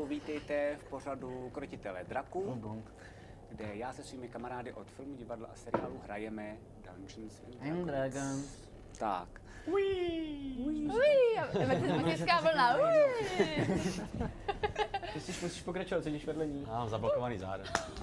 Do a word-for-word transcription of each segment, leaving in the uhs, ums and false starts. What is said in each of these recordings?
vítejte v pořadu Krotitele draků, kde já se svými kamarády od filmu, divadla a seriálu hrajeme Dungeons and Dragons. Dragons. Tak. Uí, metická vlna, Ty si musíš pokračovat, sedíš vedle ní. Já mám zablokovaný záda.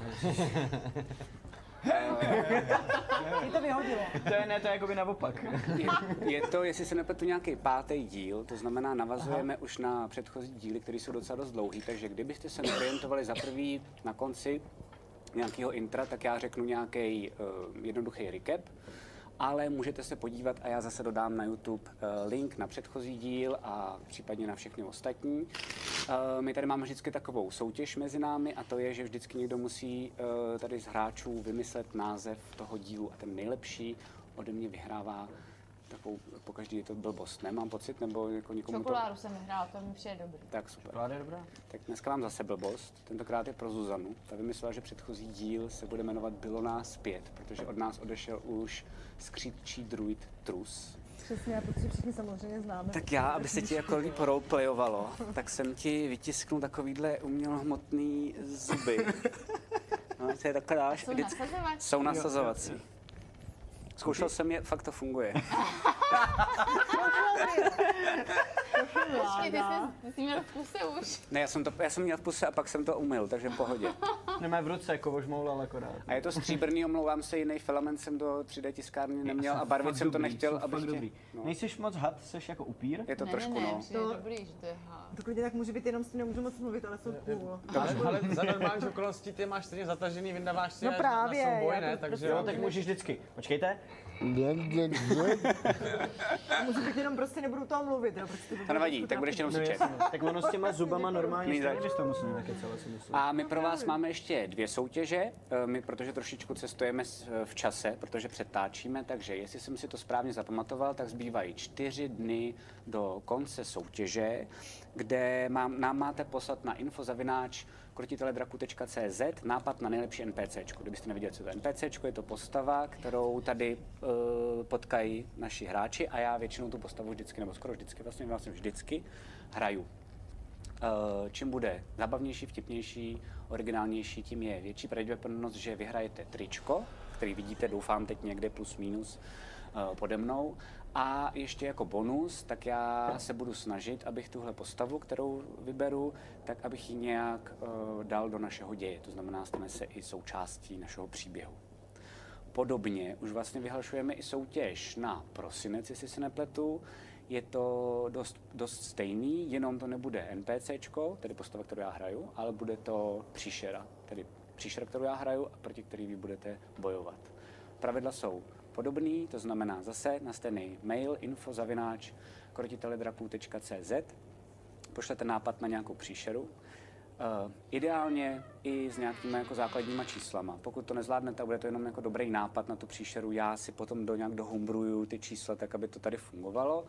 Ty to vyhodilo. To je ne, to je jakoby naopak. Je, je to, jestli se nepletu, nějaký pátý díl, to znamená navazujeme Aha. už na předchozí díly, které jsou docela dost dlouhý, takže kdybyste se neorientovali za prvý na konci nějakého intra, tak já řeknu nějaký uh, jednoduchý recap. Ale můžete se podívat a já zase dodám na YouTube uh, link na předchozí díl a případně na všechny ostatní. Uh, my tady máme vždycky takovou soutěž mezi námi a to je, že vždycky někdo musí uh, tady z hráčů vymyslet název toho dílu a ten nejlepší ode mě vyhrává takovou, pokaždý je to blbost, ne? Mám pocit, nebo jako někomu Čokoládu to... jsem vyhrála, to mi přijde dobrý. Tak super. Čokoláda je dobrá. Tak dneska mám zase blbost, tentokrát je pro Zuzanu. Ta vymyslela, že předchozí díl se bude jmenovat Bylo nás pět, protože od nás odešel už skřípčí druid Trus. Přesně, protože všichni samozřejmě známe. Tak já, aby se ti jako líp roleplayovalo, tak jsem ti vytisknul takovýhle umělohmotný zuby. No, to je takhle dáš. Jsou nasazovací? Jsou nasazovací. Zkoušel jsem je, fakt to funguje. Počkej, ty jsi, ty jsi měl v puse už. Ne, já jsem, to, já jsem měl v puse a pak jsem to umyl, takže v pohodě. Nemá v ruce, jako vožmoulal akorát. A je to stříbrný, omlouvám se, jiný filament jsem do tři dé tiskárny neměl a barvit jsem to nechtěl, abych tě... No. Nejsiš moc had, jsi jako upír? Je to ne, trošku, ne, ne, no. to je dobrý, že to je had. To klidně tak může být, jenom s tím nemůžu moc mluvit, ale jsou cool. Ale, ale za normální okolností ty máš stejně zatažený, vyndáváš si No až právě, na souboj, já ne? to Takže prostě- Jo, tak můžeš vždycky. Počkejte. Můžu být jenom prostě nebudu toho mluvit, jo, protože To nevadí, tak budeš jenom No slyšet. jasně. Tak ono s těma zubama normálně Nejde. stejně, že to musím nakecovat, si myslím. A my pro vás máme ještě dvě soutěže, eh, my, protože trošičku cestujeme s- v čase, protože přetáčíme, takže jestli jsem si to správně zapamatoval, tak zbývají čtyři dny do konce soutěže, kde mám, nám máte poslat na infozavináč krotiteledraku tečka cé zet nápad na nejlepší NPCčko. Kdybyste neviděli, co to je NPCčko, je to postava, kterou tady uh, potkají naši hráči a já většinou tu postavu vždycky, nebo skoro vždycky, vlastně, vlastně vždycky hraju. Uh, čím bude zábavnější, vtipnější, originálnější, tím je větší pravděpodobnost, že vyhrajete tričko, který vidíte, doufám, teď někde plus minus uh, pode mnou. A ještě jako bonus, tak já se budu snažit, abych tuhle postavu, kterou vyberu, tak abych ji nějak uh, dal do našeho děje. To znamená, stane se i součástí našeho příběhu. Podobně už vlastně vyhlašujeme i soutěž na prosinec, jestli se nepletu. Je to dost, dost stejný, jenom to nebude NPCčko, tedy postava, kterou já hraju, ale bude to příšera, tedy příšera, kterou já hraju a proti který vy budete bojovat. Pravidla jsou podobný, to znamená zase na stejný mail info zavináč krotiteledraku tečka cé zet. Pošlete nápad na nějakou příšeru. Uh, ideálně i s nějakýma jako základníma číslama. Pokud to nezvládnete a bude to jenom jako dobrý nápad na tu příšeru, já si potom do nějak dohumbruju ty čísla tak, aby to tady fungovalo.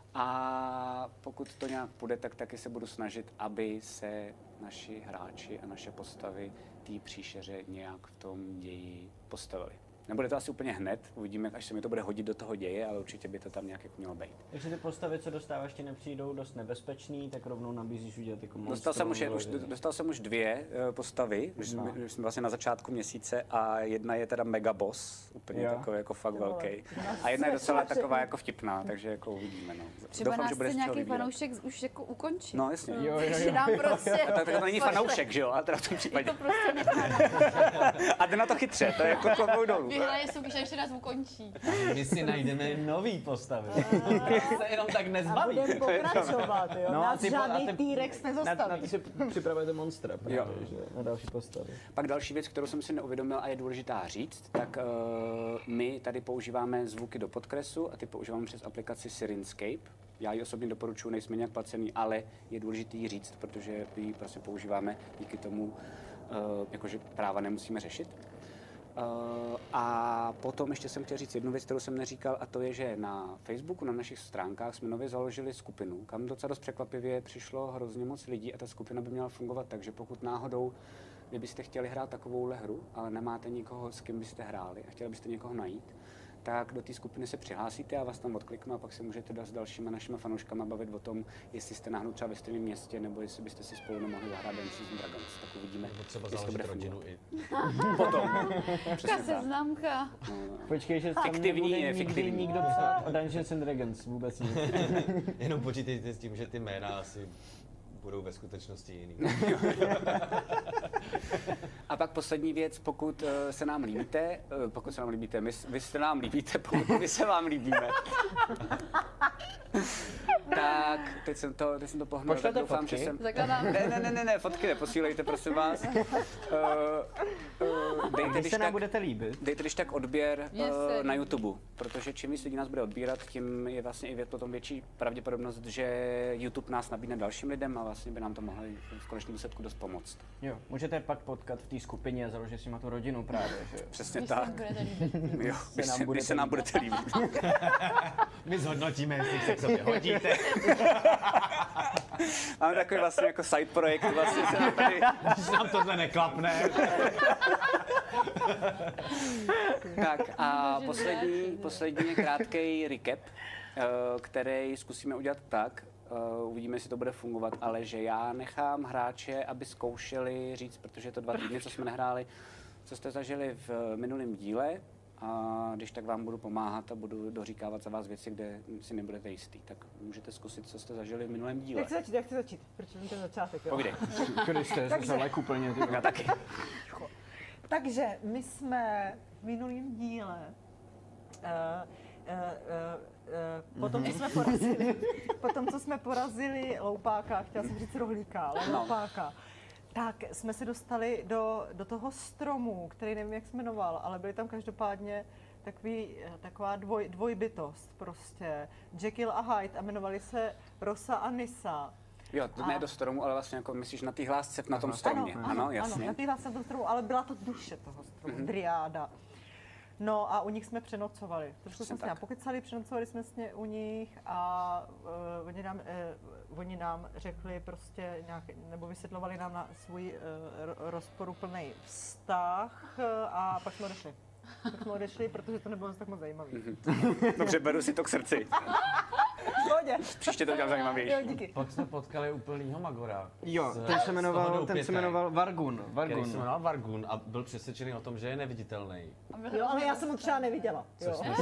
A pokud to nějak půjde, tak taky se budu snažit, aby se naši hráči a naše postavy té příšeře nějak v tom ději postavili. Nebude to asi úplně hned, uvidíme, až se mi to bude hodit do toho děje, ale určitě by to tam nějak jako mělo být. Takže ty postavy, co dostáváš, ti nepřijdou dost nebezpečný, tak rovnou nabízíš udělat jako monstrum. Dostal jsem, už, už, dostal jsem už dvě uh, postavy, už jsme, už jsme vlastně na začátku měsíce a jedna je teda mega boss, úplně Jo. takový jako fakt velký. A jedna je docela taková jako vtipná, takže jako uvidíme. No. Třeba Doufám, nás že bude chce z čeho nějaký vybírat. fanoušek už jako ukončit. No jasně. Jo, jo, Že jo. nám prostě... Tak to není pošle. fanoušek, že jo? A teda v tom případě. To prostě necháme. A jde na to chytře, to je jako klobouk dolů. Vyhraje soutěž a ještě nás ukončí. My si najdeme nový postavy. se jenom tak A nezbaví. budeme pokračovat, jo. No a Nás ty po- a žádný ty- T-Rex Na, na nezastaví. ty si připravujete monstra právě, Jo. že? Na další postavy. Pak další věc, kterou jsem si neuvědomil a je důležitá říct, tak uh, my tady používáme zvuky do podkresu a ty používáme přes aplikaci Syrinscape. Já ji osobně doporučuji, nejsme nějak placený, ale je důležité ji říct, protože ji prostě používáme díky tomu, uh, jakože práva nemusíme řešit. Uh, a potom ještě jsem chtěl říct jednu věc, kterou jsem neříkal, a to je, že na Facebooku, na našich stránkách jsme nově založili skupinu, kam docela dost překvapivě přišlo hrozně moc lidí a ta skupina by měla fungovat tak, že pokud náhodou vy byste chtěli hrát takovouhle hru, ale nemáte nikoho, s kým byste hráli a chtěli byste někoho najít, tak do té skupiny se přihlásíte, já vás tam odkliknu a pak se můžete dát s dalšíma našimi fanouškama bavit o tom, jestli jste náhodou třeba ve stejném městě, nebo jestli byste si spolu nemohli zahrát Dungeons and Dragons. Tak uvidíme, Nebo třeba jestli to bude založit rodinu fungovat. i. Potom. Taká Přesně tak. seznamka. Počkej, že tam Fiktivní nebude je nikdy fiktivní. nikdo psát o Dungeons and Dragons, vůbec nic. Jenom počítejte s tím, že ty jména asi budou ve skutečnosti jiný. A pak poslední věc, pokud uh, se nám líbíte, uh, pokud se nám líbíte, my, vy se nám líbíte, pokud my se vám líbíme. Tak, teď jsem to, teď jsem to pohnul, tak Pošlete doufám, fotky? že jsem... Zakladám. Ne, ne, ne, ne, ne, fotky neposílejte, prosím vás. Uh, uh, dejte, Když když se nám tak, budete líbit. dejte když tak odběr Mně uh, se na líbí. YouTube, protože čím víc lidí nás bude odbírat, tím je vlastně i vě- potom větší pravděpodobnost, že YouTube nás nabídne dalším lidem a vlastně by nám to mohlo v konečném důsledku dost pomoct. Jo, můžete pak potkat v té skupině a založit si na tu rodinu právě, že jo. Přesně Když se nám tak. budete líbit. Jo, když nám se, budete když se nám líbit. budete líbit. My zhodnotíme, jestli se k sobě hodíte. Máme takový vlastně jako side projekt, vlastně se nám tady, Když nám tohle neklapne. tak a Bože, poslední, zdraví. poslední krátký recap, eh, který zkusíme udělat tak, eh, uvidíme, jestli to bude fungovat, ale že já nechám hráče, aby zkoušeli říct, protože je to dva týdny, co jsme nehráli, co jste zažili v minulém díle, a když tak vám budu pomáhat a budu doříkávat za vás věci, kde si nebudete jistý. Tak můžete zkusit, co jste zažili v minulém díle. Jak chci začít, jak chci začít, protože ten začátek, jo. Povídej. Kriste, jsem se lek úplně, ty. Já taky. Takže my jsme v minulém díle, uh, uh, uh, uh, potom, co jsme porazili, potom, co jsme porazili Loupáka, chtěla jsem říct rohlíka, ale No. Loupáka, tak jsme se dostali do, do toho stromu, který nevím, jak se jmenoval, ale byly tam každopádně takový, taková dvoj, dvojbytost prostě. Jekyll a Hyde a jmenovali se Rosa a Nissa. Jo, to ne do stromu, ale vlastně jako myslíš na té hlásce na tom Ano, stromě. ano, Ano, ano, jasně. na téhle jsem tom stromu, ale byla to duše toho stromu, Mhm. mm-hmm. Driáda. No a u nich jsme přenocovali. Trošku Přesně jsme se tak. nám pokecali, přenocovali jsme s u nich a uh, oni, nám, uh, oni nám řekli prostě nějak, nebo vysvětlovali nám na svůj uh, rozporuplný vztah uh, a pak jsme odešli. Pak jsme odešli, protože to nebylo tak moc zajímavé. Mhm. Dobře, beru si to k srdci. Pohodě. Příště to udělám zajímavější. Jo, díky. Pak jsme potkali úplnýho Magora. Jo, Z- ten z se jmenoval, toho ten se doupěte, jmenoval Vargun. Který se Vargun. jmenoval Vargun a byl přesvědčený o tom, že je neviditelný. Jo, ale já jsem ho třeba neviděla. Což Jo. jsme,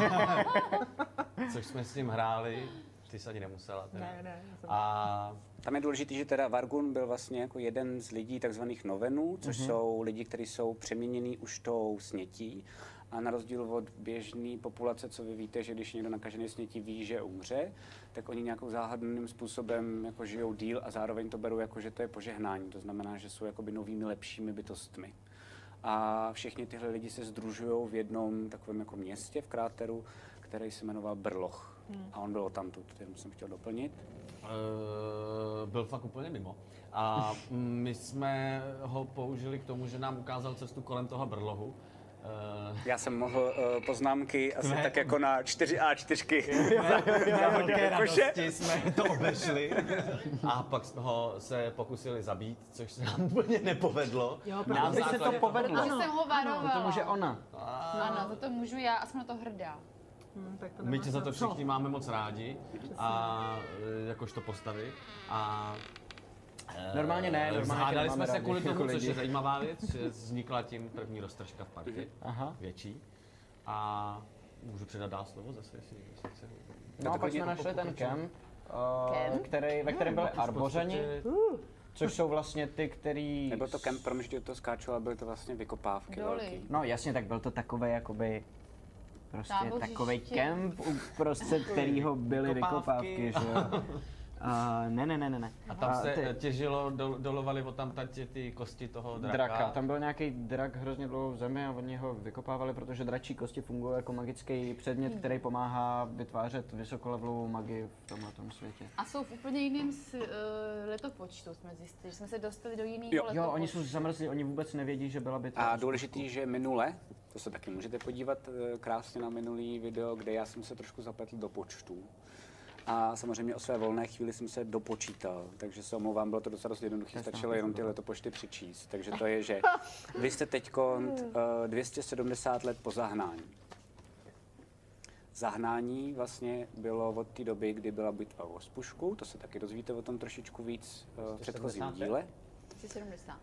což jsme s ním hráli, ty jsi ani nemusela. Teda. Ne, ne. já jsem- A Tam je důležité, že teda Vargun byl vlastně jako jeden z lidí takzvaných novenů, což Mhm. jsou lidi, kteří jsou přeměnění už tou snětí. A na rozdíl od běžné populace, co vy víte, že když někdo nakažený snětí ví, že umře, tak oni nějakou záhadným způsobem jako žijou díl a zároveň to berou jako, že to je požehnání. To znamená, že jsou jakoby novými, lepšími bytostmi. A všichni tyhle lidi se sdružují v jednom takovém jako městě v kráteru, který se jmenoval Brloch. Hmm. A on byl odtamtud, jenom jsem chtěl doplnit. Uh, byl fakt úplně mimo. A my jsme ho použili k tomu, že nám ukázal cestu kolem toho brlohu. Uh, Já jsem mohl uh, poznámky asi Tvé- tak jako na čtyři á čtyři. na velké jakože. radosti jsme to obešli. A pak jsme ho se pokusili zabít, což se nám úplně nepovedlo. Jo, Na Nám by se to základě povedlo. Protože jsem ho varovala. To může ona. Ano, za to můžu já a jsem na to hrdá. Hm, tak to My nemá tě za to smysl. všichni máme moc rádi, a e, jakožto postavy. A e, Normálně ne, normálně tě zhádali nemáme jsme se rádi kvůli jako tomu, což lidi. je zajímavá věc, že vznikla tím první roztržka v partii, Aha. větší. A můžu předat dál slovo zase, jestli, jestli chce. No a pak hodně jsme našli ten kemp, uh, Kemp? který, ve kterém byli arbořeni, což jsou vlastně ty, který... Nebyl to kemp, promiň, že do toho skáču, ale byly to vlastně vykopávky Doly. velký. No jasně, tak byl to takový jakoby prostě Tábořiště. takový kemp, uprostřed kterého byly Vykopávky. vykopávky, že jo. Uh, ne, ne, ne, ne, ne. A tam se ty- těžilo, dol, dolovali od tam ty, ty kosti toho draka. draka. Tam byl nějaký drak hrozně dlouho v zemi a oni ho vykopávali, protože dračí kosti fungují jako magický předmět, který pomáhá vytvářet vysokolevelovou magii v tomhle světě. A jsou v úplně jiném s, uh, letopočtu, jsme zjistili, že jsme se dostali do jiného Jo. letopočtu. Jo, oni jsou zamrzlí, oni vůbec nevědí, že byla bitva. A důležitý, že minule, to se taky můžete podívat eh, krásně na minulý video, kde já jsem se trošku zapletl do počtu. A samozřejmě o své volné chvíli jsem se dopočítal, takže se omlouvám, bylo to docela dost jednoduché, stačilo jenom ty letopočty přečíst. Takže to je, že vy jste teď uh, dvě stě sedmdesát let po zahnání. zahnání vlastně bylo od té doby, kdy byla bitva o Spušku, to se taky dozvíte o tom trošičku víc uh, v předchozím díle. sedmdesát.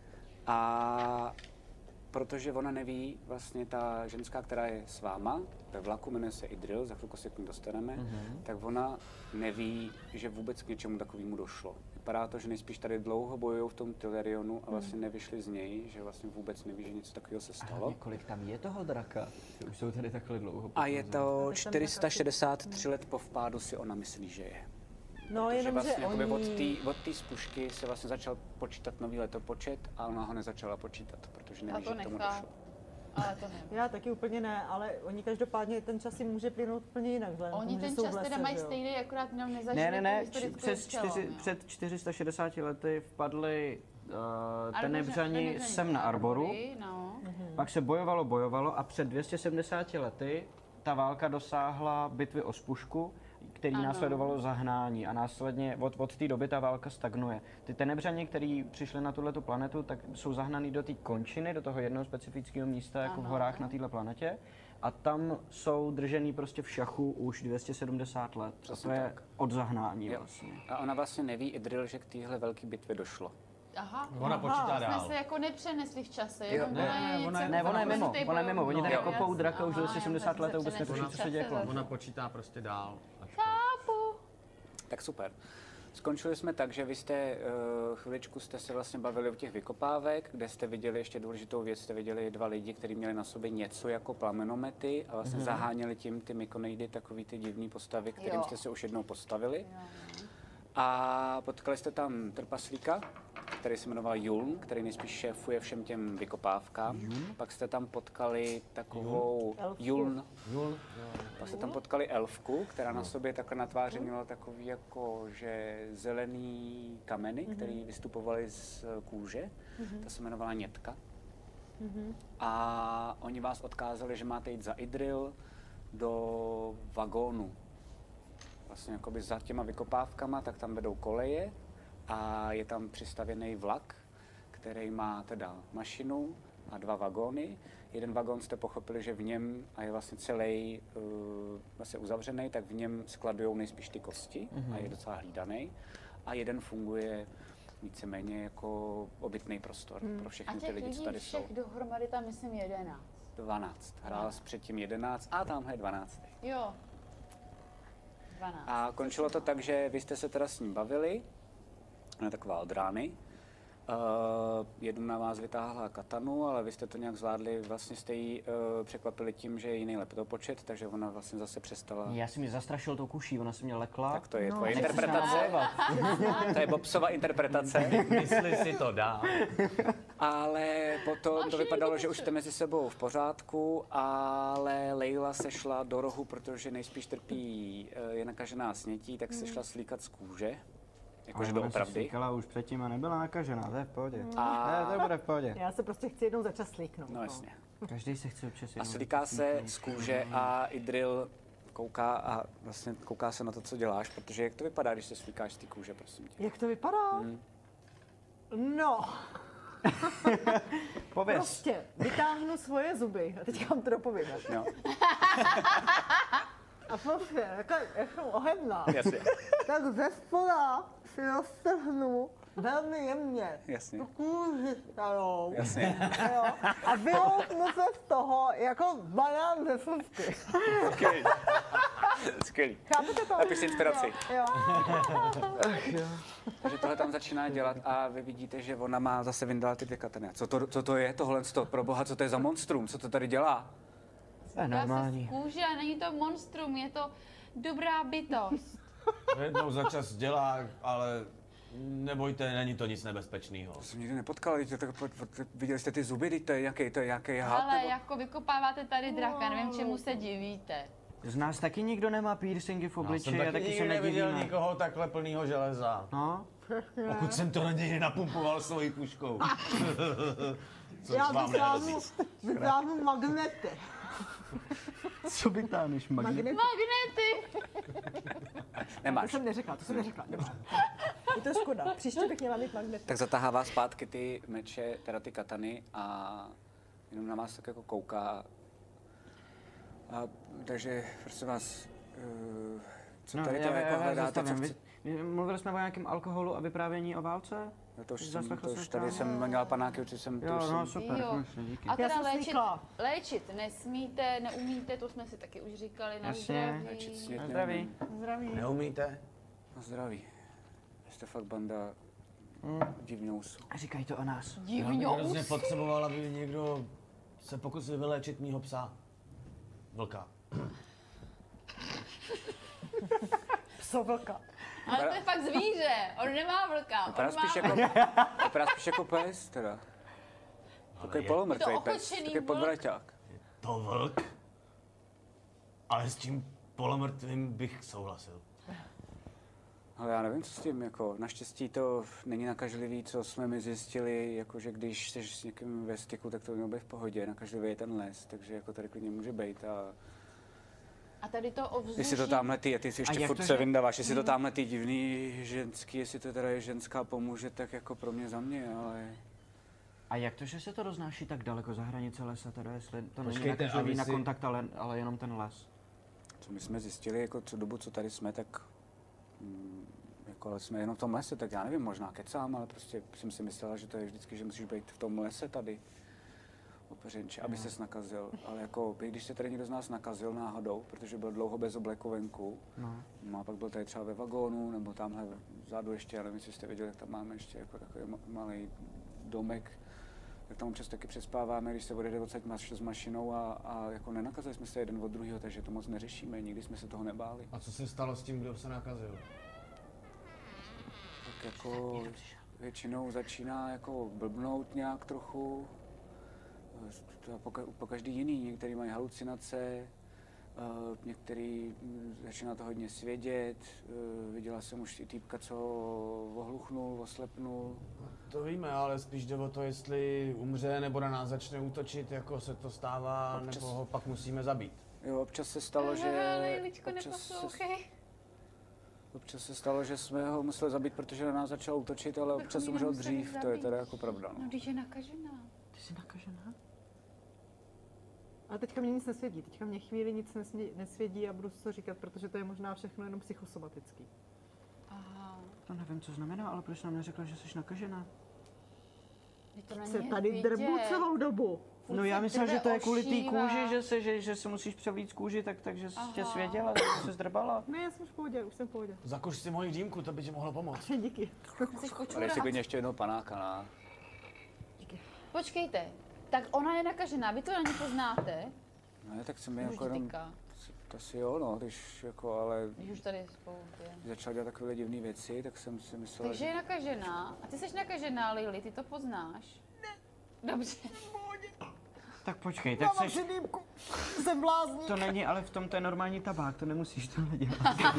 A protože ona neví, vlastně ta ženská, která je s váma, ve vlaku, jmenuje se Idril, za chvilku se k ní dostaneme, mm-hmm. tak ona neví, že vůbec k něčemu takovému došlo. Vypadá to, že nejspíš tady dlouho bojují v tom Tylerionu a vlastně nevyšli z něj, že vlastně vůbec neví, že něco takového se stalo. A kolik tam je toho draka? Že už jsou tady takhle dlouho. A je to čtyři sta šedesát tři let po vpádu si ona myslí, že je. No, Protože jenom, vlastně že jakoby oni... od té od té spušky se vlastně začal počítat nový letopočet a ona ho nezačala počítat, protože neví, to že k tomu nechá. došlo. Ale to nevím. Já taky úplně ne, ale oni každopádně ten čas jim může plynout úplně jinak. Vzhledem Oni tomu, že ten jsou v čas lese, teda mají že jo. stejný, akorát jenom nezažili Ne, ne, ne, tu historickou přes přelom, čtyři, jo. před čtyři sta šedesáti lety vpadli uh, Arboře- tenebřani tenebřani sem na Arboru, Arbory, no. pak se bojovalo, bojovalo a před dvě stě sedmdesáti lety ta válka dosáhla bitvy o Spušku, který Ano. následovalo zahnání a následně od, od té doby ta válka stagnuje. Ty tenebřani, kteří přišli na tuhletu planetu, tak jsou zahnaný do té končiny, do toho jednoho specifického místa jako v Ano. horách na této planetě a tam jsou držený prostě v šachu už dvě stě sedmdesát let. A Přesně to je tak. od zahnání Jo. vlastně. A ona vlastně neví Idril, že k téhle velké bitvě došlo. Aha. Ona počítá Jsme dál. se jako nepřenesli v čase, Jo. jenom Ne, ona je ne, ona něco je- Ne, ona je jako mimo, důležitý ona je mimo. Oni tady bojovník. kopou Jasně. draka už Aha, dvě stě sedmdesát já jsem let a se vůbec přenesla netuší, v co se děje čase kolem. zase. Ona počítá prostě dál. Až Chápu. Tak super. Skončili jsme tak, že vy jste uh, chviličku jste se vlastně bavili o těch vykopávek, kde jste viděli ještě důležitou věc, jste viděli dva lidi, kteří měli na sobě něco jako plamenomety a vlastně mm-hmm. zaháněli tím ty mykoneidy, takový ty divné postavy, kterým Jo. jste se už jednou postavili. Jo. A potkali jste tam trpaslíka, který se jmenoval Juln, který nejspíš šéfuje všem těm vykopávkám. Juln? Pak jste tam potkali takovou Elfku. Juln. Jul, Pak jste tam potkali elfku, která na sobě takhle na tváři měla takový jako, že zelený kameny, které vystupovaly z kůže. Ta se jmenovala Nětka. A oni vás odkázali, že máte jít za Idril do vagónu. Vlastně jakoby za těma vykopávkama, tak tam vedou koleje a je tam přistavěný vlak, který má teda mašinu a dva vagóny. Jeden vagón jste pochopili, že v něm, a je vlastně celý uh, vlastně uzavřený, tak v něm skladují nejspíš ty kosti mm-hmm. a je docela hlídaný. A jeden funguje víceméně jako obytný prostor mm. pro A všechny ty těch lidi, co lidí tady jsou. všech dohromady tam myslím jedenáct. dvanáct. Hrál jsi předtím jedenáct a tamhle je dvanáct. Jo. dvanáct. A končilo to tak, že vy jste se teda s ním bavili, ona je taková od rány. Uh, jednu na vás vytáhla katanu, ale vy jste to nějak zvládli, vlastně jste ji uh, překvapili tím, že je jiný leptopočet, takže ona vlastně zase přestala. Já jsem ji zastrašil tou kuší, ona se mě lekla. Tak to je No, tvoje nechci interpretace. To je Bobsova interpretace. Myslí si to dá. Ale potom to vypadalo, že už jste mezi sebou v pořádku, ale Leila se šla do rohu, protože nejspíš trpí, uh, je nakažená snětí, tak se šla slíkat z kůže. Jakože doopravdy. Slíkala už předtím a nebyla nakažená, to je v pohodě. A- Ne, to bude v pohodě. Já se prostě chci jednou začas slíknout. No jasně. Každý se chce občas A jednou slíká se slíknout. z kůže a Idril kouká a vlastně kouká se na to, co děláš, protože jak to vypadá, když se slíkáš z té kůže, prosím tě. Jak to vypadá? Hmm. No, Pověz. prostě vytáhnu svoje zuby. A teď vám to dopovědět. Jo, A prostě, jako, jako ohebná. jasně, Tak ze spoda si roztrhnu velmi jemně jasně, tu kůži starou. jasně. Jo. A vyloupnu se z toho jako banán ze sůvky. Skvělý. Skvělý. Chápete to? Napiš si inspiraci. Jo, jo. Takže tohle tam začíná dělat a vy vidíte, že ona má zase vyndala ty dvě katany. Co to, co to je tohle? Pro boha, co to je za monstrum? Co to tady dělá? To je Dá se normální. z kůže a není to monstrum, je to dobrá bytost. Jednou za čas dělá, ale nebojte, není to nic nebezpečného. To jsem nikdy nepotkal, vidíte, tak, viděli jste ty zuby, teď to je nějaký, to je nějaký had, Ale nebo? jako vykopáváte tady draka, nevím, čemu se divíte. Z nás taky nikdo nemá piercingy v Já jsem obličeji a taky taky se nikdy neviděl nedivíme. nikoho takhle plnýho železa. No, Pokud jsem to na něj napumpoval svojí puškou. Což Já vám vytáhnu, nehrozí. vytáhnu magnety. co by táhneš, Magdy? Magnety? Magnety! To Nemáš. jsem neřekla, to jsem neřekla. Dobře. Je to škoda. Příště bych měla mít magnety. Tak zatahává zpátky ty meče, teda ty katany a jenom na vás tak jako kouká. A takže prosím vás, uh, co No, tady to já, jako já, já hledáte, co zastavím. chci... Vy- vy- Mluvili jsme o nějakém alkoholu a vyprávění o válce? No to už jsem, Zaslechl to jsem už tady správně. jsem měla panáky, určitě jsem, to Jo, už no jsem... super, Jo. konečně, díky. A teda jsem léčit, slíkla. léčit nesmíte, neumíte, to jsme si taky už říkali, na Jasně. Léčit zdraví. snět Na zdraví. neumím. Zdraví. Neumíte? Na zdraví. Jste fakt banda Mm. divňousů. A říkají to o nás. Já bych Divňous. hrozně potřeboval, aby někdo se pokusil vyléčit mýho psa. Vlka. Pso vlka. Ale to je fakt zvíře, on nemá vlka, on Vypadá má... spíš jako, vypadá spíš jako pes teda. Takový je- polomrtvý Je to pes, ochočený takový vlk? podvraťák. To vlk? Ale s tím polomrtvým bych souhlasil. Ale já nevím, co s tím, jako naštěstí to není nakažlivý, co jsme mi zjistili, jakože když jsi s někým ve styku, tak to mělo být v pohodě, nakažlivý je ten les, takže jako tady klidně může být a A tady to ovzduší... jestli to tamhle ty, a ty si A ještě jak furt to, se že- vyndáváš, jestli to tamhle ty divný ženský, jestli to teda je ženská pomůže, tak jako pro mě za mě, ale A jak to, že se to roznáší tak daleko za hranice lesa, teda jestli to není Počkejte, a nakažlivý vy na si- kontakt, ale, ale jenom ten les? co my jsme zjistili, jako co dobu, co tady jsme, tak mm, jako ale jsme jenom v tom lese, tak já nevím, možná kecám, ale prostě jsem si myslela, že to je vždycky, že musíš být v tom lese tady, opeřenče, aby ses nakazil. Ale jako, když se tady někdo z nás nakazil náhodou, protože byl dlouho bez obleku venku, No. no a pak byl tady třeba ve vagónu, nebo tamhle vzadu ještě, já nevím, jestli jste viděli, jak tam máme ještě jako takový ma- malý domek, tak tam občas taky přespáváme, když se odjede odsaď maš- s mašinou a, a jako nenakazili jsme se jeden od druhého, takže to moc neřešíme, nikdy jsme se toho nebáli. A co se stalo s tím, kdo se nakazil? Tak jako většinou začíná jako blbnout nějak trochu, to je po, ka- po každý jiný, některý mají halucinace, eh, některý mm, začíná to hodně svědět, eh, viděla jsem už i týpka, co ohluchnul, oslepnul. To víme, ale spíš jde o to, jestli umře nebo na nás začne útočit, jako se to stává, Občas. nebo ho pak musíme zabít. Jo, občas se stalo, že... Lejličko, občas se, neposlouchej. občas se stalo, že jsme ho museli zabít, protože na nás začal útočit, ale Bychom občas ji umřel nemuseli dřív, to je zabít. teda jako pravda. No, No. když je nakažená. Ty jsi nakažená? Ale teďka mě nic nesvědí, teďka mě chvíli nic nesmě, nesvědí a budu si to říkat, protože to je možná všechno jenom psychosomatický. Aha. To nevím, co znamená, ale proč nám neřekla, že jsi nakažená? Je to na Se něj tady vidět. drbu celou dobu. Furt No se já myslel, drbe že to je kvůli té ošívá. kůži, že se, že, že se musíš převlít kůži, tak, takže jsi tě Aha. svěděla, že se zdrbala. Ne, já jsem už v pohodě, už jsem v pohodě. Zakuš si moji dýmku, to by ti mohlo pomoct. Díky. Jsi Ale kočura. ještě klidně ještě jednoho panáka, na. Počkejte, tak ona je nakažená, vy to na ní poznáte? Ne, tak jsem mi Už jako jenom, tyka, to si jo, no, když jako, ale když už tady spolu je. když začal dělat takové divné věci, tak jsem si myslel, Takže je nakažená. A ty jsi nakažená, Lili, ty to poznáš? Ne. Dobře. Tak počkej, tak Mám jsi... dýmku, jsem blázník. To není, ale v tom to je normální tabák, to nemusíš tohle dělat.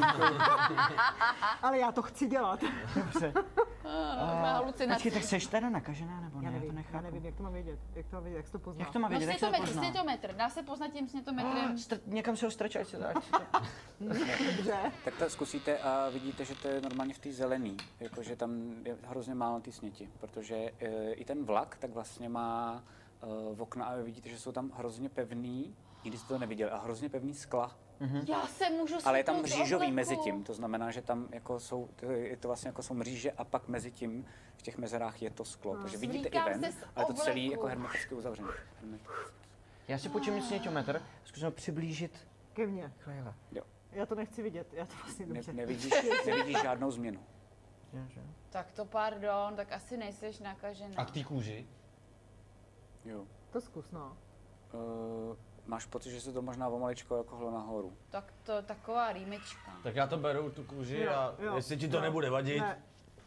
Ale já to chci dělat. Dobře. Má halucinace. Počkej, tak jsi teda nakažená, nebo ne? Já Já to nevím, já nechápu. nevím, jak to mám vědět, jak to mám vědět, jak se to pozná. Jak to má No vědět, jak se to snětometr, pozná? snětometr. Dá se poznat tím snětometrem. Str- někam se ho strč, ať se to... ať se to... Dobře. tak to zkusíte a vidíte, že to je normálně v té zelený, jakože tam je hrozně málo ty sněti, protože e, i ten vlak tak vlastně má e, v okna a vy vidíte, že jsou tam hrozně pevný, nikdy jste to neviděli, a hrozně pevný skla. Já se můžu Ale je tam sypnout z mřížový obleku. mezi tím, to znamená, že tam jako jsou, to je to vlastně jako jsou mříže a pak mezi tím v těch mezerách je to sklo, takže vidíte i Zvlíkám ven, se z ale to celý obleku. jako hermeticky uzavřený. Hermeticky. Já si půjčím sněťometr, zkusím ho přiblížit Ke mně. k Lejle. Jo. Já to nechci vidět, já to vlastně Ne, dobře. nevidíš, nevidíš žádnou změnu. Tak to pardon, tak asi nejseš nakažená. A k té kůži? Jo. To zkus, no. Uh, máš pocit, že se to možná o maličko jako hlo nahoru. Tak to taková rýmička. Tak já to beru, tu kůži, Jo, a jo, jestli ti to jo. nebude vadit, Ne,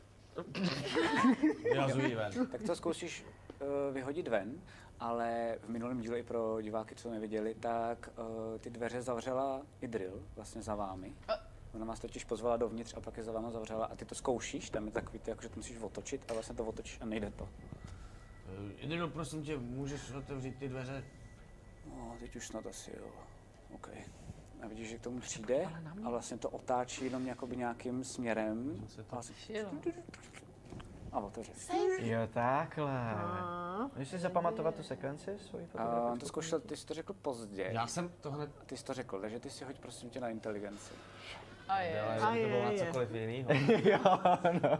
vyhazuji ven. Tak to zkusíš uh, vyhodit ven, ale v minulém díle i pro diváky, co neviděli, tak uh, ty dveře zavřela Idril vlastně za vámi. Ona vás totiž pozvala dovnitř a pak je za váma zavřela a ty to zkoušíš, tam je takový, ty, jako, že to musíš otočit a vlastně to otočíš a nejde to. Jedino, prosím tě, můžeš otevřít ty dveře? No, teď už snad asi jo. OK. A vidíš, že k tomu přijde a vlastně to otáčí jenom jakoby nějakým směrem. A, vlastně- Šilo. a otevře. Jo, takhle. A, Můžeš si zapamatovat tu sekvenci svoji A fotografickou? on to zkoušel, ty jsi to řekl pozdě. Já jsem to hned Ty jsi to řekl, takže ty si hoď prosím tě na inteligenci. A je. dělal, A že by to bylo je, na je. cokoliv jinýho. Jo, no.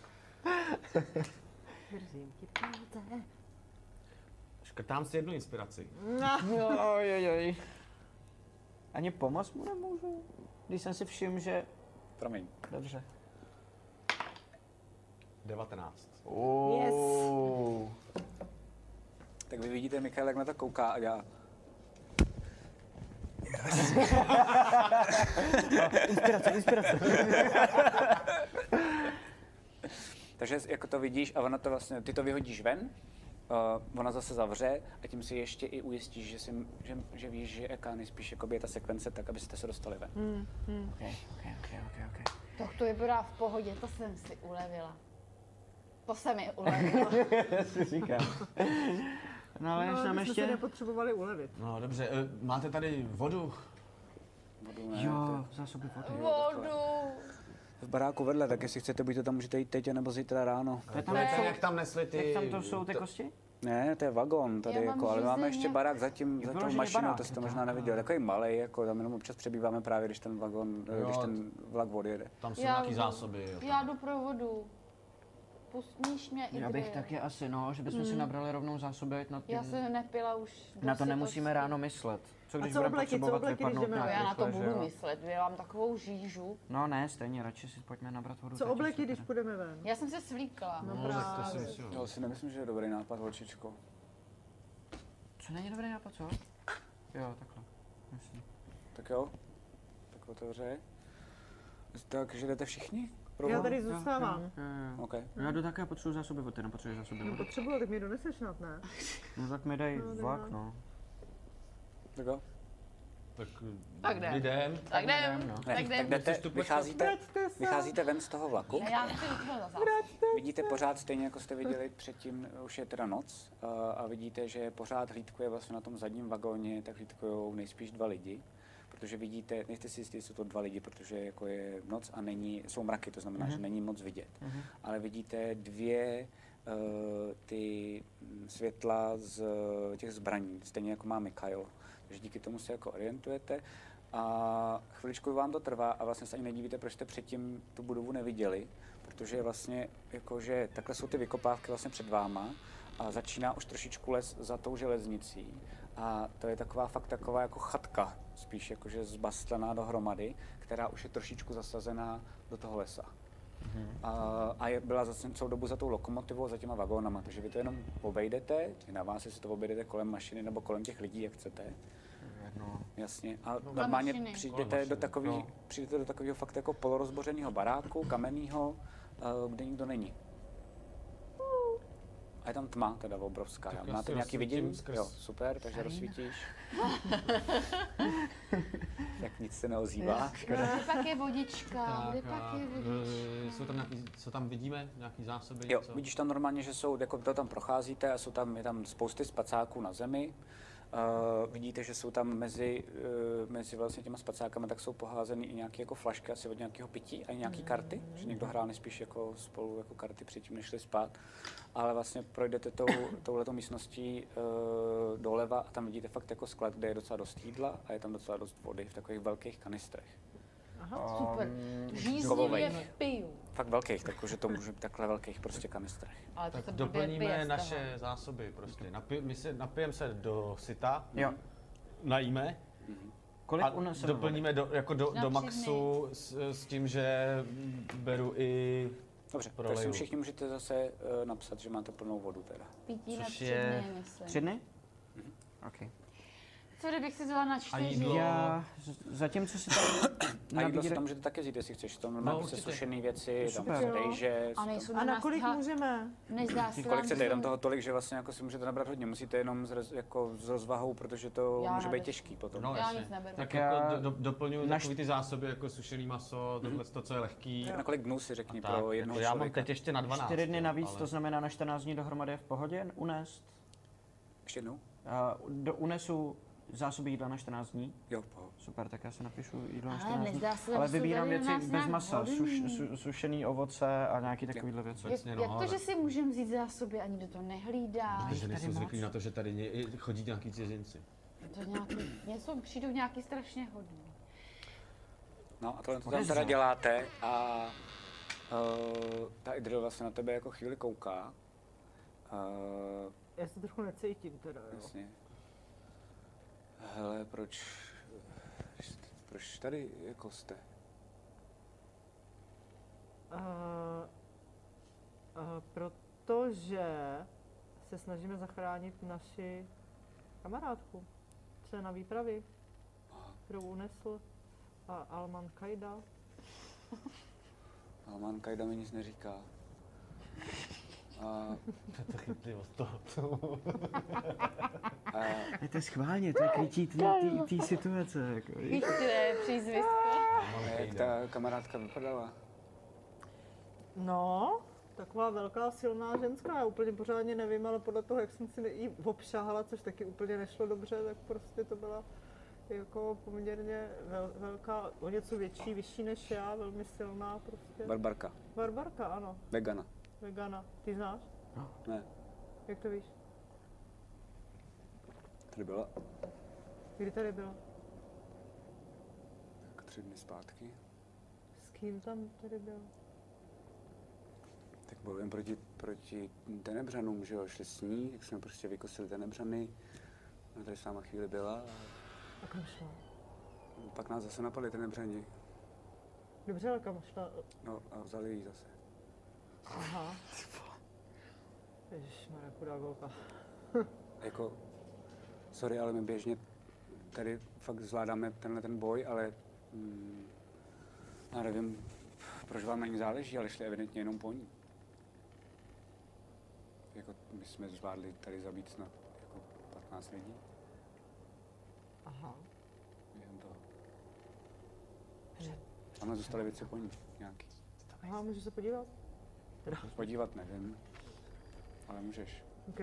Držím ti palce. Škrtám si jednu inspiraci. No, ojojoj. Ani pomoct mu nemůžu? Když jsem si všiml, že... Promiň. Dobře. devatenáct. Oh. Tak vy vidíte, Michal, jak na to kouká a já. Inspirace, inspirace. Takže jako to vidíš a ona to vlastně, ty to vyhodíš ven, uh, ona zase zavře a tím si ještě i ujistíš, že, si, že, že víš, že jaká nejspíš jakoby je ta sekvence tak, abyste se dostali ven. Hmm, hmm. Okay, okay, okay, okay, okay. To, to vypadá v pohodě, to jsem si ulevila. To se mi ulevilo. Já si říkám. No ale No, než nám my jsme ještě... se nepotřebovali ulevit. No dobře, eh, máte tady vodu? Vodu ne, Jo, zásoby vody. Vodu. v baráku vedle, tak jestli chcete být, to tam můžete jít teď nebo zítra ráno. To je tam, To je jak ten, jsou, jak tam nesli ty... jak tam to jsou ty kosti? Ne, to je vagon tady, Já mám jako, ale máme řízeně. ještě barák za tím, za tou vyloženě mašinou, barák, to jste jo, možná tak, neviděl. Takový malý, jako tam jenom občas přebýváme právě, když ten vagon, Jo, když ten vlak odjede. Tam jsou Já nějaký jdu. zásoby. Jo, Já jdu pro vodu. Pustíš mě i Já bych dvě. taky asi, no, že bychom si nabrali rovnou zásoby na ty... Já jsem nepila už Na to dost nemusíme sitosti. ráno myslet. Co když co budeme obleky, co potřebovat obleky, když vypadnout jdeme nějak No, já na to rychle, že budu jo? myslet, já mám takovou žížu. No ne, stejně, radši si pojďme nabrat vodu. Co teď, obleky, jestli když teda. půjdeme ven? Já jsem se svlíkala. No, No, tak to si právě. myslím. Jo, si nemyslím, že je dobrý nápad, holčičko. Co není dobrý nápad, co? Jo, takhle. Jasně. Tak jo, tak otevře. Takže jdete všichni? Pro Já vodu? tady zůstávám. Jo, jo, jo. OK. No já jdu také, potřebuji zásoby vody, nepotřebuji zásoby No vody. potřebuji, tak mě doneseš snad, ne? No tak mi dej No, tak vlak, no. no. Tak jo. Tak, Tak jdem. jdem. Tak jdem, no. tak Ne, jdem. tak jdete, Chceš tu vycházíte, Vraťte se. vycházíte ven z toho vlaku. A já chci do toho zase. Vidíte pořád stejně, jako jste viděli předtím, už je teda noc a, a vidíte, že pořád hlídkuje vlastně na tom zadním vagóně, tak hlídkujou nejspíš dva lidi. Protože vidíte, nejste si jistí, jsou to dva lidi, protože jako je noc a není, jsou mraky, to znamená, mm-hmm. že není moc vidět. Mm-hmm. Ale vidíte dvě uh, ty světla z uh, těch zbraní, stejně jako má Mikhail. Takže díky tomu se jako orientujete a chviličku vám to trvá a vlastně se ani nedívíte, proč jste předtím tu budovu neviděli, protože vlastně jakože takhle jsou ty vykopávky vlastně před váma a začíná už trošičku les za tou železnicí. A to je taková fakt taková jako chatka, spíš jakože zbastlená dohromady, která už je trošičku zasazená do toho lesa. Mm-hmm. A, a je, byla zase celou dobu za tou lokomotivou, za těma vagónama, takže vy to jenom obejdete, je na vás, jestli to obejdete kolem mašiny nebo kolem těch lidí, jak chcete. No. Jasně. A normálně mašiny. přijdete Kolem do, mašiny, takový, no. přijdete do takového fakt jako polorozbořeného baráku, kamenného, kde nikdo není. A je tam tma, teda obrovská. Tak já Máte si nějaký rozsvítím vidění? skrz- Jo, super, takže rozsvítíš. Jak nic se neozývá. Kde pak je vodička? Kde Tak pak a je eh, vodička? jsou tam nějaký, co tam vidíme? Nějaký zásoby? Jo, něco? vidíš tam normálně, že jsou, jako to tam procházíte a jsou tam, je tam spousty spacáků na zemi. Uh, vidíte, že jsou tam mezi, uh, mezi vlastně těma spacákama, tak jsou poházeny i nějaké jako flašky asi od nějakého pití a i nějaké karty, že někdo hrál nejspíš jako spolu jako karty předtím, než šli spát. Ale vlastně projdete tou, touhletou místností uh, doleva a tam vidíte fakt jako sklad, kde je docela dost jídla a je tam docela dost vody v takových velkých kanistrech. Super. Žíznivě kovových. piju. Fakt velkých, takže to může být takhle velkých prostě kanistrech. Ale to Tak se blbě doplníme pije z toho. naše zásoby prostě. Napi, my se napijeme se do syta, Jo. najíme Kolik a uneseme doplníme do, jako do, Na do tři maxu s, s tím, že beru i Dobře, tak Proleju. si všichni můžete zase uh, napsat, že máte plnou vodu teda. Pití na Což tři je dny, myslím. tři dny? OK. Co kdybych si vzala na čtyři? jídlo? Já, z- zatímco si tam A jídlo si nabídě- tam můžete také vzít, jestli chceš. Tam No, normálně prostě určitě. sušené věci, tam Super. jsou rejže. A nejsou A na na nás kolik ha- můžeme? Nezdá se Kolik vám, chcete, že je tam jsou- toho tolik, že vlastně jako si můžete nabrat hodně. Musíte jenom s, roz- jako s rozvahou, protože to Já může být neberu. těžký potom. No, Já jasně. nic neberu. Tak Tak jako já- do, do, doplňuji naš- takový ty zásoby, jako sušený maso, tohle to, co je lehký. Na kolik dnů si řekni Tak, pro jednoho jako já mám člověka? teď ještě na dvanáct. čtyři dny jo, navíc, ale- to znamená na čtrnáct dní dohromady je v pohodě unést. Ještě jednou? A do, unesu zásoby jídla na čtrnáct dní. Jo, poho. Super, tak já si napíšu jídlo na Ale čtrnáct dní. nezdá se, Ale že jsou vybírám tady u věci nás bez nějak masa, hodný. suš, su, sušený ovoce a nějaký takovýhle věci. Jak, Přesně, no, jak to, ale- že si můžeme vzít zásoby a nikdo to nehlídá? Protože tady nejsou moc. zvyklí na to, že tady ně, chodí nějaký cizinci. Je to nějaký, něco přijdou nějaký strašně hodný. No a tohle to tam teda děláte a uh, ta Idril se na tebe jako chvíli kouká. Uh, Já se trochu necítím teda, jo. jasně. Hele, proč, proč tady jako jste? Uh, uh, protože se snažíme zachránit naši kamarádku, co je na výpravě, kterou unesl a Alman Kajda. Alman Kajda mi nic neříká. A, To je chytlivost toho. a Je to schválně, to je krytí té situace. Jako. Chytré přízvisko. jak ta kamarádka vypadala? No, taková velká silná ženská, já úplně pořádně nevím, ale podle toho, jak jsem si ji obšáhala, což taky úplně nešlo dobře, tak prostě to byla jako poměrně vel, velká, o něco větší, vyšší než já, velmi silná prostě. Barbarka. Barbarka, ano, Vegana. vegana. Ty znáš? Ne, Jak to víš? tady byla Kdy tady byla? tak tři dny zpátky. S kým tam tady byla? Tak bojujeme proti, proti tenebřanům, že jo, šli s ní, jak jsme prostě vykosili tenebřany. Ona tady s náma chvíli byla a A kam šla? pak nás zase napadli tenebřani. Dobře, ale kam šla? No a vzali ji zase. Aha. Ježišmarja, chudá holka. Jako, sorry, ale my běžně tady fakt zvládáme tenhle ten boj, ale mm, já nevím, proč vám na ní záleží, ale šli evidentně jenom po ní. Jako, my jsme zvládli tady zabít snad jako patnáct lidí Aha. během toho. Tam zůstaly věci po ní nějaký. Aha, můžu se podívat? Teda, Podívat nevím, ale můžeš. OK.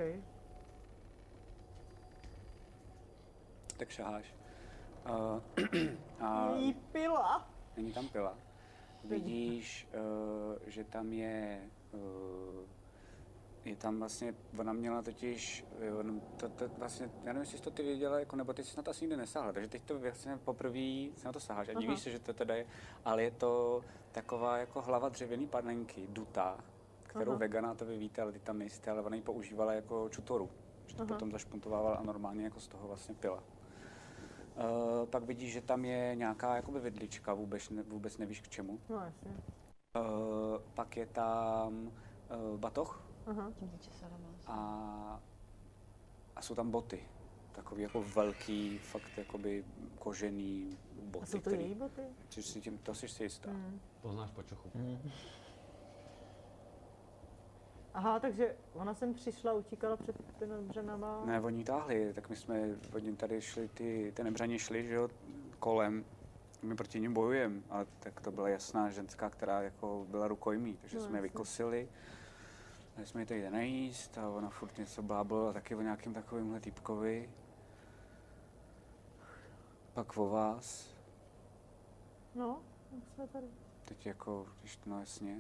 Tak šaháš. Uh, a Jí pila. není tam pila. Vidíš, uh, že tam je, uh, je tam vlastně, ona měla totiž, jo, no, to, to vlastně, já nevím, jestli jsi to ty věděla, jako, nebo ty jsi na to asi nikdy nesáhla, takže teď to vlastně poprvé se na to saháš a divíš Aha. se, že to teda je, ale je to taková jako hlava dřevěný panenky, dutá, kterou Aha. vegana, to vy víte, ale ty tam nejste, ale ona ji používala jako čutoru, že to Aha. potom zašpuntovávala a normálně jako z toho vlastně pila. Uh, pak vidíš, že tam je nějaká jakoby vidlička, vůbec, ne, vůbec nevíš k čemu. No jasně. Uh, pak je tam uh, batoh Aha. Tím ty česala más. a, a jsou tam boty. Takový jako velký, fakt jakoby kožený boty. A jsou to který- její boty? Jsi si tím, to jsi si jistá. Hmm. Poznáš po čochu. Aha, takže ona sem přišla, utíkala před těmi břenama. Ne, oni táhli, tak my jsme, oni tady šli, ty, ty nebřani šli, že jo, kolem. My proti ním bojujeme, ale tak to byla jasná ženská, která jako byla rukojmí, takže No, jsme je jasně. vykosili. Dali jsme ji tady nejíst a ona furt něco bábla taky o nějakým takovýmhle týpkovi. Pak o vás, No, tak jsme tady. teď jako, když to no jasně.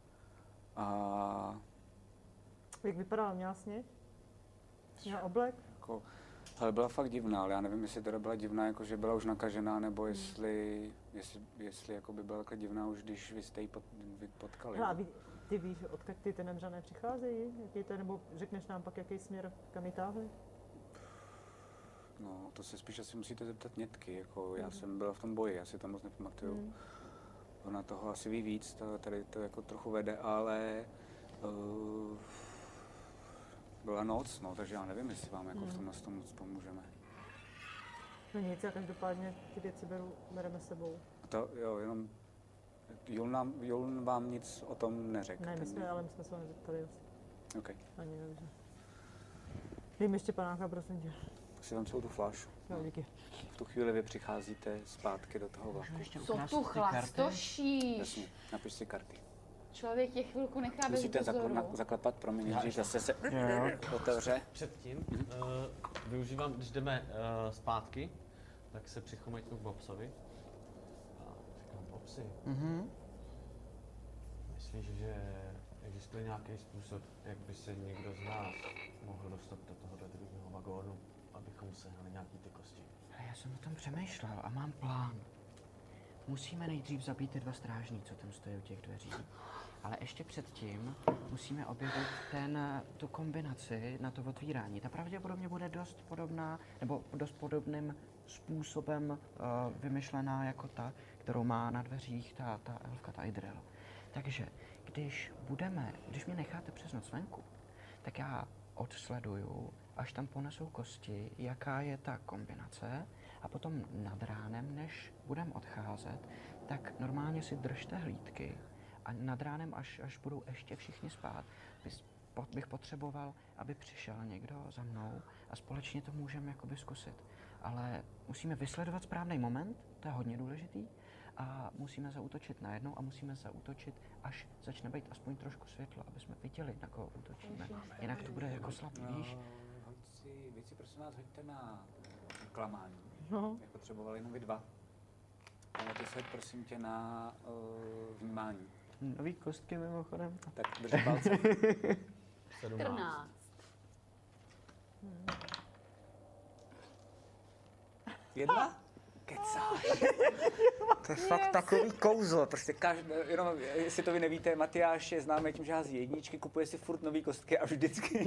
A Jak vypadala, měla sněh? Měla oblek? jako, ale byla fakt divná, ale já nevím, jestli teda byla divná, jako že byla už nakažená, nebo jestli, jestli, jestli jako by byla takhle divná už, když vy jste ji pot, vy potkali. Hele, a ví, ty víš, odkud ty tenebřané přicházejí? Jaký to, nebo řekneš nám pak, jaký směr, kam ji táhli? No, to se spíš asi musíte zeptat Nětky, jako já jsem byla v tom boji, já si to moc nepamatuju. Mm. Ona toho asi ví víc, to, tady to jako trochu vede, ale uh, byla noc, no, takže já nevím, jestli vám jako v tomhle tom moc pomůžeme. No nic, já každopádně ty věci beru, bereme sebou. A to jo, jenom Jul, nám, Jul vám nic o tom neřekl. Ne, my ten- jsme, ale my jsme se vám zeptali asi. OK, Ani dobře. Dej mi ještě panáka, prosím tě. si tam celou tu flášu. Jo, díky. V tu chvíli vy přicházíte zpátky do toho vlaku. Co tu chlastošíš? Jasně, napiš si karty. člověk těch chvilku nechá bez Musíte dozoru. zakl- zaklepat, promiň, když zase se otevře. Předtím uh, využívám, když jdeme uh, zpátky, tak se přichomejtnu k Bobsovi. A říkám, Bobsi, Mhm. myslíš, že existuje nějaký způsob, jak by se někdo z nás mohl dostat do tohohle druhého vagónu, abychom sehnali nějaký ty kosti? A já jsem o tom přemýšlel a mám plán. Musíme nejdřív zabít ty dva strážní, co tam stojí u těch dveří. Ale ještě předtím musíme objevit ten, tu kombinaci na to otvírání. Ta pravděpodobně bude dost podobná, nebo dost podobným způsobem uh, vymyšlená jako ta, kterou má na dveřích ta, ta elfka, ta Idril. Takže když budeme, když mě necháte přes noc venku, tak já odsleduju, až tam ponesou kosti, jaká je ta kombinace a potom nad ránem, než budeme odcházet, tak normálně si držte hlídky a nad ránem, až, až budou ještě všichni spát, bys, po, bych potřeboval, aby přišel někdo za mnou a společně to můžeme jakoby zkusit. Ale musíme vysledovat správný moment, to je hodně důležitý, a musíme zaútočit najednou a musíme zaútočit, až začne být aspoň trošku světlo, aby jsme viděli, na koho útočíme. Jinak to bude jako slabý, víš? Hoď si, vy si prosím vás hoďte na klamání. No. Jak potřebovali jenom vy dva. Ale ty se hoď prosím tě na uh, vnímání. Nový kostky mimochodem. Tak drží palce. sedmnáct. čtrnáct. Jedna? Kecáš. To je fakt takový kouzlo, prostě každý, jenom jestli to vy nevíte, Matyáš je známý tím, že hází jedničky, kupuje si furt nový kostky a vždycky.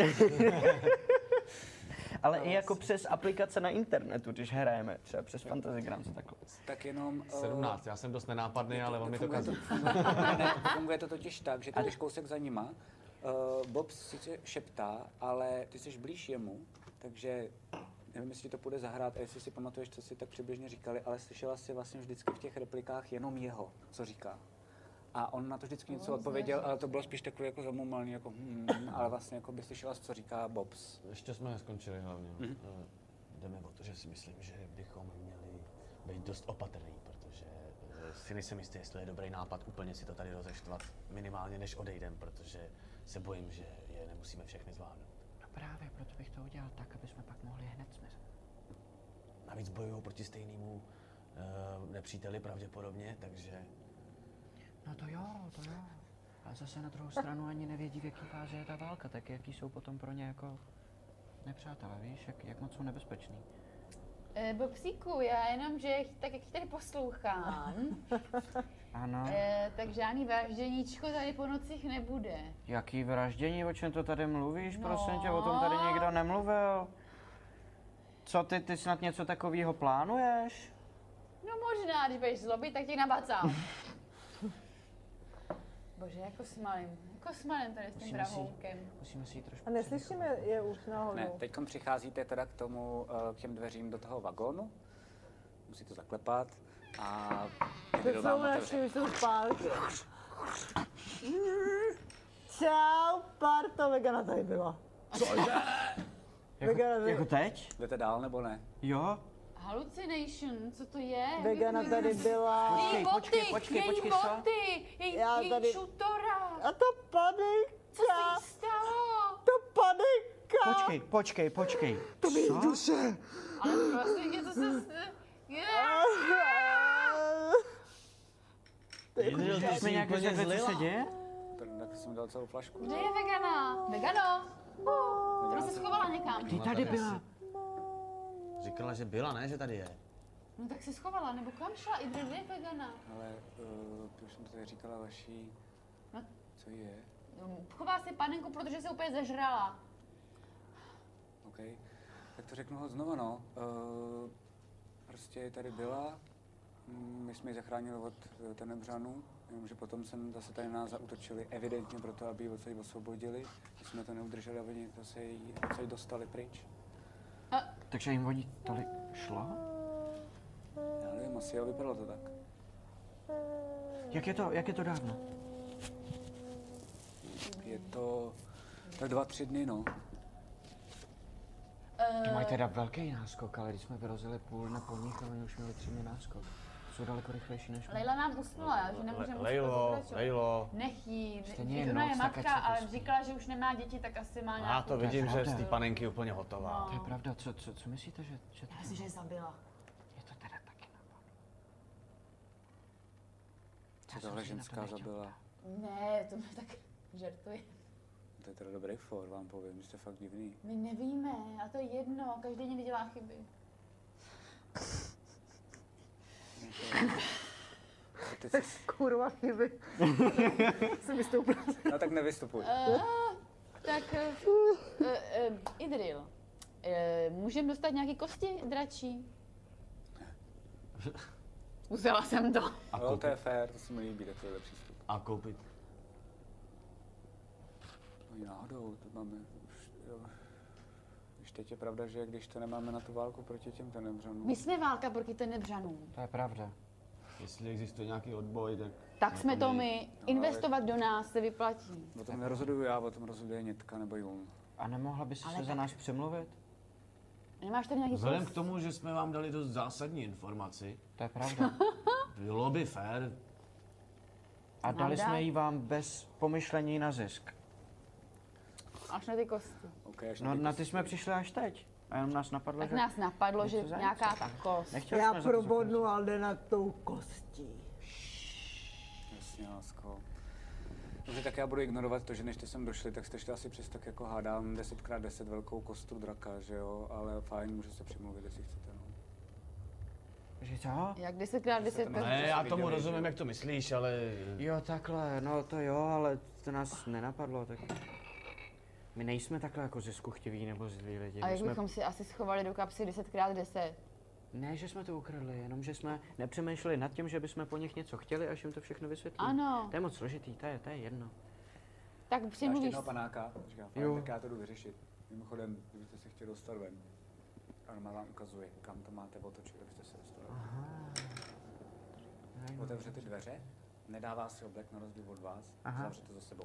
Ale i jako přes aplikace na internetu, když hrajeme, třeba přes Fantasygrams a takhle. Tak jenom... uh, sedmnáct, já jsem dost nenápadný, ale on mi to funguje kazí. ne, ne, funguje to totiž tak, že ty jdeš kousek za nima. Uh, Bob sice šeptá, ale ty jsi blíž jemu, takže nevím, jestli ti to půjde zahrát a jestli si pamatuješ, co si tak přibližně říkali, ale slyšela si vlastně vždycky v těch replikách jenom jeho, co říká. A on na to vždycky něco odpověděl, ale to bylo spíš takový jako zamumlaný, jako hmm, ale vlastně jako by slyšela, co říká Bobs. Ještě jsme neskončili hlavně. Mhm. Mm-hmm. Jdeme o to, že si myslím, že bychom měli být dost opatrný, protože eh, si nejsem jistý, jestli je dobrý nápad úplně si to tady rozeštvat, minimálně než odejdem, protože se bojím, že je nemusíme všechny zvládnout. No právě, proto bych to udělal tak, aby jsme pak mohli hned zmizet. Navíc bojují proti stejnému uh, nepříteli pravděpodobně, takže No to jo, to jo. Ale zase na druhou stranu ani nevědí, v jaký fázi je ta válka, tak jaký jsou potom pro ně jako nepřátelé, víš, jak, jak moc jsou nebezpeční. E, Bobsíku, já jenom, že tak jak tady poslouchám, Ano. e, tak žádný vražděníčko tady po nocích nebude. Jaký vraždění, o čem to tady mluvíš, No. prosím tě, o tom tady nikdo nemluvil. Co ty, ty snad něco takového plánuješ? No možná, když budeš zlobit, tak tě nabacám. Bože, jako smalím, jako smalím tady s tím Musíme si- drahoukem. Musíme si ji trošku... A neslyšíme je už nahoru. Ne, teďkom přicházíte teda k tomu, eh, k těm dveřím do toho vagónu. Musíte zaklepat a To někdo vám jsou naši, otevře. už jsou zpátky. Čau, parto, Vegana tady byla. Jako, Vegana, jako teď? Jdete dál nebo ne? Jo? Hallucination, co to je? Vegana tady byla. Její Počkej, boty, počkej, její počkej, co? boty, její, Já její tady- šutora. A to Co panika, se jí stalo? to panika. Počkej, počkej, počkej. To mi Co? duše. Ale prosím tě, co se... s- Je. Jindřil, ty Jsme jsi nějak úplně řekli, co se zlila. děje? Tak jsem dal celou flašku. Kde je Vegana? Vegano? Ona se schovala někam. Ty tady byla. Říkala, že byla, ne, že tady je. No tak se schovala, nebo kam šla? I kde je Vegana? Ale uh, to už jsem to tady říkala vaší... No. Co je? No, chová si panenku, protože se úplně zežrala. OK. Tak to řeknu ho znova, no. Uh, prostě tady byla, mm, my jsme ji zachránili od uh, tenebřanů, jenomže potom jsem zase tady na nás zaútočili, evidentně proto, aby ji odsaď osvobodili. My jsme to neudrželi a oni zase ji odsaď dostali pryč. Takže jim oni tolik šlo? Já nevím, asi jo, vypadalo to tak. Jak je to, jak je to dávno? Je to tak dva, tři dny, no. Ty mají teda velký náskok, ale když jsme vyrozili půl na po nich, a oni už měli tři dny náskok. Jsou daleko rychlejší než my. Leila nám usnula, že nemůžeme už Lejlo, pokračovat. Lejlo. Nech jí, Stejně je ona je noc, tak ať matka se a vyspí. říkala, že už nemá děti, tak asi má Já nějakou... to vidím, že pravda. z té panenky je úplně hotová. To je pravda, co, co, co myslíte, že, že to Já myslím, že je zabila. je to teda taky napadlo. Co tohle ženská zabila? Ne, to mi tak žertuji. To je teda dobrý for, vám povím, jste fakt divný. My nevíme, a to je jedno, každý někdy dělá chyby. Teď jsi... Kurva chyby. Jsem vystoupila. No tak nevystupuj. Uh, tak, uh, uh, uh, Idril, uh, můžeme dostat nějaký kosti dračí? Uzela jsem to. A No, to koupit. je fér, to se mi líbí, takovýhle přístup. A koupit. No i náhodou, to máme už, jo. Když teď je pravda, že když to nemáme na tu válku proti těm tenebřanům. My jsme válka proti tenebřanům. To je pravda. Jestli existuje nějaký odboj, tak... Tak jsme to my. Investovat do nás se vyplatí. O tom nerozhoduju já, o tom rozhoduje Nitka nebo Jun. A nemohla by si Ale se za tak- nás přemluvit? Nemáš tady nějaký Vzhledem kost? k tomu, že jsme vám dali dost zásadní informaci, To je pravda. bylo by fér. A dali dát? jsme ji vám bez pomyšlení na zisk. Až na ty kosti. Okay, až No ty na ty kosti. jsme přišli až teď. A jenom nás napadlo, Tak že... nás napadlo, že něco zajít. nějaká ta kost. Nechtěli Já jsme za to probodnu Aldena tou kostí. Jasně, lásko. Dobře, tak já budu ignorovat to, že než ty sem došli, tak jste šli asi přes tak jako hádám deset krát deset velkou kostu draka, že jo? Ale fajn, můžu se přimluvit, jestli chcete, no. Že co? Jak desetkrát deset to kost. Ne, já viděli, tomu že rozumím, jo. jak to myslíš, ale... Jo, takhle, no to jo, ale to nás nenapadlo, tak... My nejsme takhle jako ziskuchtiví nebo zlí lidi. A My jak jsme... bychom si asi schovali do kapsy desetkrát deset? Ne, že jsme to ukradli, jenom že jsme nepřemýšleli nad tím, že bychom po nich něco chtěli, až jim to všechno vysvětlíme. Ano. To je moc složitý, to je, to je jedno. Tak Dáš ty přimluvíš. jednoho panáka, říká, fajn, Jo. tak já to jdu vyřešit. Mimochodem, kdybyste se chtěli dostat ven, a doma vám ukazuje, kam to máte otočit, abyste se dostali. Otevře ty dveře, nedává si oblek na rozdíl od vás, Aha. zavře to za sebou.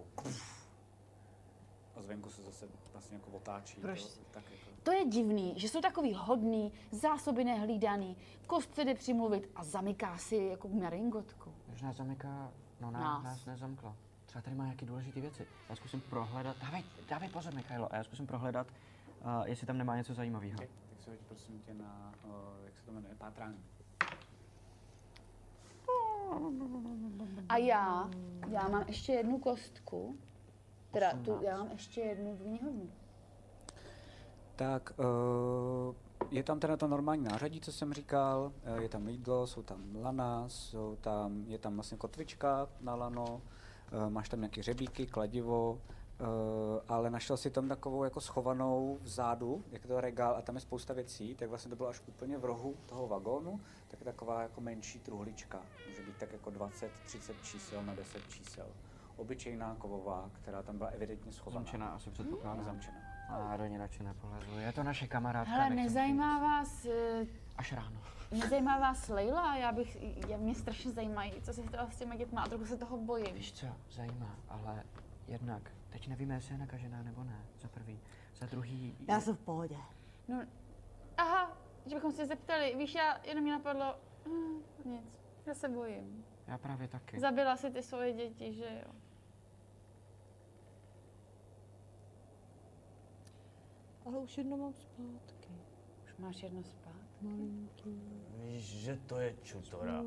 A zvenku se zase vlastně jako otáčí. Proč? To, tak jako, To je divný, že jsou takový hodný, zásoby nehlídaný, kost se jde přimluvit a zamyká si jako maringotku. Když nás zamyká, no nás, Nás. nás nezamkla. Třeba tady má nějaké důležité věci. Já zkusím prohledat, dávej, dávej pozor, Michailo, a já zkusím prohledat, uh, jestli tam nemá něco zajímavého. okay. Tak se hoď prosím tě na, uh, jak se to jmenuje, pátrání. A já, já mám ještě jednu kostku, teda tu, já mám ještě jednu v knihovně. Tak uh, je tam teda to normální nářadí, co jsem říkal, uh, je tam jídlo, jsou tam lana, jsou tam, je tam vlastně kotvička na lano, uh, máš tam nějaké řebíky, kladivo, uh, ale našel si tam takovou jako schovanou vzadu, jak je to regál a tam je spousta věcí, tak vlastně to bylo až úplně v rohu toho vagónu, tak je taková jako menší truhlička, může být tak jako dvacet třicet čísel na deset čísel. Obyčejná kovová, která tam byla evidentně schovaná. Zamčená asi předpokládám. Zamčená. A do ní radši nepolezu. Je to naše kamarádka. Hele, nechcem nezajímá říct. vás, eh, Až ráno. nezajímá vás Leila? Já bych, já, mě strašně zajímají, co se stalo s těma dětma a trochu se toho bojím. Víš co, zajímá, ale jednak, teď nevíme, jestli je nakažená nebo ne, za prvý. Za druhý... Já jsem v pohodě. No, aha, že bychom se zeptali, víš, já jenom mě napadlo, hm, nic, já se bojím. Já právě taky. Zabila si ty svoje děti, že jo? Ale už jedno mám zpátky. Už máš jedno spát. Malinký. Víš, že to je čutora.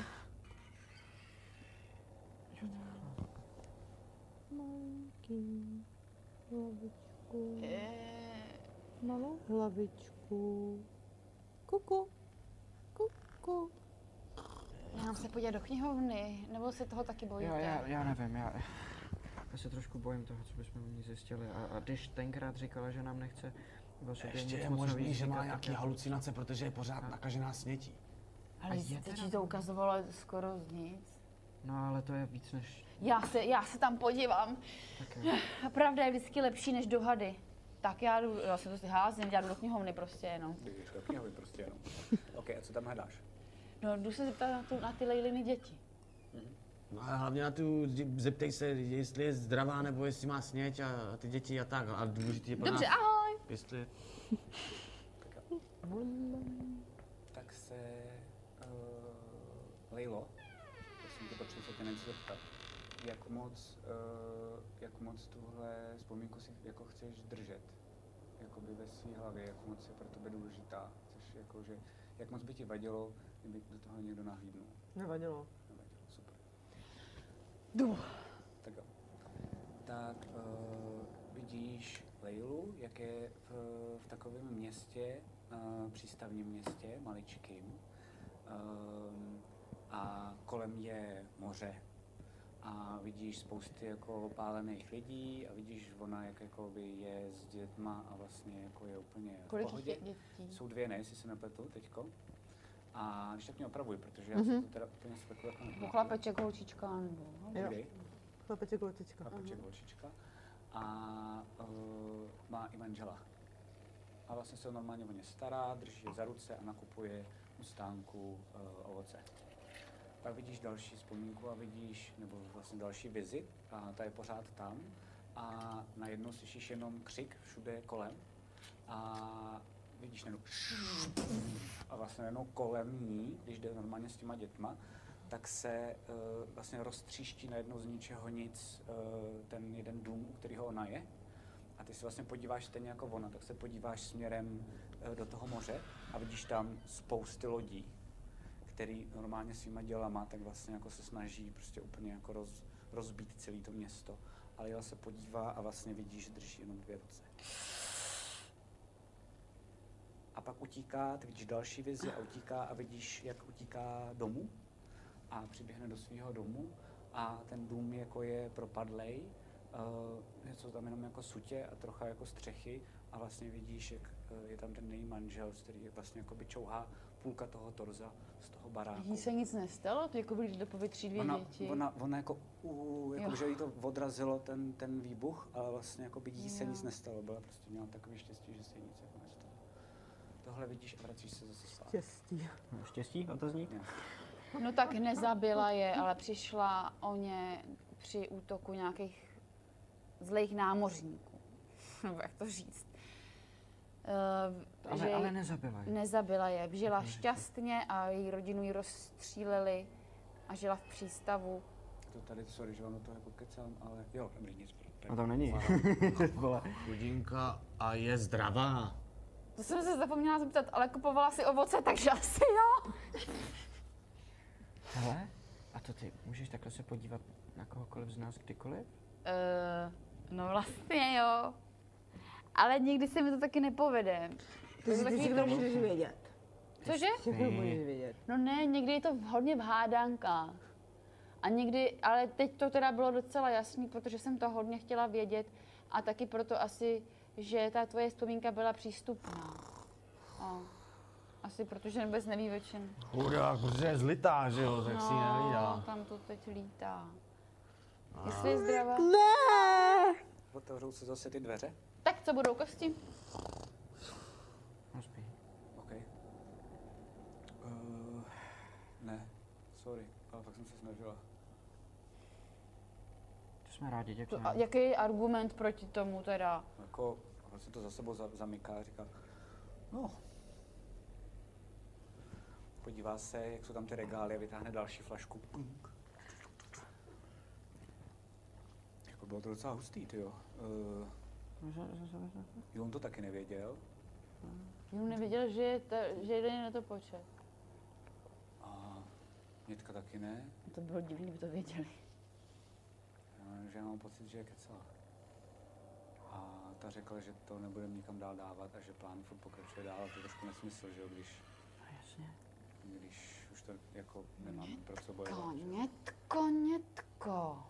Malinký. Hlavičku. Eh, Malou hlavičku. Kuku. Kuku. já mám se podívat do knihovny, nebo se toho taky bojíte? Jo, já, já nevím, já, já se trošku bojím toho, co bychom o ní zjistili. A, a když tenkrát říkala, že nám nechce o sobě Ještě nic je moc možný, navíc že má říkat, nějaký tak já- halucinace, protože je pořád nakažená snětí. Ale A je teď teda- ti to ukazovalo skoro nic. No ale to je víc než... Já se, já se tam podívám. Tak jo. A pravda je vždycky lepší než dohady. Tak já jdu, já se to si házím, já jdu do knihovny prostě jenom. Ty jdeš do knihovny prostě jenom. OK, a co tam hledáš? No, jdu se zeptat na, tu, na ty Lejliny děti. No a hlavně na tu, zeptej se, jestli je zdravá, nebo jestli má sněť a, a ty děti a tak. A důležitý je pro Dobře, nás, ahoj! jestli... Tak se uh, Lejlo, prosím tě, potřebuji se tě něco zeptat. Jak moc, uh, jak moc tuhle vzpomínku si jako chceš držet? Jakoby ve své hlavě, jak moc je pro tebe důležitá? Chceš jako, že, jak moc by ti vadilo, kdyby do toho někdo nahlídnul? Nevadilo. Nevadilo, super. Jdu. Tak jo. Tak uh, vidíš Lejlu, jak je v, v takovém městě, uh, přístavním městě, maličkým. Um, a kolem je moře. A vidíš spousty jako pálených lidí a vidíš ona, jak jakoby je s dětma a vlastně jako je úplně v Kolik pohodě. jich je dětí? Jsou dvě, ne, jestli se nepletu teďko. A když tak mě opravuj, protože já mm-hmm. si to teda úplně spekulu jako nepamatuju. Chlapeček, holčička, nebo... Jo. Kdy? Chlapeček, holčička. Chlapeček, holčička. A uh, má i manžela. A vlastně se normálně o ně stará, drží je za ruce a nakupuje u stánku uh, ovoce. Pak vidíš další vzpomínku a vidíš, nebo vlastně další vizi, a ta je pořád tam. A najednou slyšíš jenom křik všude kolem. A vidíš najednou a vlastně najednou kolem ní, když jde normálně s těma dětma, tak se uh, vlastně roztříští najednou z ničeho nic uh, ten jeden dům, u kterého ona je. A ty se vlastně podíváš stejně jako ona, tak se podíváš směrem uh, do toho moře a vidíš tam spousty lodí, který normálně svýma dělama tak vlastně jako se snaží prostě úplně jako roz, rozbít celé to město. Ale Lejla se podívá a vlastně vidí, že drží jenom dvě ruce. A pak utíká, ty vidíš další vizi a utíká a vidíš, jak utíká domů a přiběhne do svého domu a ten dům jako je propadlej, uh, jsou tam jenom jako sutě a trocha jako střechy a vlastně vidíš, jak uh, je tam ten její manžel, který vlastně jako by čouhá půlka toho torza z toho baráku. Jí se nic nestalo? To jako když do povětří dvě Ona, děti. ona, ona jako, uh, jako Jo. že jí to odrazilo ten, ten výbuch, ale vlastně jako by jí se Jo. nic nestalo, byla prostě měla takový štěstí, že se jí nic jako nestalo. Tohle vidíš a vracíš se zase zpátky. Štěstí. No, štěstí, otazník? Jo. No tak nezabila je, ale přišla o ně při útoku nějakých zlých námořníků. Nebo jak to říct. Uh, Ale, ale nezabila je. Nezabila je. Žila šťastně a její rodinu ji rozstříleli a žila v přístavu. To tady, sorry, že vám do toho jako kecám, ale jo, dobrý, nic. No tam není. Vole. Chudinka a je zdravá. To jsem se zapomněla zeptat, ale kupovala si ovoce, takže asi jo. Hele, a to ty můžeš takhle se podívat na kohokoliv z nás kdykoliv? Uh, no vlastně jo. Ale nikdy se mi to taky nepovede. To si ty všechno můžeš vědět. Cože? Všechno můžeš vědět. No ne, někdy je to hodně v hádankách. A někdy, ale teď to teda bylo docela jasný, protože jsem to hodně chtěla vědět a taky proto asi, že ta tvoje vzpomínka byla přístupná. A asi protože vůbec neví o čem. Chudák, protože je zlitá, že jo, tak si ji nehlídá. tam to teď lítá. Jestli je zdravá. Otevřou se zase ty dveře. Tak co budou kosti? No spí. OK. Uh, ne, sorry, ale fakt jsem se snažila. To jsme rádi, To, děkujeme. a jaký je argument proti tomu teda? Jako, vlastně to za sebou za, zamyká a říká, no. Podívá se, jak jsou tam ty regály a vytáhne další flašku. Punk. Jako bylo to docela hustý, tyjo. Uh, jo, on to taky nevěděl. Jon nevěděl, že je, ta, že jeden na to počet. A Mětka taky ne. To bylo divný, kdyby to věděli. Já, že já mám pocit, že je kecela. A ta řekla, že to nebudeme nikam dál dávat a že plán furt pokračuje dál. A to je trošku nesmysl, že jo, když, No jasně. když už to jako nemáme pro co bojovat. že jo. Nětko, Nětko.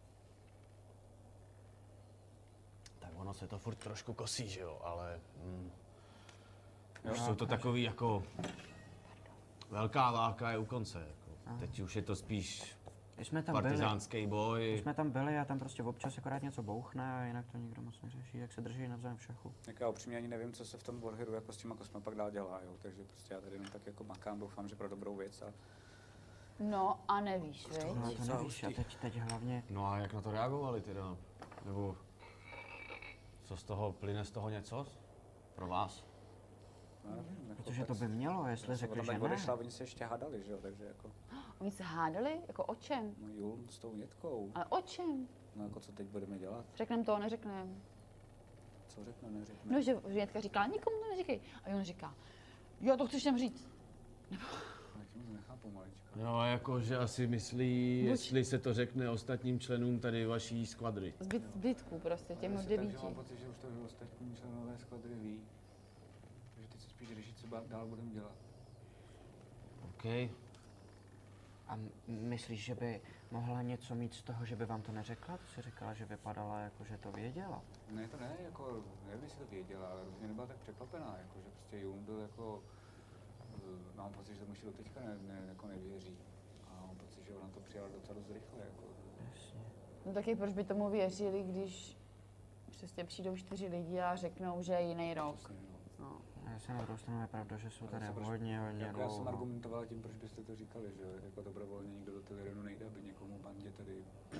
Tak ono se to furt trošku kosí, že jo, ale hm, Jo, už jsou to takový jako velká válka je u konce. Jako. Teď už je to spíš My jsme tam byli. partizánský boj. My jsme tam byli a tam prostě občas akorát něco bouchne a jinak to nikdo moc neřeší, tak se drží navzájem v šachu. Tak já upřímně ani nevím, co se v tom Warheadu jako s těma kosma pak dál dělá, jo. Takže prostě já tady jenom tak jako makám, doufám, že pro dobrou věc. A No a nevíš, viď? No to docela nevíš a hustý. teď, teď hlavně, No a jak na to reagovali teda? Nebo co z toho, plyne z toho něco? Pro vás? Já nevím, jako Protože to tak- by mělo, jestli tak řekli, tam že tak ne. odešla, oni se ještě hádali, že jo, takže jako, Oni se hádali? Jako o čem? no Jul s tou Nětkou, Ale o čem? no jako co teď budeme dělat, Řekneme to, neřekneme. co řekne, neřekne. No, že Žětka říká, nikomu to neříkej. A on říká, jo, to chceš tam říct. Ale tím nechápu malička. No, jako, že asi myslí, jestli se to řekne ostatním členům tady vaší skvadry. Zbyt, zbytku prostě, těm Takže devíti. mám pocit, že už to ostatní členové skladry ví. Takže teď se spíš řeší, co ba- dál budeme dělat. OK. A m- myslíš, že by mohla něco mít z toho, že by vám to neřekla? Ty jsi říkala, že vypadala jako, že to věděla. Ne, to ne, jako, nevím, jestli to věděla, ale rozhodně nebyla tak překvapená, jako, že prostě Jung byl jako, uh, mám pocit, že tomu ještě do teďka ne, ne, jako nevěří. A mám pocit, že ona to přijala docela dost rychle, jako. Jasně. No taky proč by tomu věřili, když přesně přijdou čtyři lidi a řeknou, že je jiný rok. Přesně, no. No. Já se na druhou stranu je pravda, že jsou Ale tady se proč- hodně, hodně Jako já jsem dlouho. argumentoval tím, proč byste to říkali, že jo, jako dobrovolně nikdo do Telirenu nejde, aby někomu bandě tady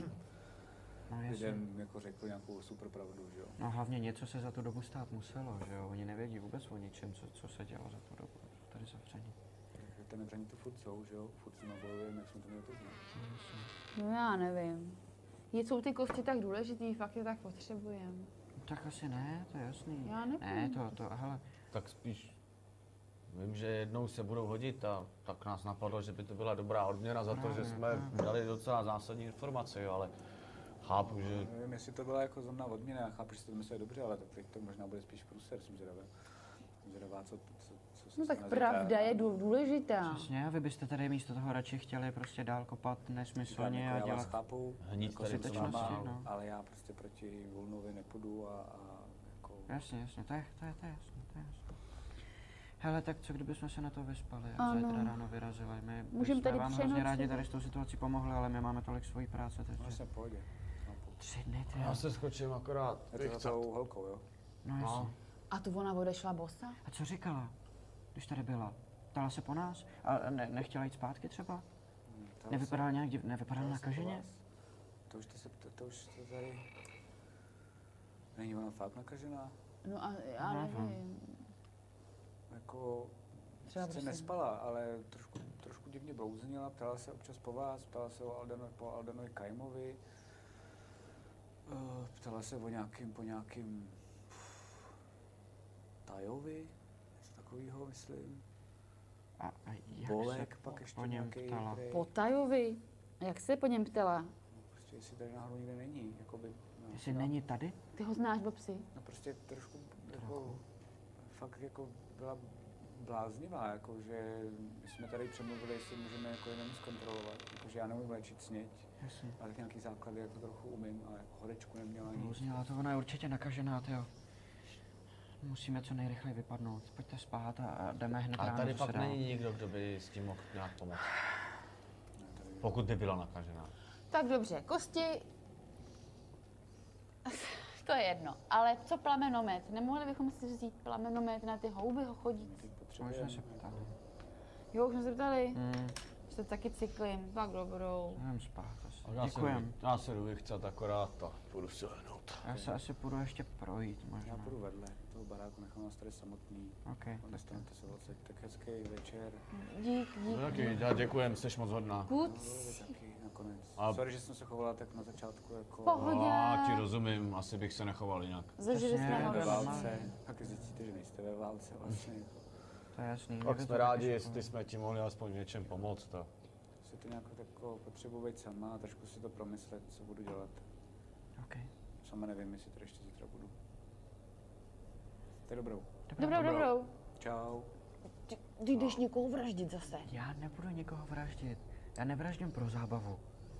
No, jasně. lidem jako řekl nějakou super pravdu, že jo. No hlavně něco se za tu dobu stát muselo, že jo? Oni nevědí vůbec o ničem, co, co se dělo za tu dobu. Jsou tady zavření. Takže ty nevření tu furt jsou, že jo, furt s nimi bojujeme, jak jsme to měli poznat. No já nevím. Jsou ty kosti tak důležitý, fakt je tak potřebujeme. Tak asi ne, to je jasný. Já nevím. Ne, to, to, hele, Tak spíš vím, že jednou se budou hodit a tak nás napadlo, že by to byla dobrá odměna za to, že jsme dali docela zásadní informace, jo, ale chápu, že Nevím, jestli to byla jako zrovna odměna, já chápu, že jste to mysleli dobře, ale tak teď to možná bude spíš průser, jsem zvědavá. Jsem zvědavá, co, co, co se No tak stane pravda zítra. je dů- důležitá. přesně, a vy byste tady místo toho radši chtěli prostě dál kopat Říkám, nesmyslně jako a já vás dělat. chápu, Hnít jako tady jsem v s zbytečnosti, váma, no. ale já prostě proti Volnovi nepůjdu a, a jako... Jasně, jasně, to je, to je, to je jasný, to je jasný. Hele, tak co kdybychom se na to vyspali a Ano. zítra ráno vyrazili? My Můžem jsme tady vám hrozně rádi přenocovat. tady s tou situací pomohli, ale my máme tolik svojí práce, takže Vlastně v pohodě. Chápu. tři dny, ty jo. já se skočím akorát. Je to za tou holkou, jo? No jasně. A tu ona odešla bosa? A co říkala, když tady byla? Ptala se po nás? A ne, nechtěla jít zpátky třeba? Hm, to Nevypadala nějak, div- nevypadala Ptala se po nakaženě? vás. To už to se, to, to už to tady... Není ona fakt nakažená? No a já Nevím. nevím. Jako... Třeba Sice prostě- nespala, ale trošku, trošku divně blouznila, ptala se občas po vás, ptala se o Aldano, po Aldanovi Kajmovi, uh, ptala se o nějakým, po nějakým pff, Tajovi, něco takového, myslím. A, a jak Bolek se pak po, ještě po něm nějaký, ptala? který- Po Tajovi? Jak se po něm ptala? Prostě jestli tady náhodou nikde není, jakoby, no, Jestli no, není tady? Ty ho znáš, Bobsi? no prostě trošku, jako, fakt jako byla bláznivá, jako, že my jsme tady přemluvili, jestli můžeme jako jenom zkontrolovat, jako, že já neumím léčit sněť, Jasně. ale tak nějaký základy jako trochu umím, ale horečku neměla nic. Blouznila to, ona je určitě nakažená, tyjo. Musíme co nejrychleji vypadnout. Pojďte spát a, a jdeme hned Ale ráno tady zase fakt dál. není nikdo, kdo by s tím mohl nějak pomoct. Ne, tady, Pokud by byla nakažená. Tak dobře, kosti... To je jedno. Ale co plamenomet? Nemohli bychom si vzít plamenomet na ty houby ho chodit? teď To už potřebujeme. jsme se ptali. Jo, už jsme se ptali. Hmm, Jste taky cyklím. Tak dobrou. jdem spát asi. Já se Děkujem. jdu- Já se jdu vychcat akorát a půjdu si lehnout. Já se asi půjdu ještě projít Já možná. půjdu vedle toho baráku, nechám vás tady samotný. OK. Nestanete se odsaď, tak hezký večer. Dík, dík. No taky, já děkujem, jsi moc hodná. No, Kuc. vy taky nakonec. A- Sorry, že jsem se chovala tak na začátku jako... Pohodě. A ti rozumím, asi bych se nechoval jinak. Zažili Přesně, jsme ho ve ve doma. válce, pak zjistíte, že nejste ve válce vlastně. Jako, To je jasný. Tak mě by jsme to rádi, taky jestli jsme ti mohli aspoň v něčem pomoct. A... si to nějak jako potřebuji být sama a trošku si to promyslet, co budu dělat. škoda. OK. Sama nevím, jestli to ještě zítra budu. To je dobrou. Dobrou, dobrou. Čau. Ty, ty jdeš někoho vraždit zase. Já nebudu nikoho vraždit. Já nevraždím pro zábavu.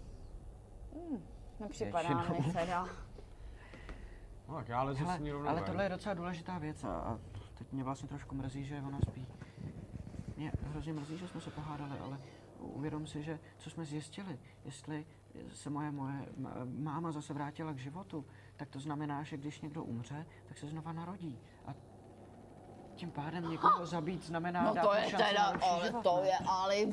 Nepřipadá Většinou. mi teda. No tak já lezu s ní Hele, rovnou ale ven. tohle je docela důležitá věc a, a teď mě vlastně trošku mrzí, že ona spí. Mě hrozně mrzí, že jsme se pohádali, ale uvědom si, že co jsme zjistili, jestli se moje, moje m- máma zase vrátila k životu, tak to znamená, že když někdo umře, tak se znova narodí. A tím pádem někoho zabít znamená No dát to mu je šanci na teda, lepší ale život, to ne? je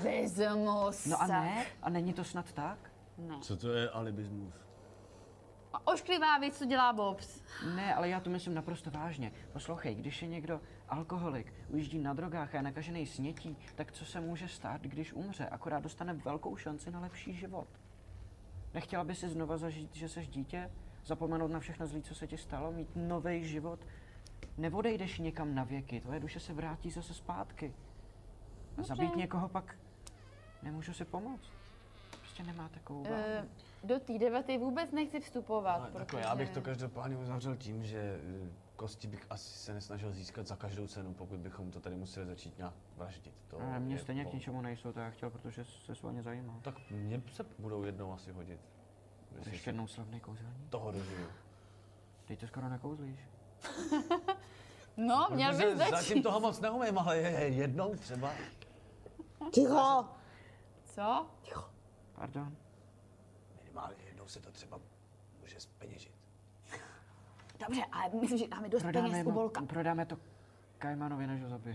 alibismus. No a ne? A není to snad tak? Ne. Co to je alibismus? A ošklivá věc, co dělá Bobs. Ne, ale já to myslím naprosto vážně. Poslouchej, když je někdo alkoholik, ujíždí na drogách a je nakažený snětí, tak co se může stát, když umře? Akorát dostane velkou šanci na lepší život. Nechtěla by si znova zažít, že seš dítě? Zapomenout na všechno zlý, co se ti stalo? Mít nový život? Neodejdeš někam na věky, tvoje duše se vrátí zase zpátky. A zabít někoho pak nemůžu si pomoct. Prostě nemá takovou váhu. E, do té debaty vůbec nechci vstupovat, Ale protože... takhle, já bych to každopádně uzavřel tím, že eh, kosti bych asi se nesnažil získat za každou cenu, pokud bychom to tady museli začít nějak vraždit. To Ale mě je stejně k po- ničemu nejsou, to já chtěl, protože se s vámi zajímá. Tak mě se budou jednou asi hodit. Jestli Ještě si jednou slavný kouzelník? toho dožiju. Teď to skoro nekouzlíš. No, měl Protože bys začít. zatím toho moc neumím, ale je, je jednou třeba. Ticho! Co? Pardon? Minimálně jednou se to třeba může zpeněžit. Dobře, ale myslím, že dáme dost Prodáme, peněz u mu, Bolka. prodáme to Kajmanovi, než ho zabije.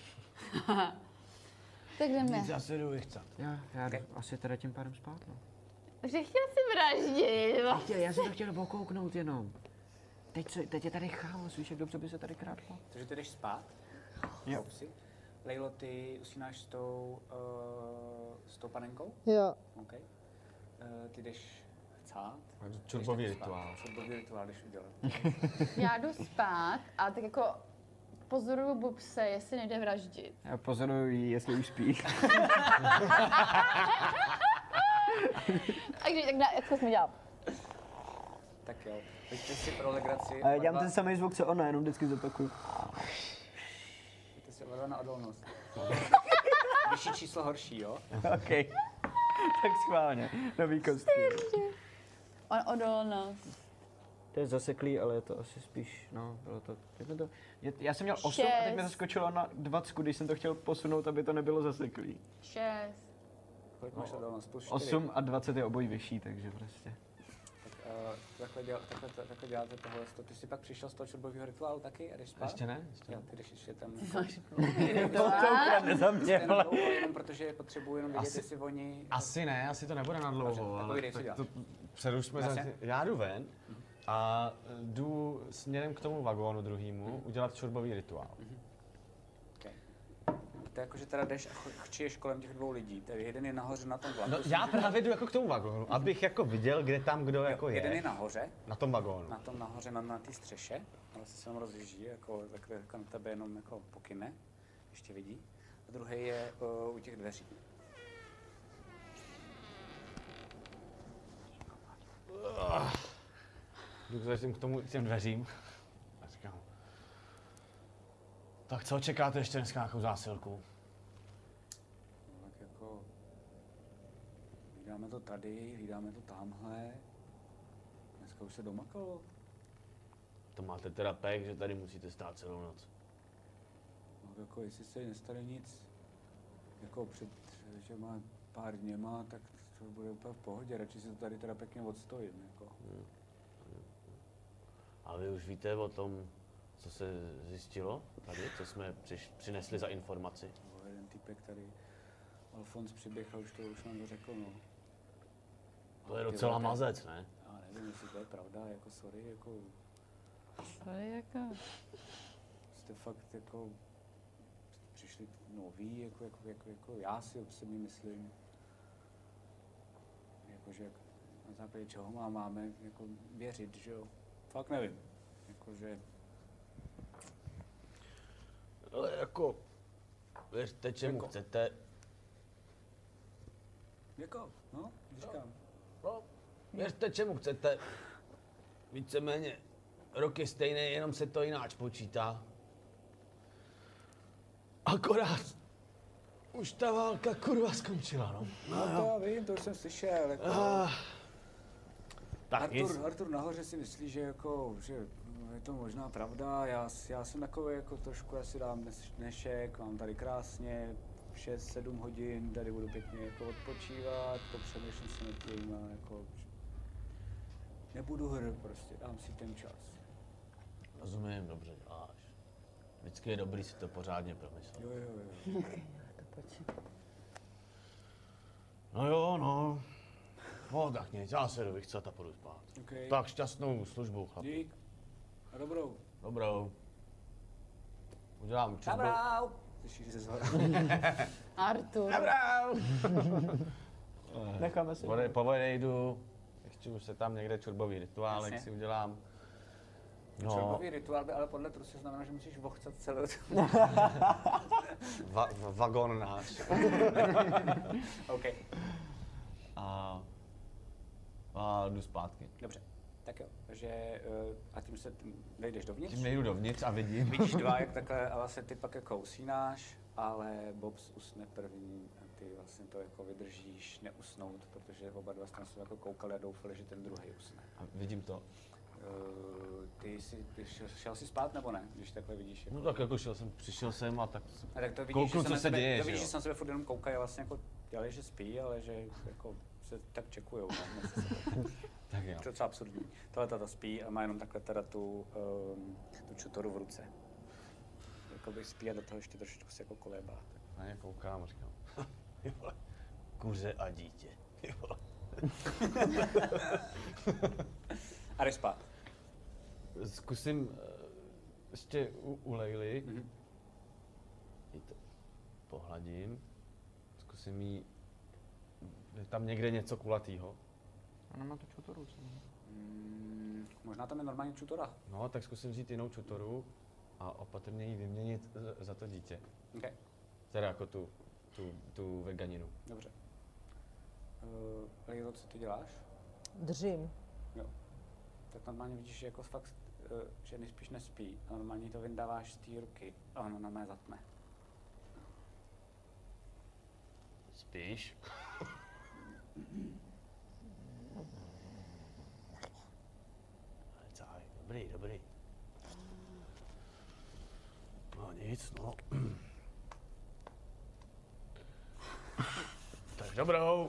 Tak jdeme. Nic, já se jdu vychcat. Já, já jdu asi teda tím pádem spát, no. Že chtěl si vraždit. Chtěl, já jsem to chtěl okouknout jenom. Teď, se, teď je tady chaos, víš, jak dobře by se tady krátlo. Takže ty jdeš spát? Jo. Houpsi. Lejlo, ty usínáš s tou, uh, s tou panenkou? Jo. OK. Uh, ty jdeš chcát? Čurbový Jdeš taky spát. rituál. Čurbový rituál jdeš udělat. Já jdu spát a tak jako pozoruju Bobse, jestli nejde vraždit. Já pozoruju jí, jestli už spí. Takže tak na, jak to jsme dělali? Tak jo. Pojďte si pro legraci. A já oba dělám dva- ten samý zvuk, co ona, jenom vždycky zopakuju. Pojďte si oba dva na odolnost. Vyšší číslo horší, jo? OK. Tak schválně, nový kostým. On odolnost. To je zaseklý, ale je to asi spíš, no, bylo to, jak mi to, je, já jsem měl osm a teď mi Šest. to skočilo na dvacet, když jsem to chtěl posunout, aby to nebylo zaseklý. Šest. Kolik máš odolnost? Plus čtyři. osm a dvacet je obojí vyšší, takže prostě. Tak, uh, takhle, děl, takhle, takhle děláte tohle. Ty jsi pak přišel z toho čurbového rituálu taky a jdeš spát? Ještě ne? Ještě Jo, ne. ty jdeš ještě tam. To to ukradne za mě, Jenom ale... dlouho, jenom protože potřebuji jenom vědět, Asi- jestli oni... Asi ne, asi to nebude na dlouho, Dobře, tak ale povídej, co tak děláš. to přerušme. Jasně. Za... Já jdu ven a jdu směrem k tomu vagónu druhému udělat čurbový rituál. Okay. To je jako, že teda jdeš a ch- chčiješ kolem těch dvou lidí. Tady jeden je nahoře na tom vlaku. No, já právě jdu jako k tomu vagónu, abych jako viděl, kde tam kdo jako Jeden je je. nahoře, Na tom vagónu. na tom nahoře, na, na té střeše, ale se sem rozjíždí, jako, takhle jako na tebe jenom jako pokyne, ještě vidí. A druhý je uh, u těch dveří. Jdu zatím k tomu k těm dveřím. A říkám, tak co, čekáte ještě dneska nějakou zásilku? No, tak jako, hlídáme to tady, hlídáme to tamhle. Dneska už se domakalo. To máte teda pek, že tady musíte stát celou noc. No, jako jestli se nestane nic, jako před těma pár dněma, tak to bude úplně v pohodě. Radši si to tady teda pěkně odstojím. Jako. A vy už víte o tom, co se zjistilo tady, co jsme přiš, přinesli za informaci? Nebo jeden týpek tady, Alfons přiběh a už to už nám to řekl, no. To je Ty docela vole, mazec, ne? Já nevím, jestli to je pravda, jako sorry, jako Sorry, jako... jste fakt jako přišli noví, jako, jako, jako, jako já si osobně myslím, jakože jak, na základě čeho má, máme jako věřit, že jo? Fakt nevím, jakože Ale jako, věřte čemu Jako- chcete. jako, no, říkám. No, věřte čemu chcete. Víceméně, rok je stejný, jenom se to jináč počítá. Akorát, už ta válka kurva skončila, no. No to já vím, to už jsem slyšel, jako. Ah, tak nic. Artur, Artur nahoře si myslí, že jako, že je to možná pravda, já, s- já jsem takový jako trošku, já si dám dnes, dnešek, mám tady krásně šest sedm hodin, tady budu pěkně jako odpočívat, popřemýšlím se nad tím a jako, že nebudu hr, prostě dám si ten čas. Rozumím, dobře děláš. Vždycky je dobrý si to pořádně promyslet. Jo, jo, jo. No jo, no. No tak nic, já se jdu vychcat a půjdu spát. Okay. Tak šťastnou službu, chlap. Dík. A dobrou. Dobrou. Udělám čizbo... Dobrou. Slyšíš se zhora. Artur. Necháme se. Vode, po vodě jdu, ještě už se tam někde čurbový rituálek Jasně. si udělám. No, Čurbový rituál by ale podle trusu znamená, že musíš vochcat celou va, va, vagon náš. OK, A, a jdu zpátky. dobře. Tak jo, takže eh, a tím se tím vejdeš dovnitř. Tím nejdu dovnitř a vidím. Vidíš dva, jak takhle a vlastně ty pak jako usínáš, ale Bobs usne první a ty vlastně to jako vydržíš neusnout, protože oba dva jste se jako koukali a doufali, že ten druhý usne. A vidím to. Uh, ty jsi, ty šel, šel jsi spát nebo ne, když takhle vidíš? Jako... No tak jako šel jsem, přišel jsem a tak A tak to vidíš, kouknu, že co na se sebe, děje, to že vidíš, jo? že se na sebe furt jenom koukají a vlastně jako dělali, že spí, ale že jako se tak čekujou. No, Tak jo. to je docela absurdní. Tohle tato spí a má jenom takhle teda tu, um, tu čutoru v ruce. Jakoby spí a do toho ještě trošičku se jako kolébá. Na ně koukám a říkám, ty vole, kuře a dítě, ty vole. A jdeš spát. Zkusím uh, ještě u, u Leily. Mm-hmm. Jí to pohladím. Zkusím jí... Je tam někde něco kulatýho? Ona má tu čutoru, co? Mm, možná tam je normální čutora. No, tak zkusím vzít jinou čutoru a opatrně ji vyměnit za, za to dítě. Okay. Teda jako tu, tu, tu veganinu. Dobře. Uh, Lilo, co ty děláš? Držím. Jo. Tak normálně vidíš, že jako fakt, uh, že nejspíš nespí a normálně to vyndáváš z té ruky a ono na mé zatme. Spíš? Dobrý, dobrý. No nic, no. Tak dobrou.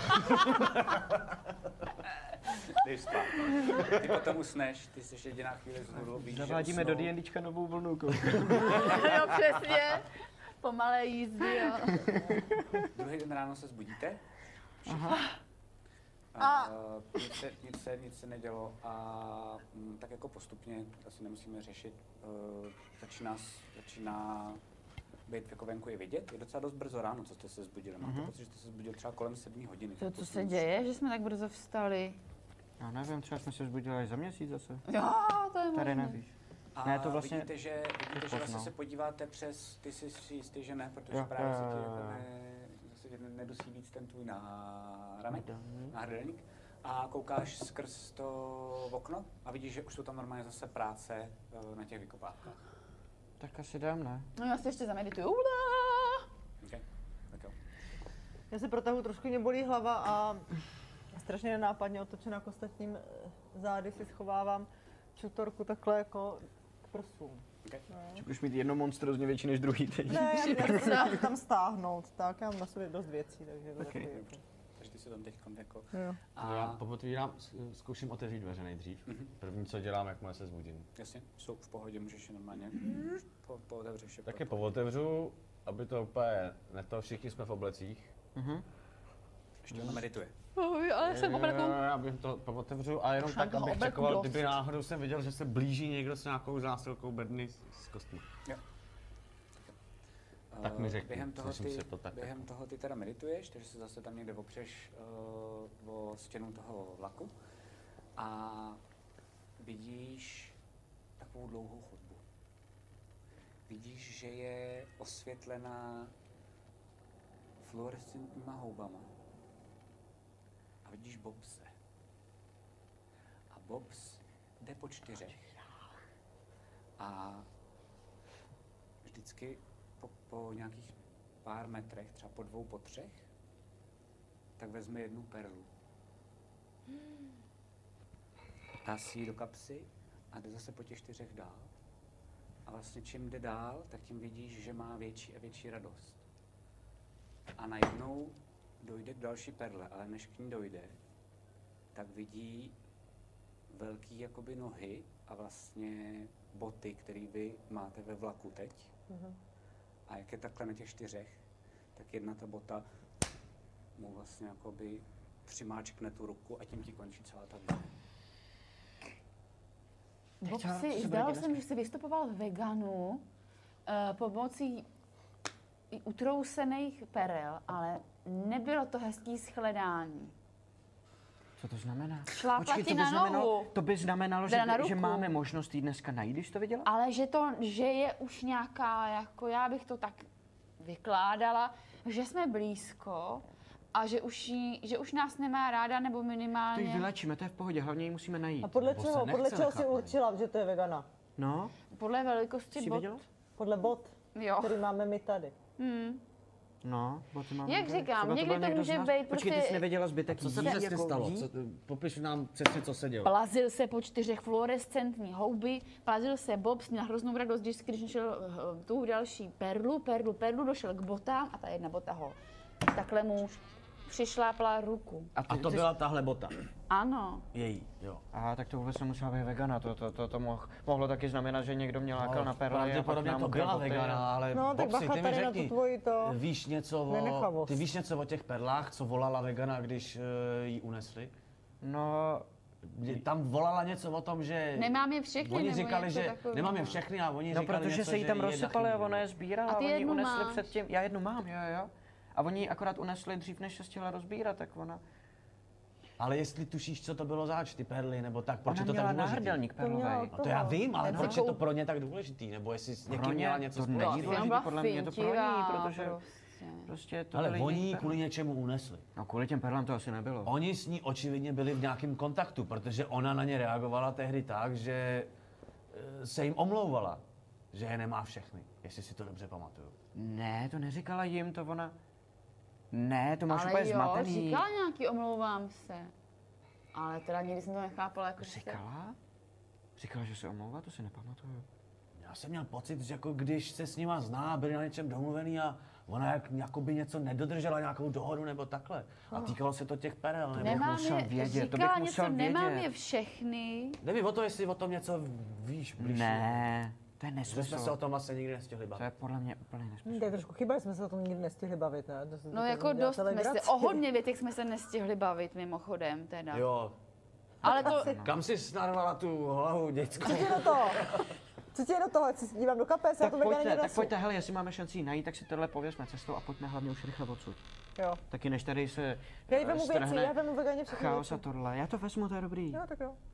Jdeš spát. Ty potom usneš, ty jsi jediná chvíli vzhůru, víš, Zavádíme že do usnou. D&Dčka novou vlnu. Jo, přesně. Pomalé jízdy, jo. Druhý den ráno se zbudíte. Aha. A nic se, nic, se, nic se nedělo a m, tak jako postupně, asi nemusíme řešit, uh, začíná, s- začíná být jako venku je vidět. Je docela dost brzo ráno, co jste se zbudili. Máte pocit, že jste se zbudili třeba kolem sedmé hodiny. To, co se děje, že jsme tak brzo vstali. Já nevím, třeba jsme se vzbudili až za měsíc zase. Jo, to je Tady možné. nevíš. A Ne, to vlastně- vidíte, že, vidíte, že poznal. vlastně se podíváte přes, ty jsi si jistý, že ne, protože Jo, právě jo, se ti jo, jako jo. ne, zase tě nedusí víc ten tvůj náramek, Hrdelník. náhrdelník. A koukáš skrz to okno a vidíš, že už jsou tam normálně zase práce eh, na těch vykopávkách. Tak asi dám, ne? No já si ještě zamedituju. Ula! Okay. Tak jo. Já se protahu, trošku mě bolí hlava a strašně nenápadně otočená k ostatním eh, zády si schovávám čutorku takhle jako k prsům. Okay. Že budeš mít jedno monstrozně větší než druhý teď. Ne, já se chci tam stáhnout, tak já mám na sobě dost věcí, takže to Ok. takový jako... Takže ty si tam teď jako... Jo. A já A potvírám, zkouším otevřít dveře nejdřív. Mhm. První, co dělám, jakmile se zbudím. jasně, jsou v pohodě, můžeš je normálně po, pootevřeš je. Tak je pro- pootevřu, aby to úplně, ne to všichni jsme v oblecích. Mhm. Ještě ona medituje. Uj, ale jsem Jo, opravdu... já bych to otevřu a jenom Už tak, mám toho abych obleku čekoval, dost. kdyby náhodou jsem viděl, že se blíží někdo s nějakou zásilkou bedny s, s kostmi. Jo. Tak mi Eh, řekni, během toho, slyším ty, si to tak během jako- toho ty teda medituješ, takže se zase tam někde opřeš uh, o stěnu toho vlaku a vidíš takovou dlouhou chodbu. Vidíš, že je osvětlená fluorescentníma houbama. A vidíš Bobse. A Bobs jde po čtyřech. A vždycky po, po nějakých pár metrech, třeba po dvou, po třech, tak vezme jednu perlu. Dá si ji do kapsy a jde zase po těch čtyřech dál. A vlastně čím jde dál, tak tím vidíš, že má větší a větší radost. A najednou dojde k další perle, ale než k ní dojde, tak vidí velký jakoby nohy a vlastně boty, které vy máte ve vlaku teď. Mhm. A jak je takhle na těch čtyřech, tak jedna ta bota mu vlastně jakoby přimáčkne tu ruku a tím ti končí celá ta věc. Bob co? Co si, se bude zdálo dít se mi, že jsi vystupoval veganu uh, pomocí i utrousených perel, ale nebylo to hezký shledání. Co to znamená? Šlápla Počkej, ti to by na znamenalo, nohu. to by znamenalo, že, Teda na že ruku. máme možnost jít dneska najít, když to viděla? Ale že to, že je už nějaká, jako já bych to tak vykládala, že jsme blízko a že už, jí, že už nás nemá ráda, nebo To ji minimálně... vylečíme, to je v pohodě, hlavně ji musíme najít. A podle Nebo se čeho, nechce podle čeho nechat si najít. určila, že to je vegana? No, Podle velikosti jsi bot. viděla? Podle bot, Jo. který máme my tady. Hmm. No, boty máme. Jak tady. říkám, Třeba někdy byl to někdo může z nás. být Počkej, ty prostě- jsi nevěděla zbytek Co se jí, přesně jako stalo? jí? Co, popiš nám přesně, co se dělo. Plazil se po čtyřech fluorescentní houby, plazil se Bob, měl hroznou radost, když když našel uh, tu další perlu, perlu, perlu, došel k botám a ta jedna bota ho takhle mu přišlápla ruku. A, ty, A to ty, byla tahle bota. Ano. Její, jo. Aha, tak to vůbec nemusela být vegana, to, to, to, to mohl, mohlo taky znamenat, že někdo měl lákal Ale na perle a pak pravděpodobně nám to ukradl byla boty vegana, a- ale No, tak Bobsi, bacha ty mi tady na tu řekni, tvoji to víš něco o, nenechavost. ty víš něco o těch perlách, co volala vegana, když uh, jí unesli? No, Že tam volala něco o tom, že... Nemám je všechny, Oni nebo říkali, něco že takového. nemám je všechny a oni no říkali protože něco, se jí že tam jedna rozsypaly a chybí, ona je no. sbírala A a ty oni ji jednu unesli máš? předtím. Já jednu mám, jo, jo. A oni ji akorát unesli dřív, než se stihla rozbírat, tak ona... Ale jestli tušíš, co to bylo zač, ty perly, nebo tak, proč Ona je to měla tak důležitý? náhrdelník To měla perlovej. No to já vím, ale Nebo proč je to kou- pro ně tak důležitý? Nebo jestli s Pro někým ně měla něco to není společného? důležitý. byla podle mě je to pro ní, fintivá, protože- prostě. Prostě to Ale byly oni její ji perly. kvůli něčemu unesli. No kvůli těm perlám to asi nebylo. Oni s ní očividně byli v nějakém kontaktu, protože ona na ně reagovala tehdy tak, že eh, se jim omlouvala, že je nemá všechny, jestli si to dobře pamatuju. Ne, to neříkala jim, to ona... Ne, to máš Ale úplně jo, zmatený. říkala nějaký omlouvám se. Ale teda nikdy jsem to nechápala, jako že se- Říkala? Říkala, že se omlouvá, to si nepamatuju. Já jsem měl pocit, že jako když se s nima zná, byli na něčem domluvený a ona jak, jakoby něco nedodržela, nějakou dohodu nebo takhle. A týkalo se to těch perel, nebo... Nemám musel je, vědět, to bych říkala musel něco, nemám vědět. je všechny. Nevím o to, jestli o tom něco víš blíž. Ne, to je Že jsme se o nesmysl. tom vlastně nikdy nestihli To bavit. je podle mě úplně Hm, nesmysl. to je trošku chyba, že jsme se o tom nikdy nestihli bavit, ne? To, No jako dost jsme se, o hodně větech jsme se nestihli bavit mimochodem teda. Jo. Ale to, Kam jsi snarvala tu hlavu, děcko? Co ti do toho? Co ti je do toho? Ať se dívám do kapes, já Tak to vegany pojďte, tak nenesu. pojďte, hele, jestli máme šanci ji najít, tak si tohle povězme cestou a pojďme hlavně už rychle odsud. Jo. Taky než tady se Já jí eh, vemu věci, strhne já vemu veganě všechny chaos a věci. tohle. Já to vezmu, to je dobrý. Jo, tak jo.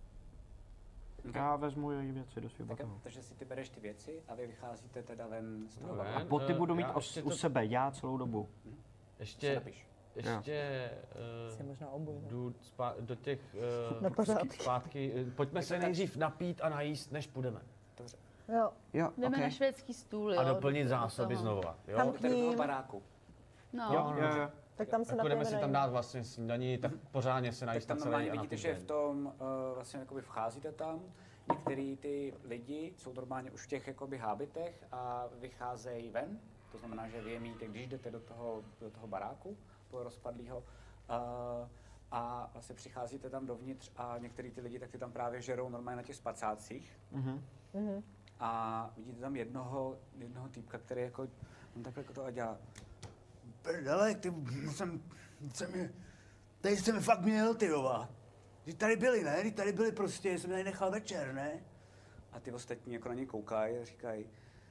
Já vezmu její věci do svého Tak, batohu. takže si ty bereš ty věci a vy vycházíte teda ven z toho No, baru. A ven. boty eh, budu mít já os- ještě u to- sebe, já celou dobu. Si Ještě, napiš. ještě Si uh, možná obuj, ne? jdu spá- do těch Na uh, pořádky. zpátky. Eh, Pojďme se nejdřív napít a najíst, než půjdeme. Dobře. Jo. Jo, jdeme okay. na švédský stůl, jo. A doplnit do zásoby toho. znova. Jo? Tam- Jdete do toho ním. baráku. No, Jo, jo, jo. Tak tam se Tak budeme napijeme si na tam jiný. dát vlastně snídaní, tak pořádně se Tak najíst tam na celý normálně a vidíte, napít že den. v tom uh, vlastně jakoby vcházíte tam. Některý ty lidi jsou normálně už v těch jakoby hábitech a vycházejí ven. To znamená, že vy je míte, když jdete do toho, do toho baráku rozpadlého. Uh, a vlastně přicházíte tam dovnitř a některý ty lidi tak ty tam právě žerou normálně na těch spacácích. Mhm. Mhm. A vidíte tam jednoho, jednoho týpka, který jako, on takhle jako to a dělá. Prdele, ty, jsem, jsem je, tady jsem je fakt měl, ty jova. Ty tady byli, ne? Ty tady byli prostě, jsem tady nechal večer, ne? A ty ostatní jako na ně koukají a říkají,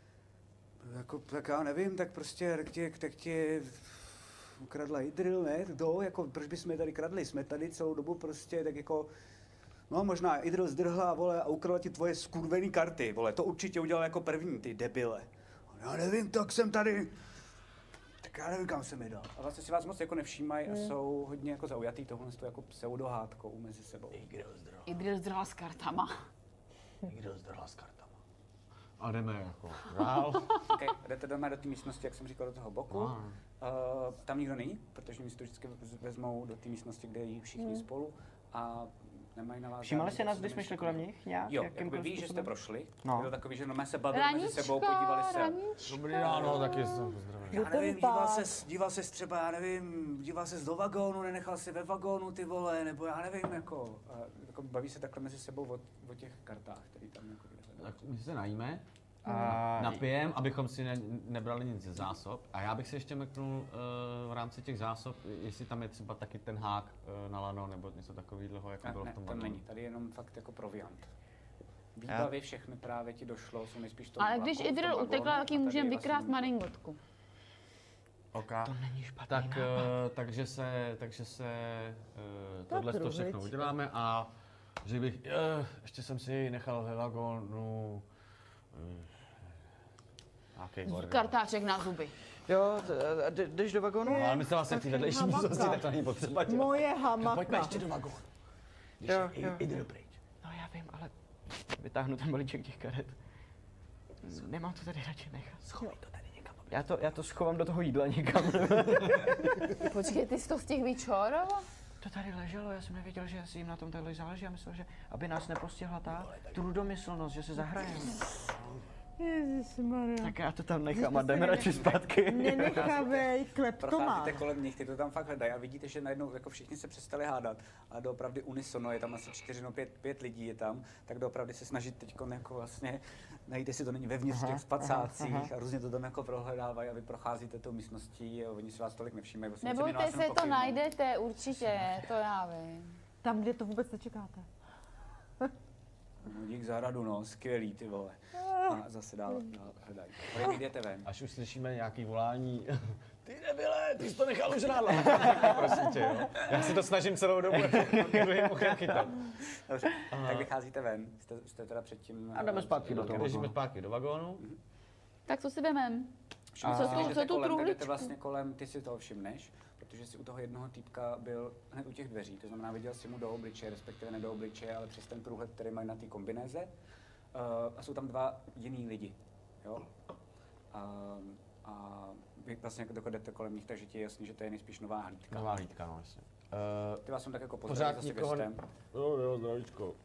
jako, tak já nevím, tak prostě, tak tě, tak tě ukradla Idril, ne? To, jako, proč bychom je tady kradli? Jsme tady celou dobu prostě, tak jako, no možná Idril zdrhla, vole, a ukradla ti tvoje skurvený karty, vole, to určitě udělal jako první, ty debile. Já nevím, tak jsem tady, tak já nevím, kam jsem je dal. A vlastně si vás moc jako nevšímají a jsou hodně jako zaujatý tohle s tou jako pseudohádkou mezi sebou. Nikdo zdrhla, Idril zdrhla s kartama. nikdo zdrhla s kartama. A jdeme jako dál. Okay, jdete doma do té místnosti, jak jsem říkal, do toho boku. No. Uh, tam nikdo není, protože mi to vždycky vezmou do té místnosti, kde jí všichni spolu a nemají na vás. Všímali žádný jsi nás, osobní když jsme šli myšlenky. kolem nich nějak? Jo, jakýmkoliv jakoby ví, že jste způsobem? prošli. No. Je to takový, že normálně se bavili mezi Ranička, sebou, podívali se. Ranička. Dobrý ráno, taky jsem pozdravím. Já Jdete nevím, spát. díval ses, díval ses třeba, já nevím, díval ses do vagónu, nenechal si ve vagónu ty vole, nebo já nevím, jako, a, jako baví se takhle mezi sebou o, o těch kartách, které tam jako vyhledají. Tak my se najíme A napijem, abychom si ne, nebrali nic ze zásob. A já bych si ještě mrknul uh, v rámci těch zásob, jestli tam je třeba taky ten hák uh, na lano nebo něco takového, jako Ne, bylo ne, v tom tam vagónu. není, tady je jenom fakt jako proviant. Výbavy všechny právě ti došlo, jsou nejspíš to Ale když Idril utekla, tak ji můžeme vykrást maringotku. Okay. to není špatný Tak, nápad. uh, takže se, takže se uh, tohle to všechno truhlička. uděláme a že bych, uh, ještě jsem si ji nechal ve vagónu, uh, nějaký orgán. Kartáček na zuby. Jo, t- a jde- jdeš do vagónu? No, ale myslela jsem ty vedlejší Hamaka. místnosti, tak to není potřeba dělat. Moje Pojďme hamaka. ještě do vagónu. Když Jo, je- jo. Jde pryč. No já vím, ale vytáhnu ten balíček těch karet. Nemám to tady radši nechat. Schovej to tady někam. Já to, já to schovám do toho jídla někam. Počkej, ty jsi to stihl vyčorovat? To tady leželo, já jsem nevěděl, že si jim na tom takhle záleží. Já myslel, že aby nás nepostihla ta trudomyslnost, že se zahrajeme. Ježišmarja. Tak já to tam nechám Vy a jste jdeme se radši zpátky. Nenechavej kleptomán. Procházíte kolem nich, ty to tam fakt hledají a vidíte, že najednou jako všichni se přestali hádat, ale doopravdy unisono, je tam asi čtyři nebo pět, pět lidí je tam, tak doopravdy se snaží teď jako vlastně najít, jestli to není vevnitř těch spacácích a různě to tam jako prohledávají a vy procházíte tou místností a oni si vás tolik nevšímají. Vlastně Nebojte se, to najdete určitě, to já vím. Tam, kde to vůbec nečekáte. No, dík za radu, no, skvělý, ty vole. A zase dál, dál hledají. Ale vyjdete ven. Až už slyšíme nějaký volání, ty debile, ty jsi to nechal už rád. Prosím tě, jo. Já si to snažím celou dobu, druhým uchem chytat. Dobře, tak vycházíte ven, jste, jste teda předtím... A jdeme zpátky do toho Běžíme vagónu. zpátky do vagónu. Tak co si vemem? Všimli Co si, tu- že co jdete tu kolem, jdete truhličku? vlastně kolem, ty si toho všimneš, protože si u toho jednoho týpka byl hned u těch dveří, to znamená, viděl si mu do obličeje, respektive ne do obličeje, ale přes ten průhled, který mají na té kombinéze. Uh, a jsou tam dva jiný lidi, jo? A, a vy vlastně dokud jdete kolem nich, takže ti je jasný, že to je nejspíš nová hlídka. Nová hlídka, no jasně. Uh, Ty vás jsem tak jako Pořád pozdravil zase nikoho... gestem. Jo, jo, zdravíčko. Uh,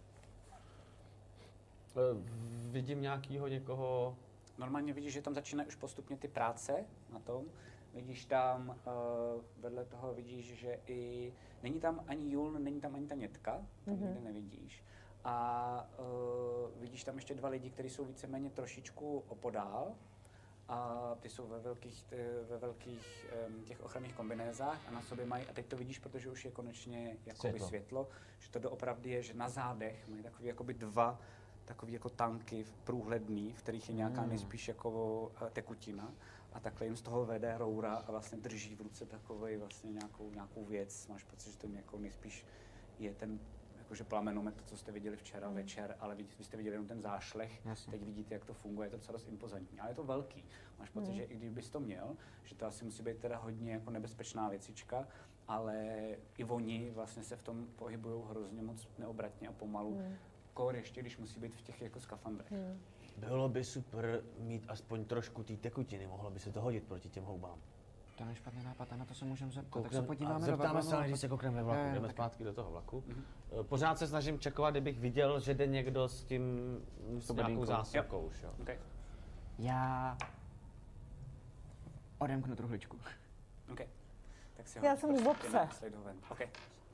vidím nějakýho někoho... Normálně vidíš, že tam začínají už postupně ty práce na tom. Vidíš tam, uh, vedle toho vidíš, že i není tam ani Jul, není tam ani ta Nětka, tam mm-hmm. nikde nevidíš. A uh, vidíš tam ještě dva lidi, kteří jsou víceméně trošičku opodál. A ty jsou ve velkých, ty, ve velkých um, těch ochranných kombinézách a na sobě mají, a teď to vidíš, protože už je konečně jakoby Světlo. světlo, že to doopravdy je, že na zádech mají takový jakoby dva takový jako tanky průhledný, v kterých je nějaká nejspíš jako eh, tekutina a takhle jim z toho vede roura a vlastně drží v ruce takovej vlastně nějakou, nějakou věc. Máš pocit, že to jako nejspíš je ten jakože plamenomet, to, co jste viděli včera mm. večer, ale vy, vy jste viděli jenom ten zášlech, Jasně. teď vidíte, jak to funguje, je to docela dost impozantní, ale je to velký. Máš pocit, mm. že i kdybys to měl, že to asi musí být teda hodně jako nebezpečná věcička, ale i oni vlastně se v tom pohybují hrozně moc neobratně a pomalu. Mm. Kor ještě, když musí být v těch jako skafandrech. Mm. Bylo by super mít aspoň trošku té tekutiny, mohlo by se to hodit proti těm houbám. To není špatný nápad a na to se můžeme zeptat. Tak Kouknem- se podíváme a do zeptáme vagónu. se, ale když se koukneme ve vlaku, Jo, jo, jdeme tak- zpátky do toho vlaku. Mm-hmm. Pořád se snažím čekovat, kdybych viděl, že jde někdo s tím, s nějakou bedínkou. zásilkou už, jo. Okay. Já odemknu truhličku. Okay. Tak si Já hoď jsem prostě v bobse. na slide ho ven. Okay.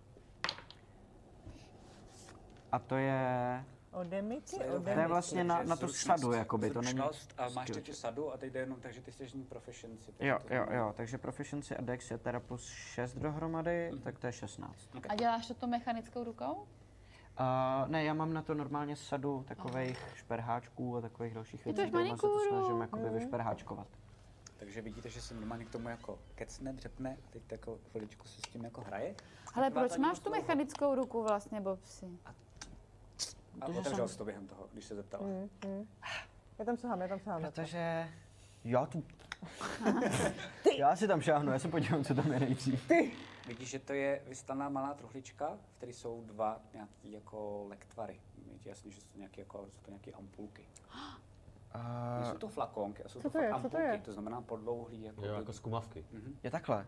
A to je... Odemiky, Slide ho ven, To je odemiky. vlastně na, takže na tu zručnost, sadu, jakoby, to není... zručnost a máš skill teď check. sadu a teď jde jenom, takže ty jsi ní proficiency. takže Jo, to jo, znamená- jo, takže proficiency a dex je teda plus šest dohromady, tak to je šestnáct. A děláš to mechanickou rukou? Uh, ne, já mám na to normálně sadu takových šperháčků a takových dalších Je to věcí, už kterýma se to manikúru. snažím jakoby vyšperháčkovat. Takže vidíte, že se normálně k tomu jako kecne, dřepne a teď jako chviličku se s tím jako hraje. Ale Trvá to proč ani máš moc tu dlouho. mechanickou ruku vlastně, Bobsi? A Protože otevřel jsem- jsi to během toho, když se zeptala. Já tam sahám, já tam sahám. Protože já tu... já si tam šáhnu, já se podívám, co tam je nejdřív. Vidíš, že to je vystaná malá truhlička, v které jsou dva nějaký jako lektvary. Je ti jasný, že jsou to nějaké, jako, jsou to nějaké ampulky. Uh, Nejsou to flakonky, a jsou Co to, to je, fakt co to ampulky, je? to znamená podlouhlý. Jako, Jo, jako zkumavky. je takhle.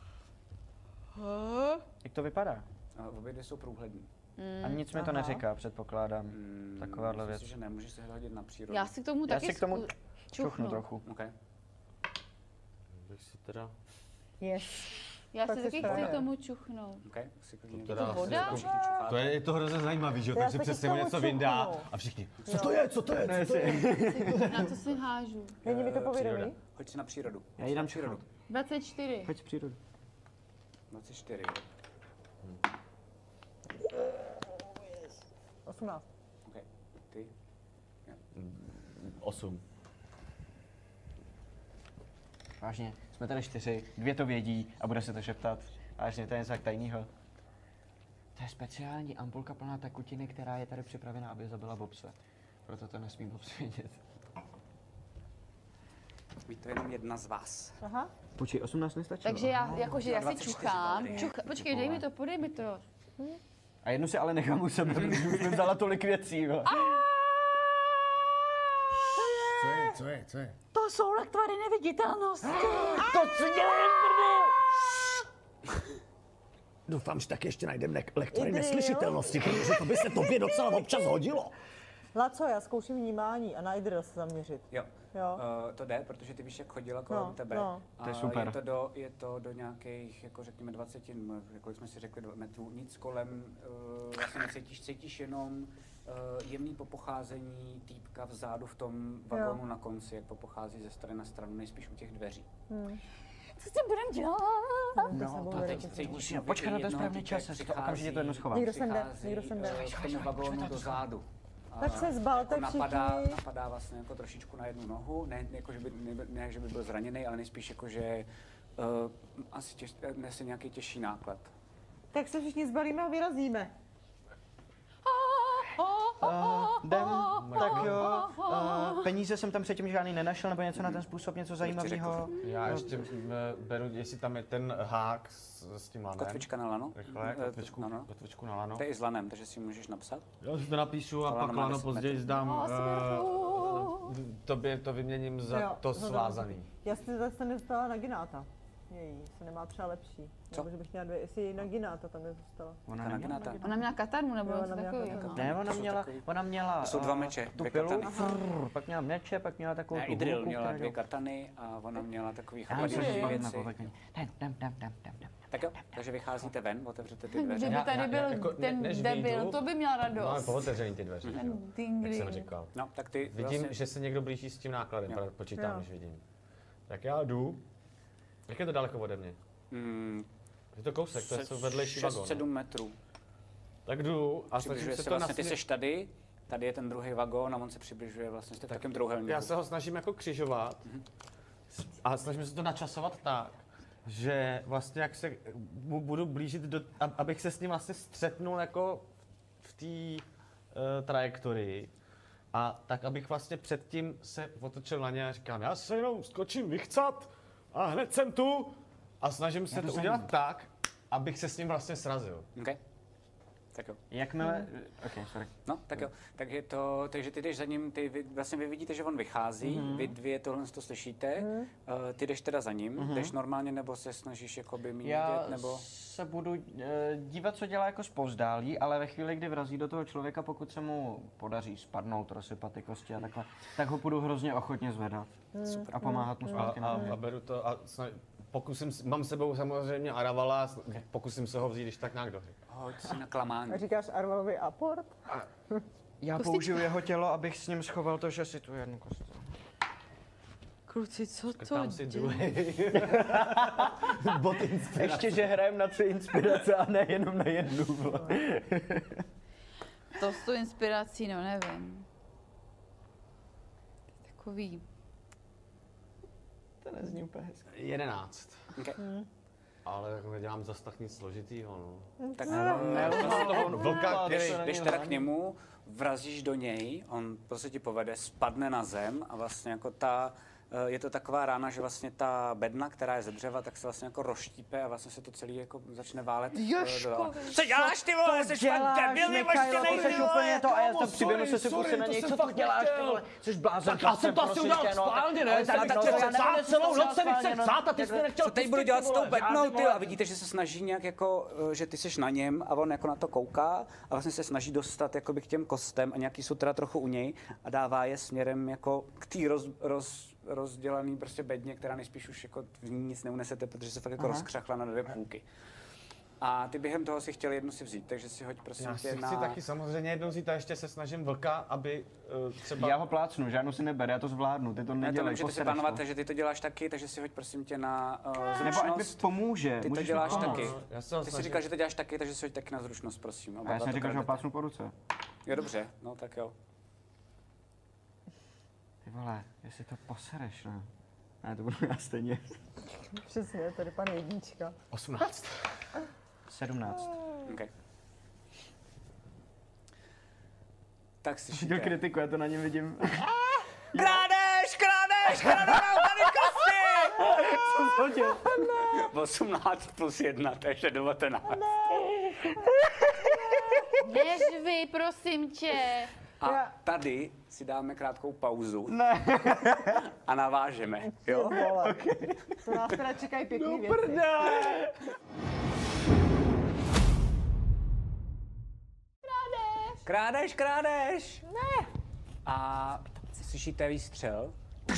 Jak to vypadá? A obě dvě jsou průhledný. A nic mi to aha. neříká, předpokládám. Mm, Takováhle myslím věc. si, že nemůžeš se hodit na přírodu. Já si k tomu Já taky si k tomu zku- čuchnu trochu. Okay. Bych si teda... Yes. Já Tak si si taky správně. chci tomu čuchnout. Okay, si klidně- To teda to voda? Všichni čucháte. To je, je to hrozně zajímavý, že jo? Já Takže taky přesně chci něco tomu vyndá čuchnout. a všichni, co to je, co to je, co to je? Na co si hážu? Není mi to Eh, povědomí? příroda. Hoď si na přírodu. Já jí dám přírodu. přírodu. dvacet čtyři. Pojď přírodu. dvacet čtyři. osmnáct. Okay. Ty? Osm. Vážně, jsme tady čtyři, dvě to vědí a bude se to šeptat. Vážně, to je něco tak tajného. To je speciální ampulka plná tekutiny, která je tady připravena, aby zabila bobse. Proto to nesmí bobs vědět. Ví to jenom jedna z vás. Aha. Počkej, osmnáct nestačilo. Takže já, jakože já si dvacet čtyři čuchám. dobrý. Čucha, počkej, dej mi to, podej mi to. A jednu si ale nechám u sebe, protože už jsem vzala tolik věcí, jo. Co je, co je, co je? To jsou lektvary neviditelnosti. To co děláš, prdel? Doufám, že tak ještě najdeme ne- lektory Idril. neslyšitelnosti, protože to by se tobě docela občas hodilo. Laco, já zkouším vnímání a na Idril se zaměřit. Jo. Jo. Uh, to jde, protože ty víš, jak chodila kolem No, tebe. no. A To je super. Je to do, je to do nějakých, jako řekněme, dvacet, no, kolik jsme si řekli, dva metrů, nic kolem, uh, vlastně necítíš, cítíš jenom uh, jemný popocházení týpka vzadu v tom vagónu Jo. na konci, jak popochází ze strany na stranu, nejspíš u těch dveří. Co si budem dělat? No, to bude teď taky cítíš, Musíme počkat na ten jednoho správný týpka, čas, jak já si to okamžitě to jedno přichází, schovám. Někdo sem jde, přichází, někdo sem jde. eh, k tomu vagónu do zádu. Tak se zbalte jako napadá, všichni. napadá vlastně jako trošičku na jednu nohu, ne, jako, že by, ne, ne že by byl zraněný, ale nejspíš jako, že uh, asi těž, nese nějaký těžší náklad. Tak se všichni zbalíme a vyrazíme. Uh, jdem, tak jo. Uh, peníze jsem tam předtím žádný nenašel, nebo něco na ten způsob, něco zajímavého. Já ještě m, beru, jestli tam je ten hák s, s tím lanem. Kotvička na lano. Rychle, Eh, kotvičku, no, no. kotvičku na lano. To je i s lanem, takže si můžeš napsat. Já si to napíšu a Lano pak má lano deset později metrů. zdám. No, Uh, tobě to vyměním za Jo, to za svázaný. Já si zase nedostala na Gináta. Její, se nemá třeba lepší. Co? Nebo že bych měla dvě, jestli její na Gináta tam nedostala. Ona Ta neměla. nagináta. Ona měla katarmu nebo Jo, něco ona měla takového. katarmu. Ne, ona To jsou měla, takový- ona měla To jsou dva eh, meče, tu dvě pilu, katany. frrr, pak měla meče, pak měla takovou Ne, tu Idril hulku, měla která dvě dělala- katany a ona měla takový Já myslím, že chladičí bavíme věci. po takové. Jdem, jdem, jdem, jdem, jdem, jdem. Tak jo, takže vycházíte ven, otevřete ty dveře. Kdyby Já- tady já- byl já jako ne- ten než debil, vyjdu- to by měl Máme radost. pootevřený ty dveře, že jo? Ding, Jak jsem ding. říkal. No, tak ty Vidím, vlastně, že se někdo blíží s tím nákladem, Jo. pra- počítám, Jo. když vidím. Tak já jdu. Jak je to daleko ode mě? mm, Je to kousek, to je se- vedlejší šest, vagón. sedm metrů. Tak jdu a snažím Přibližuje se se to vlastně, ty nasmě- seš tady, tady je ten druhý vagón a on se přibližuje vlastně, jste v takém trouhelníku. Já se ho snažím jako křižovat a snažím se to načasovat tak, že vlastně jak se mu budu blížit, do, ab- abych se s ním vlastně střetnul jako v té uh, trajektorii. A tak, abych vlastně předtím se otočil na ně a říkám, já se jenom skočím vychcat a hned jsem tu a snažím se to to za udělat ním. tak, abych se s ním vlastně srazil. Okay. Tak jo. Jakmile, ok, sorry. No, tak jo. Takže, to, takže ty jdeš za ním, ty vy, vlastně vy vidíte, že on vychází, mm-hmm. vy dvě tohle to slyšíte, mm-hmm. uh, ty jdeš teda za ním, mm-hmm. jdeš normálně nebo se snažíš jakoby mít Já vidět, nebo... se budu uh, dívat, co dělá jako zpovzdálí, ale ve chvíli, kdy vrazí do toho člověka, pokud se mu podaří spadnout, rozsypat ty kosti a takhle, tak ho budu hrozně ochotně zvedat. Super. A pomáhat mu A, zpátky. a, na a beru to a sna- pokusím, s- mám s sebou samozřejmě Aravala, s- pokusím se ho vzít, když tak nějak dohy. Hoď si na klamání. A říkáš Arvalovi aport? Já použiju jeho tělo, abych s ním schoval to, že si tu jednu kost. Kluci, co to Tam si dělá? druhý. Bot inspirace. Ještě, že hrajeme na tři inspirace a ne jenom na jednu. To s tou inspirací, no nevím. Takový. To nezní úplně hezky. Jedenáct. Okay. Ale jako nedělám zas tak nic složitýho, no. Tak Vlka, který... jdeš teda k němu, vrazíš do něj, on prostě ti povede, spadne na zem a vlastně jako ta, eh, je to taková rána, že vlastně ta bedna, která je ze dřeva, tak se vlastně jako rozštípe a vlastně se to celý jako začne válet. eh, Jožko, doleva. Co děláš ty vole, jsi fakt debil, vymaštěnej, ty ty jsi úplně vole! to a já kámo, tam přiběhnu se sorry, si pustit sorry, na to něj, jsem co to fakt děláš, ty nechtěl. vole, jsi blázen. Tak já jsem to asi udělal schválně, ne? Ale Tak tak to no, chtěl já chcát, nevím, celou co noc jsem děláš, chtěl no. chcát a ty jsi mě nechtěl Co teď pustit, budu dělat ty s tou vole. bednou, ty ty? vole. A vidíte, že se snaží nějak jako, eh, že ty seš na něm a on jako na to kouká a vlastně se snaží dostat jakoby k těm kostem a nějaký jsou teda trochu u něj a dává je směrem jako k té roz, roz, rozdělaný prostě bedně, která nejspíš už jako v ní nic neunesete, protože se fakt jako rozkřachla na dvě půlky. A ty během toho si chtěl jednu si vzít, takže si hoď prosím Já tě si na... chci taky samozřejmě jednou vzít a ještě se snažím vlka, aby uh, třeba... Já ho plácnu, žádnou si neber, já to zvládnu, ty to Ne, to nedělej, nemůžete si posereš plánovat, to. takže ty to děláš taky, takže si hoď prosím tě na uh, Nebo ať mi zručnost. pomůže, Ty to můžeš mi děláš pomoct. taky. Já se ho Ty jsi snažím. říkal, že to děláš taky, takže si hoď taky na zručnost, prosím. A já jsem říkal, že ho plácnu po ruce. Jo, dobře, no tak jo. Ty vole, jestli to posereš, ne? Ne, to budu já stejně. Přesně, tady pan jednička. osmnáct. sedmnáct. Okay. Tak Viděl slyšíte. kritiku, já to na něm vidím. Krádeš, krádeš, krádeš tady kosti! Co jsi hodil? osmnáct plus jedna, takže devatenáct. Neřvi, prosím tě. A tady si dáme krátkou pauzu Ne. a navážeme, jo? Vole. To nás teda čekají pěkný věci. Krádeš, krádeš! Ne! A slyšíte výstřel?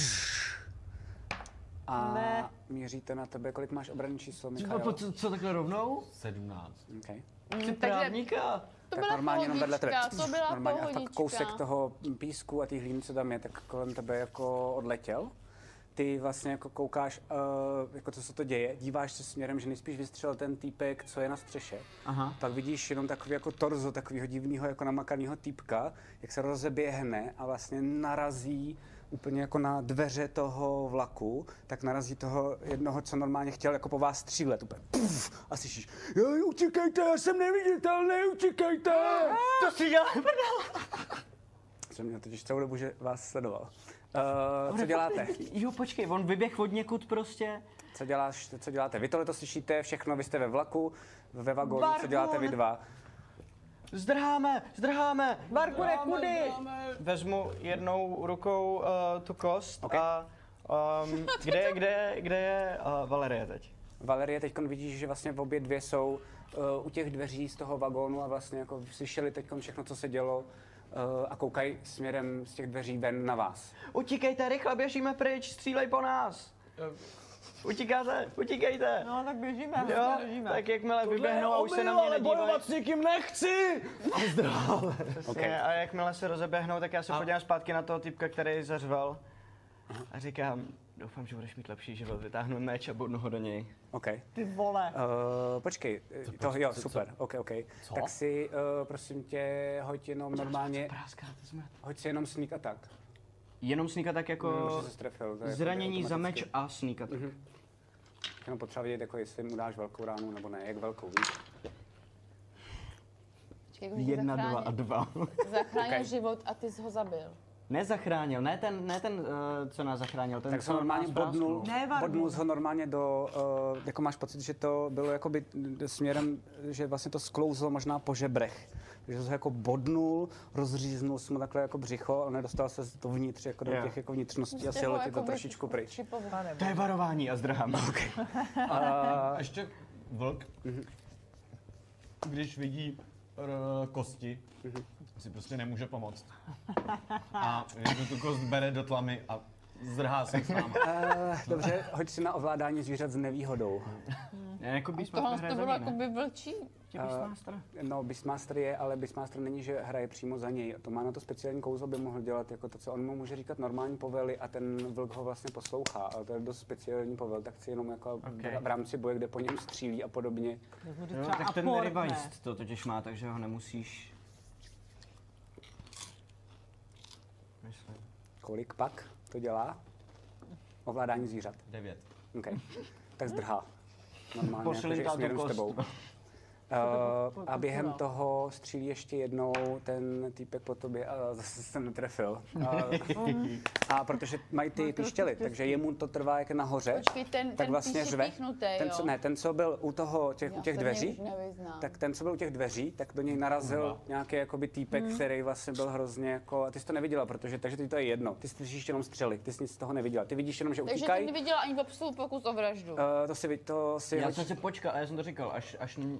A Ne. míříte na tebe, kolik máš obranný číslo, Co, Michal? co, co takhle rovnou? sedmnáct. Okay. Jsi takže právníka. to Tak byla normálně jenom vedle tebe. pohodička, to byla Normálně. A pohodička. pak kousek toho písku a té hlíny, co tam je, tak kolem tebe jako odletěl. Ty vlastně jako koukáš, uh, jako co se to děje, díváš se směrem, že nejspíš vystřelil ten týpek, co je na střeše. Aha. Pak vidíš jenom takový jako torzo takového divného, jako namakaného týpka, jak se rozeběhne a vlastně narazí úplně jako na dveře toho vlaku, tak narazí toho jednoho, co normálně chtěl jako po vás střílet. Úplně puf, a slyšíš, jo, utíkejte, já jsem neviditelný, utíkejte! To si dělá. Jsem měl totiž celou dobu, že vás sledoval. Uh, co děláte? Jo, počkej, on vyběh od někud prostě. Co, děláš, co děláte? Vy tohle to slyšíte, všechno, vy jste ve vlaku, ve vagónu, co Vargun! děláte vy dva? Zdrháme, zdrháme. Vargune, kudy? Vezmu jednou rukou uh, tu kost Ok. a um, kde, je- kde, je- kde je uh, Valerie teď? Valerie, teď vidíš, že vlastně v obě dvě jsou uh, u těch dveří z toho vagónu a vlastně jako slyšeli teď všechno, co se dělo uh, a koukají směrem z těch dveří ven na vás. Utíkejte, rychle, běžíme pryč, střílej po nás. Utíkáte, utíkejte. No, tak běžíme, Jo, běžíme. tak jakmile vyběhnou a už se na mě nedívají. s nikým nechci! Přesně, a jakmile se rozeběhnou, tak já se podívám zpátky na toho typka, který zařval. A říkám, doufám, že budeš mít lepší život, vytáhnu meč a bodnu ho do něj. OK. Ty vole. Uh, počkej, to, jo, super, OK, OK. Co? Tak si, uh, prosím tě, hoď jenom normálně, Práskáte jsme. hoď si jenom sneak attack. Jenom sníka tak Mm, jako že se strefil, to je jako zranění za meč automaticky. a sníka tak. Jenom potřeba vidět, jako jestli mu dáš velkou ránu nebo ne, jak velkou, víš? Počkej, jako, že Jedna, dva zachránil- a dva. Zachránil Ok. život a ty jsi ho zabil. Nezachránil, ne ten, ne ten, uh, co nás zachránil, ten, Tak co se normálně nás bodnul, prásknul. Ne, Vargu. bodnul jsi ho normálně do, uh, jako máš pocit, že to bylo jakoby směrem, že vlastně to sklouzlo možná po žebrech. Takže jsi ho jako bodnul, rozříznul jsi mu takhle jako břicho, ale nedostal se dovnitř jako do Jo. těch jako vnitřností a Jste sjelo ho ti to jako trošičku pryč. připovu. To je varování a zdrhám. Okay. A Ještě vlk, když vidí r- kosti, si prostě nemůže pomoct. A jednu tu kost bere do tlamy a zdrhá se s náma. Uh, dobře, hoď si na ovládání zvířat s nevýhodou. Ne, jako A Beastmaster tohle hraje to za bylo ní, jako ne? by vlčí. Tě Beastmaster. No, Beastmaster je, ale Beastmaster není, že hraje přímo za něj. To má na to speciální kouzlo, by mohl dělat jako to, co on mu může říkat normální povely a ten vlk ho vlastně poslouchá. Ale to je dost speciální povel, tak si jenom jako Okay. v rámci boje, kde po něm střílí a podobně. Jo, tak ten revised to totiž má, takže ho nemusíš... Myslím. Kolik pak to dělá? Ovládání zvířat. Devět. Okay. Tak zdrhá. Normálně, Pošli jakože dál tu směrem s kost. tebou. Uh, a během toho střílí ještě jednou ten týpek po tobě a zase se netrefil. A, a protože mají ty pištěly, takže jemu to trvá jak nahoře, Počkej, ten, tak ten vlastně píš je řve. píchnutej, Ten, jo? co, ne, ten, co byl u, toho, těch, u Já těch se v něj dveří, už nevyznám. tak ten, co byl u těch dveří, tak do něj narazil nějaký jakoby týpek, Hmm. který vlastně byl hrozně jako, a ty jsi to neviděla, protože, takže ty to je jedno, ty slyšíš jenom střely, ty jsi nic z toho neviděla, ty vidíš jenom, že Takže utíkají. ty neviděla ani popsul pokus o vraždu. Uh, to si, vi- to si Já hoď- jsem si počkal, a já jsem to říkal, až, až na nás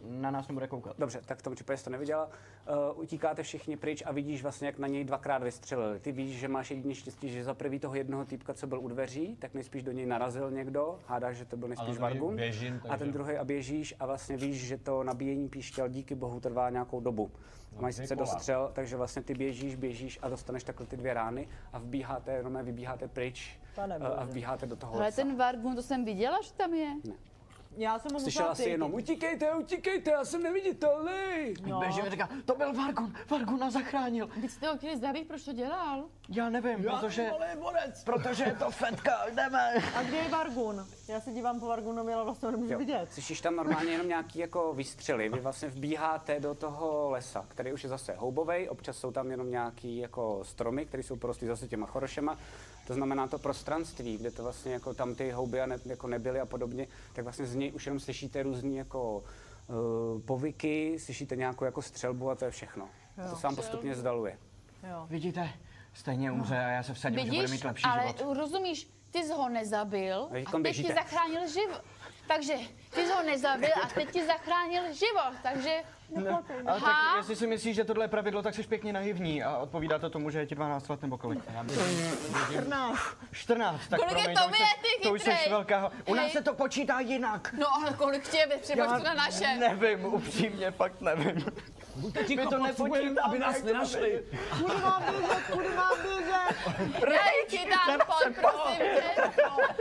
nás nebude koukat. Dobře, tak v tom případě jsi to neviděla. Uh, utíkáte všichni pryč a vidíš vlastně, jak na něj dvakrát vystřelili. Ty víš, že máš jedině štěstí, že za prvý toho jednoho týpka, co byl u dveří, tak nejspíš do něj narazil někdo, hádáš, že to byl nejspíš Vargun. Běžím, A ten takže- druhý a běžíš a vlastně víš, že to nabíjení píšťal díky bohu trvá nějakou dobu. No, Mají sice dostřel, takže vlastně ty běžíš, běžíš a dostaneš takhle ty dvě rány a vbíháte, jenom vybíháte pryč Pane uh, bože. a vbíháte do toho Ale lesa. ten Vargun, to jsem viděla, že tam je. Já jsem ho Slyšela musela si jenom, utíkejte, utíkejte, já jsem neviditelný. No. Běžím a říká, to byl Vargun, Vargun nás zachránil. Vy jste ho chtěli zabít, proč to dělal? Já nevím, protože, borec! protože je to fetka, jdeme. A kde je Vargun? Já se dívám po Vargunovi, ale vlastně ho nemůžu Jo. vidět. Slyšíš tam normálně jenom nějaký jako výstřely. Vy vlastně vbíháte do toho lesa, který už je zase houbovej. Občas jsou tam jenom nějaký jako stromy, které jsou porostlý zase těma chorošema. To znamená to prostranství, kde to vlastně jako tam ty houby a ne, jako nebyly a podobně, tak vlastně z něj už jenom slyšíte různý jako uh, povyky, slyšíte nějakou jako střelbu a to je všechno. A to se vám postupně zdaluje. Jo. Vidíte, stejně umře a já se vsadím, že bude Vidíš, mít lepší ale život. rozumíš, ty jsi ho nezabil A teď a teď běžíte. ti zachránil život. Takže ty jsi ho nezabil a teď ti zachránil život, takže Ale tak ha, jestli si myslíš, že tohle je pravidlo, tak jsi pěkně naivní a odpovídá to tomu, že je ti dvanáct let nebo kolik. čtrnáct. čtrnáct, tak Kolik je promiň, to už mi, jsi- ty to už jsi chytrej? velká. U nás Hej. se to počítá jinak. no ale kolik tě je, třeba to na naše. Nevím, upřímně, fakt nevím. My to nepočítáme, aby nás jak to nenašli. Kudy mám běžet, kudy mám běžet? Dej ti tam pod, prosím tě.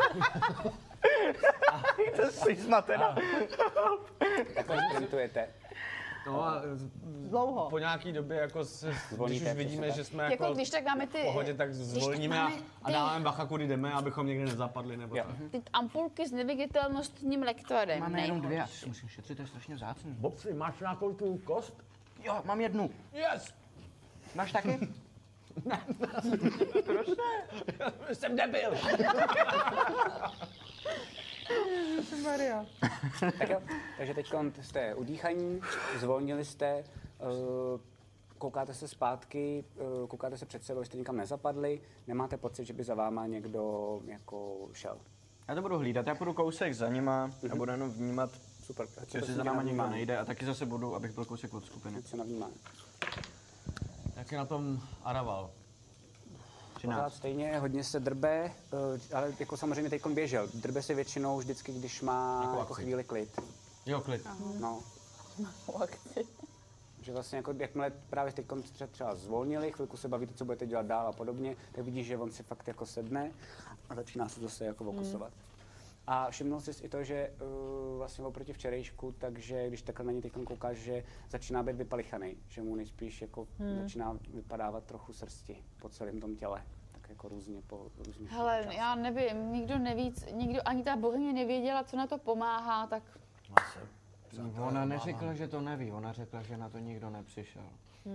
To jsi zmatená. Takhle sprintujete. No a Dlouho. po nějaký době, jako se, když Zvolníte, už vidíme, přesně že jsme Jako jako když tak máme ty, v pohodě, tak zvolníme a, máme a ty- dáváme bacha, kudy jdeme, abychom někde nezapadli nebo Jo. tak. ty ampulky s neviditelnostním lektorem. Máme jenom nejhorší. dvě a ty si musím šetřit, to je strašně vzácný. Bobsi, máš nějakou tu kost? Jo, mám jednu. Yes! Máš taky? Jsem debil! Maria. Tak jo, takže teď jste udýchaní, zvolnili jste, uh, koukáte se zpátky, uh, koukáte se před sebou, jste nikam nezapadli, nemáte pocit, že by za váma někdo jako šel. Já to budu hlídat, já půjdu kousek za nima a budu jenom vnímat, Super. jestli za náma nikdo nejde a taky zase budu, abych byl kousek od skupiny. Co na vnímání. Jak je na tom Araval? Pořád třináct. stejně, hodně se drbe, uh, ale jako samozřejmě teď běžel. Drbe se většinou vždycky, když má Jako jako akci. chvíli klid. Jo, klid. No. Že vlastně jako jakmile právě teď třeba zvolnili, chvilku se bavíte, co budete dělat dál a podobně, tak vidíš, že on si fakt jako sedne a začíná se zase jako fokusovat. A všimnul jsi i to, že uh, vlastně oproti včerejšku, takže když takhle na něj teď koukáš, že začíná být vypalichaný, že mu nejspíš jako hmm. začíná vypadávat trochu srsti po celém tom těle. Tak jako různě po různých Hele, částech. já nevím, nikdo nevíc, nikdo, ani ta bohyně nevěděla, co na to pomáhá, tak Ona neřekla, že to neví, ona řekla, že na to nikdo nepřišel.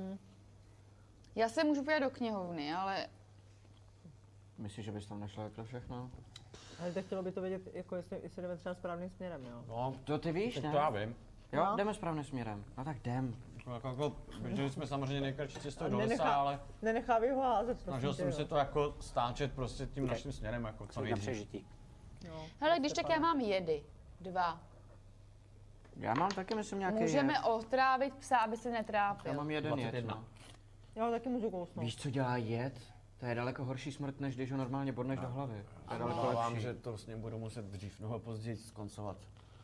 já se můžu podívat do knihovny, ale Myslíš, že bys tam našla takhle všechno? Ale tak chtělo by to vědět, jako jestli, jestli jdeme třeba správným směrem, jo? No, To ty víš, tak ne? to já vím. Jo, No. jdeme správným směrem. No tak jdem. Jako, jako, běželi jsme samozřejmě nejkratší cestou A do lesa, nenechá- ale Nenechávej ho házet, snažil prosím jsem tě, se jo. to jako stáčet prostě tím naším směrem, jako co Na nejdřív. přežití. Jo. hele, když tak já mám jedy, dva. Já mám taky, myslím, nějaký Můžeme jed. otrávit psa, aby se Já netrápil. mám jeden dvacet jed, jedna. no. Já taky můžu kousnout. Víš, co dělá jed? To je daleko horší smrt, než když ho normálně bodneš do hlavy. To je daleko Obávám, lepší. že to s ním budu muset dřív nebo později skoncovat.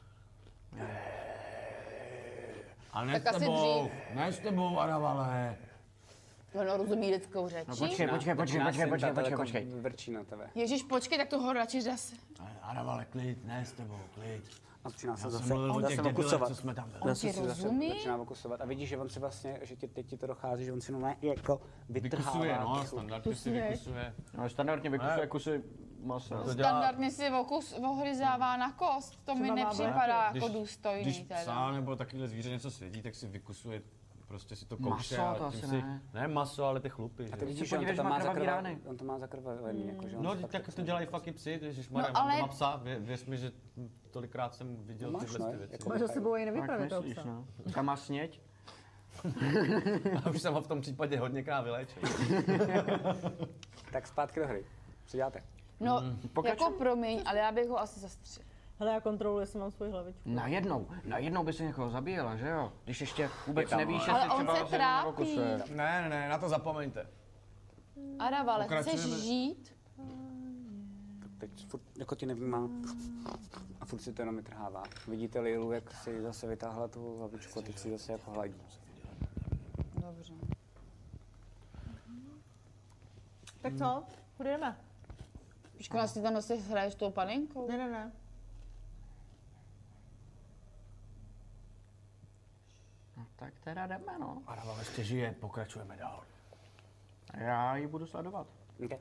A ne Tak s asi tebou, ne s tebou, Aravale. Ono rozumí lidskou řečí. No počkej, počkej, počkej, Začíná počkej, se počkej, tato počkej, jako počkej. Vrčí na tebe. Ježíš, počkej, tak to ho radši zase. Aravale, klid, ne s tebou, klid. A začíná se Já jsem zase, mluvil o těch zase debilech, fokusovat. co jsme tam byli. On Zase ti si zase rozumí? začíná fokusovat. A vidíš, že on si vlastně, že ti, teď ti to dochází, že on si normálně jako vytrhává. Vykusuje, no, ty- standardně si Kusně. vykusuje. No, standardně vykusuje Ne. kusy masa. To dělá, Standardně si okus ohryzává na kost, to mi Třeba má nepřipadá když- jako důstojný. když teda. psa nebo takovýhle zvíře něco svědí, tak si vykusuje, prostě si to Maso, kouše to a asi tím si, ne. ne maso, ale ty chlupy. A ty že? vidíš, že on podívej, to že má má krvavý zakrvavený. rány. On to má zakrvavený, jako, že on No, to teď fakt tak jako to dělají fakt i psy, ježišmarja, No, mám ale- doma psa, vě, věř mi, že tolikrát jsem viděl No máš, tyhle no, ty věci. jako- Máš za sebou i Tak nevypadne toho myslíš, psa. no. Kam má sněť? A už jsem ho v tom případě hodněkrát vyléčil. Tak zpátky do hry. Co děláte? No, Pokračuj. jako promiň, ale já bych ho asi zastřelil. Hele, já kontroluji, jestli mám svoji hlavičku. Najednou, najednou by se někoho zabíjela, že jo? Když ještě vůbec tam, nevíš, ale jestli on třeba se jenom trápí. fokusuje. Ne, ne, ne, na to zapomeňte. Aravale, chceš Pokračujeme. žít? Tak teď furt, jako ti nevnímá a furt si to jenom vytrhává. Vidíte Lilu, jak si zase vytáhla tu hlavičku a teď si zase jako hladí. Dobře. Tak co? Kudy jdeme? Počkej, vlastně tam zase hraješ tou panenkou? Ne, ne, ne. No tak teda jdeme, no. Araval ještě žije, pokračujeme dál. A já ji budu sledovat. Okay.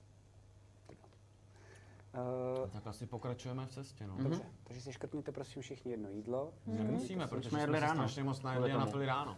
Uh, Tak asi pokračujeme v cestě, no. Dobře, takže si škrtněte prosím všichni jedno jídlo. Nemusíme, protože jsme jsme, jedli se ráno. strašně moc najedli Kvůli a tomu. napili ráno.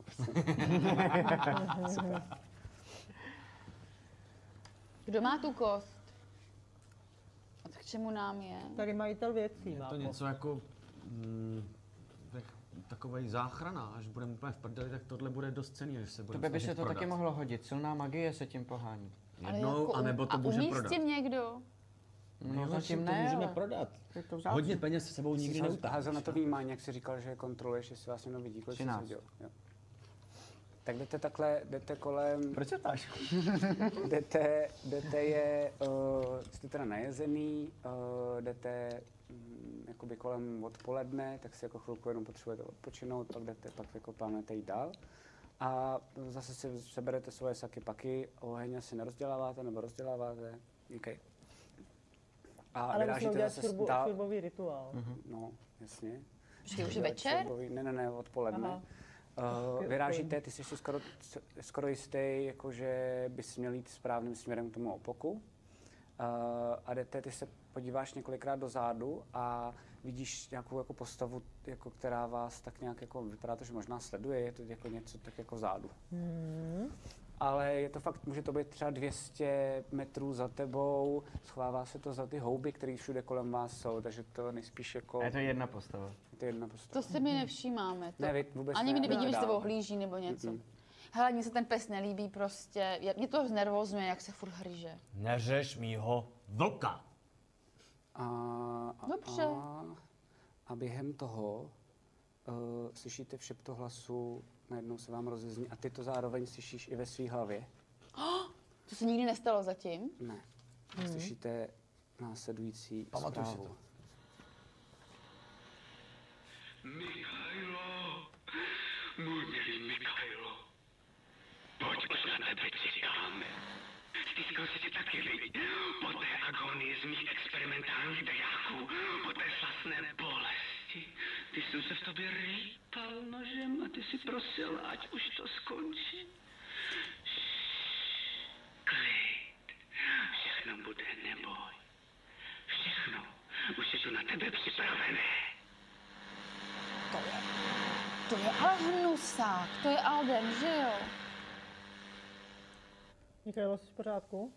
Kdo má tu kost? A k čemu nám je? Tady majitel věcí Je má. to něco jako mm, takovej záchrana, až budeme úplně v prdeli, tak tohle bude dost cenný, až se budeme Tobě by se snažit to prodat. taky mohlo hodit. Silná magie se tím pohání. Jednou, jako anebo to a může umí prodat. s tím někdo? No Jo, zatím to ne, můžeme ale prodat. je to vzácný. Hodně peněz se sebou nikdy Jsi neutáhl. házel na to vnímání, jak jsi říkal, že kontroluješ, jestli vás někdo vidí, kolik jsi třináct. seděl. Jo. Tak jdete takhle, jdete kolem, Proč se ptáš? jdete, jdete je, uh, jste teda najezený, uh, jdete um, jakoby kolem odpoledne, tak si jako chvilku jenom potřebujete odpočinout, pak jdete, pak jako plánujete jít dál. A zase si seberete svoje saky paky, oheň asi nerozděláváte, nebo rozděláváte, okay. A Ale musíme vyrážíte udělat zase šurbu, dál. šurbový rituál. No, jasně. Počkej, už je večer? Šoubový- Ne, ne, ne, odpoledne. Aha. Uh, vyrážíte, ty jsi si skoro, skoro jistý, jakože bys měl jít správným směrem k tomu opoku. Uh, a jdete, ty se podíváš několikrát dozadu a vidíš nějakou jako postavu, jako, která vás tak nějak jako, vypadá to, že možná sleduje, je to jako něco tak jako zádu. Hmm. Ale je to fakt, může to být třeba dvě stě metrů za tebou, schovává se to za ty houby, které všude kolem vás jsou, takže to nejspíš jako, A je to jedna postava. je to jedna postava. To si my nevšímáme. To. Ne, vy vůbec Ani mi ne, nevidím, že dál. se tebou hlíží nebo něco. Mm-mm. Hele, mně se ten pes nelíbí prostě. Je- Mě to znervozňuje, jak se furt hryže. Neřeš mýho vlka. A, a, Dobře. A, a během toho uh, slyšíte v šeptohlasu, najednou se vám rozezní a ty to zároveň slyšíš i ve své hlavě. To se nikdy nestalo zatím. Ne. Hmm. Slyšíte následující Pamatuj si zprávu. to. Michailo, můj milý Michailo, pojď, už na tebe čekáme. Stiskl jsi si taky, viď? Po té agonii z mých experimentálních dajáků, po té slasné bolesti. Ty jsem se v tobě rýpal nožem a ty si prosil, ať už to skončí. Klid, všechno bude, neboj. Všechno už je tu na tebe připravené. To je ale hnusák, to je Alden, že jo? Michailo, jsi v pořádku?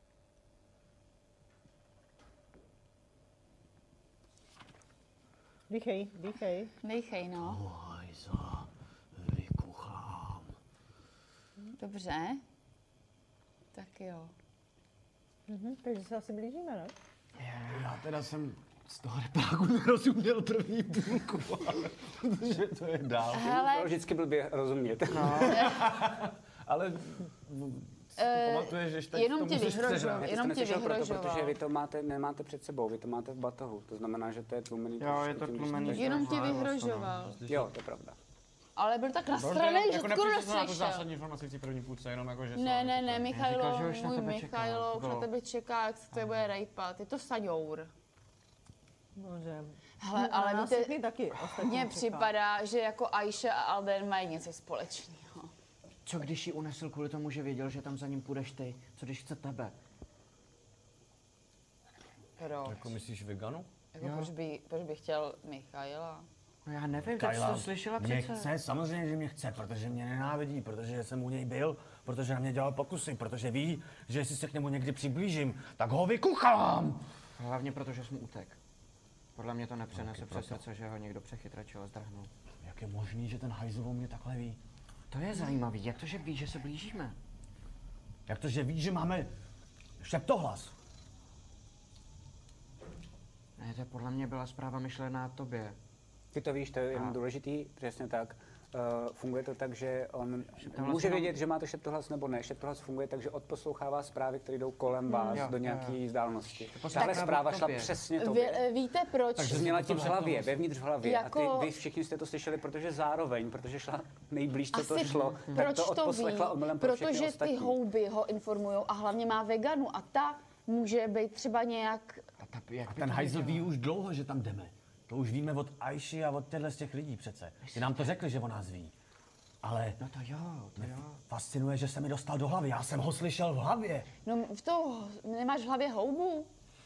Dýchej, dýchej. Dejchej, no. Hajza, vykuchám. Dobře. Tak jo. Mhm, takže se asi blížíme, ne? Já teda jsem z toho repráku nerozuměl první půlku, ale protože to je dál. To Hele, vždycky blbě rozumět. No. Ale si to pamatuješ, že teď jenom to ti musíš vyhrožoval. přežrat. Jenom ti proto, vyhrožoval. protože vy to máte, nemáte před sebou, vy to máte v batohu. To znamená, že to je tlumený. Jo, je trošku to tím, když tlumený. jste- Jenom ti Aha, vyhrožoval. Jo, to je pravda. Ale byl tak nastranej, že jako skoro nepřišel jsem na tu neslyšel. zásadní informaci v té první půlce, jenom jako, že Ne, ne, ne, říkal, Michailo, že už na můj tebe čeká, Michailo to už na bylo- tebe čeká, jak se to bude rejpat. Je to saďour. Bože. Hele, No, ale nás víte, všechny taky ostatní mně čeká. připadá, že jako Aisha a Alden mají něco společného. Co když ji unesl kvůli tomu, že věděl, že tam za ním půjdeš ty? Co když chce tebe? Proč? Jako myslíš veganu? Jako proč by, proč by chtěl Michaela? No já nevím, tak jsi to slyšela mě přece. chce, samozřejmě, že mě chce, protože mě nenávidí, protože jsem u něj byl, protože na mě dělal pokusy, protože ví, že jestli se k němu někdy přiblížím, tak ho vykuchám! Hlavně proto, že jsem utek. Podle mě to nepřenese přes srdce, že ho někdo přechytračil a zdrhnul. Jak je možný, že ten hajzl o mě takhle ví? To je zajímavý, jak to, že víš, že se blížíme? Jak to, že ví, že máme šeptohlas? Ne, to podle mě byla zpráva myšlená tobě. Ty to víš, to je jenom A. důležitý, přesně tak. Uh, funguje to tak, že on Šeptohlas může jenom- vědět, že máte šeptohlas nebo ne. Šeptohlas funguje tak, že odposlouchává zprávy, které jdou kolem vás Jo, do jo, nějaké jo. vzdálenosti. poslouchá Tahle zpráva o šla tobě. přesně Vy, tobě. eh, víte proč? Takže zněla tím v hlavě, vevnitř v hlavě. Jako- A ty, vy všichni jste to slyšeli, protože zároveň, protože šla nejblíž, co to Asi šlo, tak proč to to ví? odposlechla omylem pro všechny Protože ty ostatní. houby ho informují a hlavně má veganu a ta může být třeba nějak... A, ta, jak A by ten to hajzl ví věděla? už dlouho, že tam jdeme. To už víme od Aiši a od těchto z těch lidí přece. Ty nám to řekli, že o nás ví. Ale No to jo, to jo. fascinuje, že se mi dostal do hlavy. Já jsem ho slyšel v hlavě. No v to nemáš v hlavě houbu?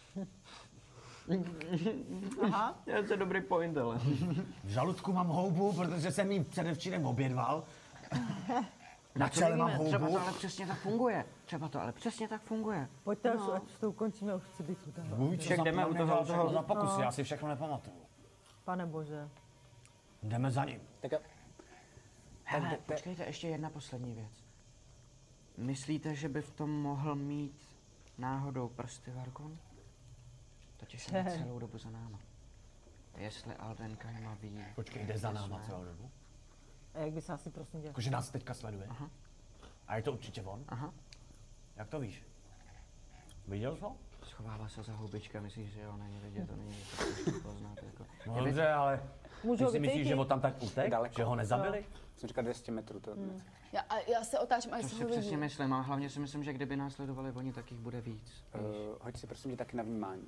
Aha. To je dobrý point, ale. V žaludku mám houbu, protože jsem jí předevčírem obědval. Na čele mám Nevíme, třeba houbu. to ale přesně tak funguje. Třeba to ale přesně tak funguje. Pojďte, až, ať to ukončíme, už chci být u toho. Bůh, co Však za jdeme u toho- dělal všechno toho- za pokusy, já si všechno nepamatuju. Pane bože. Jdeme za ním. Tak jo. Hele, te- počkejte, ještě jedna poslední věc. Myslíte, že by v tom mohl mít náhodou prsty Vargon? Totiž on je celou dobu za náma. Jestli Alden Kajma ví... Počkej, jde za kde náma jsme. celou dobu. A jak by se asi prosím dělal? Jakože nás teďka sleduje. Aha. A je to určitě on? Aha. Jak to víš? Viděl jsi ho? Schovává se za houbička, myslíš, že jo, není vidět, to není to těžko poznat. Jako. No Kdyby- dobře, ale Můžu ty ho si myslíš, vycítit? že ho tam tak utek? Daleko. Že ho nezabili? Jsem říkal dvě stě metrů. To. Hmm. Já, a já se otáčím a To jestli si ho přesně vidím. myslím, a hlavně si myslím, že kdyby nás sledovali oni, tak jich bude víc. Uh, hoď si prosím tě taky na vnímání.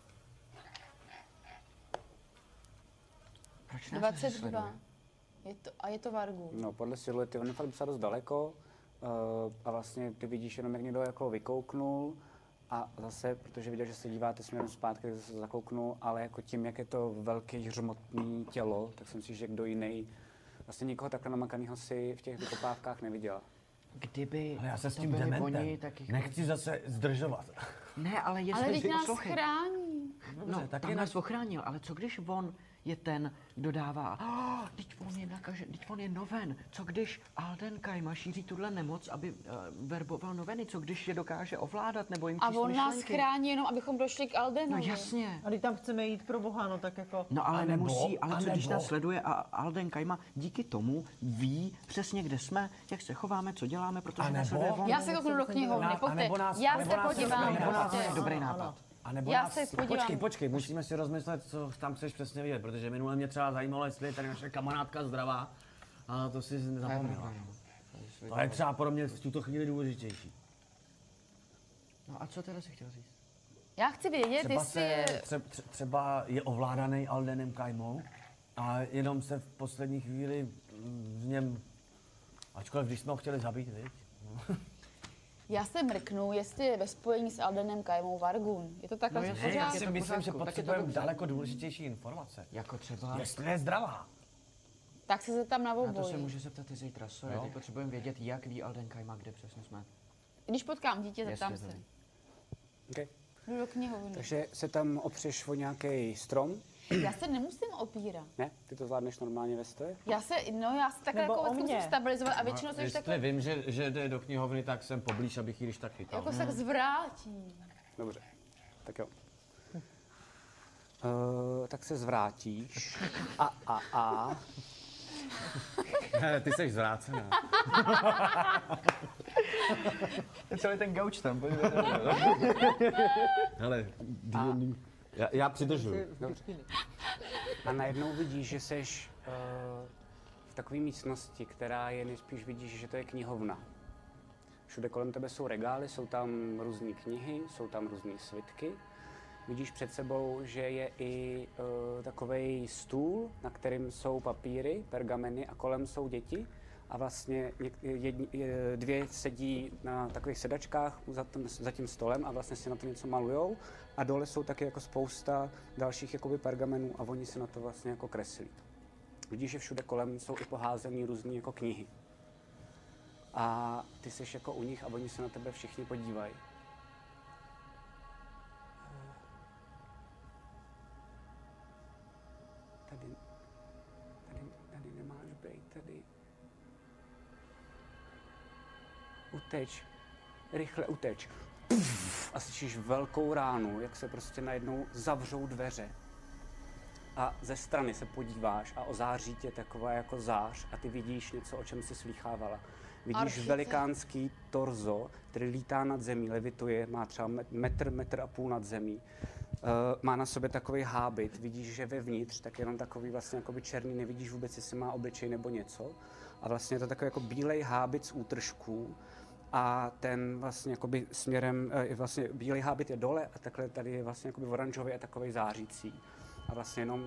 Proč nás dvacet sleduje? dva. Je to, a je to Vargu. No, podle siluety, on je fakt docela dost daleko uh, a vlastně ty vidíš jenom, jak někdo jako vykouknul a zase, protože viděl, že se díváte směrem zpátky, tak zase zakouknul, ale jako tím, jak je to velký hřmotný tělo, tak si myslím, že kdo jiný, vlastně nikoho takhle namakaného si v těch vykopávkách neviděl. Kdyby Ale já se s to tím byli dementem oni, tak jich... nechci zase zdržovat. Ne, ale jestli... Ale teď nás Poslouchej. chrání. No, taky tam nás ochránil, ale co když on je ten, kdo dává, oh, teď on je nakažen, teď on je noven, co když Alden Kajma šíří tuhle nemoc, aby uh, verboval noveny, co když je dokáže ovládat, nebo jim A číst on nás myšlenky? chrání jenom, abychom došli k No Aldenovi. jasně. A když tam chceme jít pro boha, no tak jako... No ale A nebo- nemusí, ale a co když nebo- nás sleduje a Alden Kajma díky tomu ví přesně, kde jsme, jak se chováme, co děláme, protože A nás nebo- sleduje on. Já se kouknu do knihovny, A pojďte. nebo nás- Já nebo se nás podívám. nebo nás- pojďte. Dobrý nápad. A nebo Já nás... se podívám. Počkej, počkej, musíme si rozmyslet, co tam chceš přesně vidět, protože minule mě třeba zajímalo, jestli je tady naše kamarádka zdravá, a to si zapomněla. To je třeba pro mě v tuto chvíli důležitější. No a co teda si chtěl říct? Já chci vědět, Třeba, jestli se, je... tře, tře, třeba je ovládaný Aldenem Kajmou a jenom se v poslední chvíli mm, v něm, ačkoliv když jsme ho chtěli zabít, viď? Já se mrknu, jestli je ve spojení s Aldenem Kajmou Vargun. Je to takhle No v jasně, Ne, já pořádku? si to v myslím, že pořádku, tak je to potřebujeme dobře. daleko důležitější informace. Jako třeba... Jestli je zdravá. Tak se zeptám na Na to se obojí. může zeptat i zítra, sorry, Jo. teď potřebujeme vědět, jak ví Alden Kajma, kde přesně jsme. Když potkám dítě, zeptám Jestli se. to ví. Okay. Jdu do knihovny. Takže se tam opřeš o nějaký strom, Já se nemusím opírat. ne? Ty to zvládneš normálně ve stoje? Já se, no já se takhle Nebo jako o musím mě. stabilizovat a většinou se když takhle vím, že, že jde do knihovny, tak jsem poblíž, abych ji když tak chytal. jako se tak zvrátím. Dobře, tak jo. Uh, tak se zvrátíš. A, a, a. Ty jsi zvrácená. Celý ten gauč tam, Hele, já, já přidržuju. A najednou vidíš, že seš uh, v takové místnosti, která je nejspíš vidíš, že to je knihovna. Všude kolem tebe jsou regály, jsou tam různé knihy, jsou tam různé svitky. Vidíš před sebou, že je i uh, takovej stůl, na kterým jsou papíry, pergameny a kolem jsou děti. A vlastně něk- jedni, je- dvě sedí na takových sedačkách za, tom, za tím stolem a vlastně si na to něco malujou. A dole jsou taky jako spousta dalších jakoby pergamenů a oni se na to vlastně jako kreslí. Vidíš, že všude kolem jsou i poházený různý jako knihy. A ty jsi jako u nich a oni se na tebe všichni podívají. Tady, tady, tady nemáš být, tady. Uteč, rychle uteč. Puf. a slyšíš velkou ránu, jak se prostě najednou zavřou dveře. A ze strany se podíváš a ozáří tě taková jako zář a ty vidíš něco, o čem jsi slýchávala. Vidíš Archice. velikánský torzo, který lítá nad zemí, levituje, má třeba metr, metr a půl nad zemí. Uh, má na sobě takový hábit, vidíš, že vevnitř, tak jenom takový vlastně jakoby černý, nevidíš vůbec, jestli má obličej nebo něco. A vlastně je to takový jako bílej hábit z útržků. A ten vlastně jakoby směrem, uh, vlastně bílej hábit je dole a takhle tady je vlastně jakoby oranžový a takový zářící. A vlastně jenom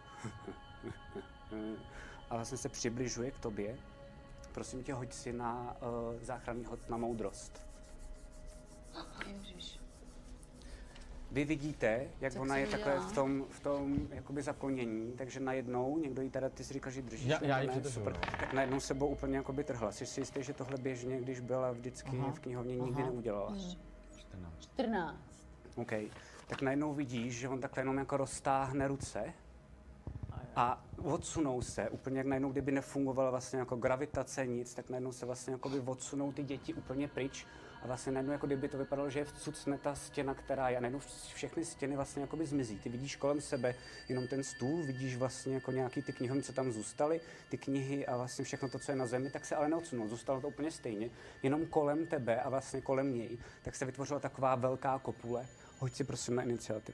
a vlastně se přibližuje k tobě. Prosím tě, hoď si na uh, záchranný hod na moudrost. Ježiš. Vy vidíte, jak Co ona se je jí takhle dělá? v tom, v tom jakoby zaklonění, takže najednou, někdo jí teda, ty si říkal, že držíš, Já- já nebo ji ne, přidržu, super, no. tak najednou sebou úplně jakoby trhla. Jsi si jistý, že tohle běžně, když byla vždycky Aha. v knihovně, nikdy Aha. neudělala. čtrnáct. OK. Tak najednou vidíš, že on takhle jenom jako roztáhne ruce a odsunou se, úplně jak najednou, kdyby nefungovala vlastně jako gravitace, nic, tak najednou se vlastně jakoby odsunou ty děti úplně pryč a vlastně najednou jako kdyby to vypadalo, že je vcucne ta stěna, která je a najednou všechny stěny vlastně jakoby zmizí. Ty vidíš kolem sebe jenom ten stůl, vidíš vlastně jako nějaký ty knihovny, co tam zůstaly, ty knihy a vlastně všechno to, co je na zemi, tak se ale neodsunulo, zůstalo to úplně stejně, jenom kolem tebe a vlastně kolem něj, tak se vytvořila taková velká kopule. Hoď si prosím na iniciativu.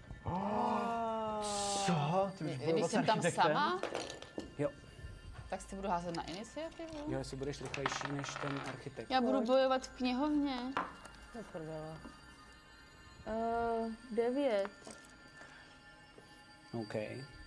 Co? Ty už byl Když moc jsem tam architektem. sama, Jo, tak si budu házet na iniciativu. jo, jestli budeš rychlejší než ten architekt. Já budu bojovat v knihovně. To je prdele. Uh, devět. OK.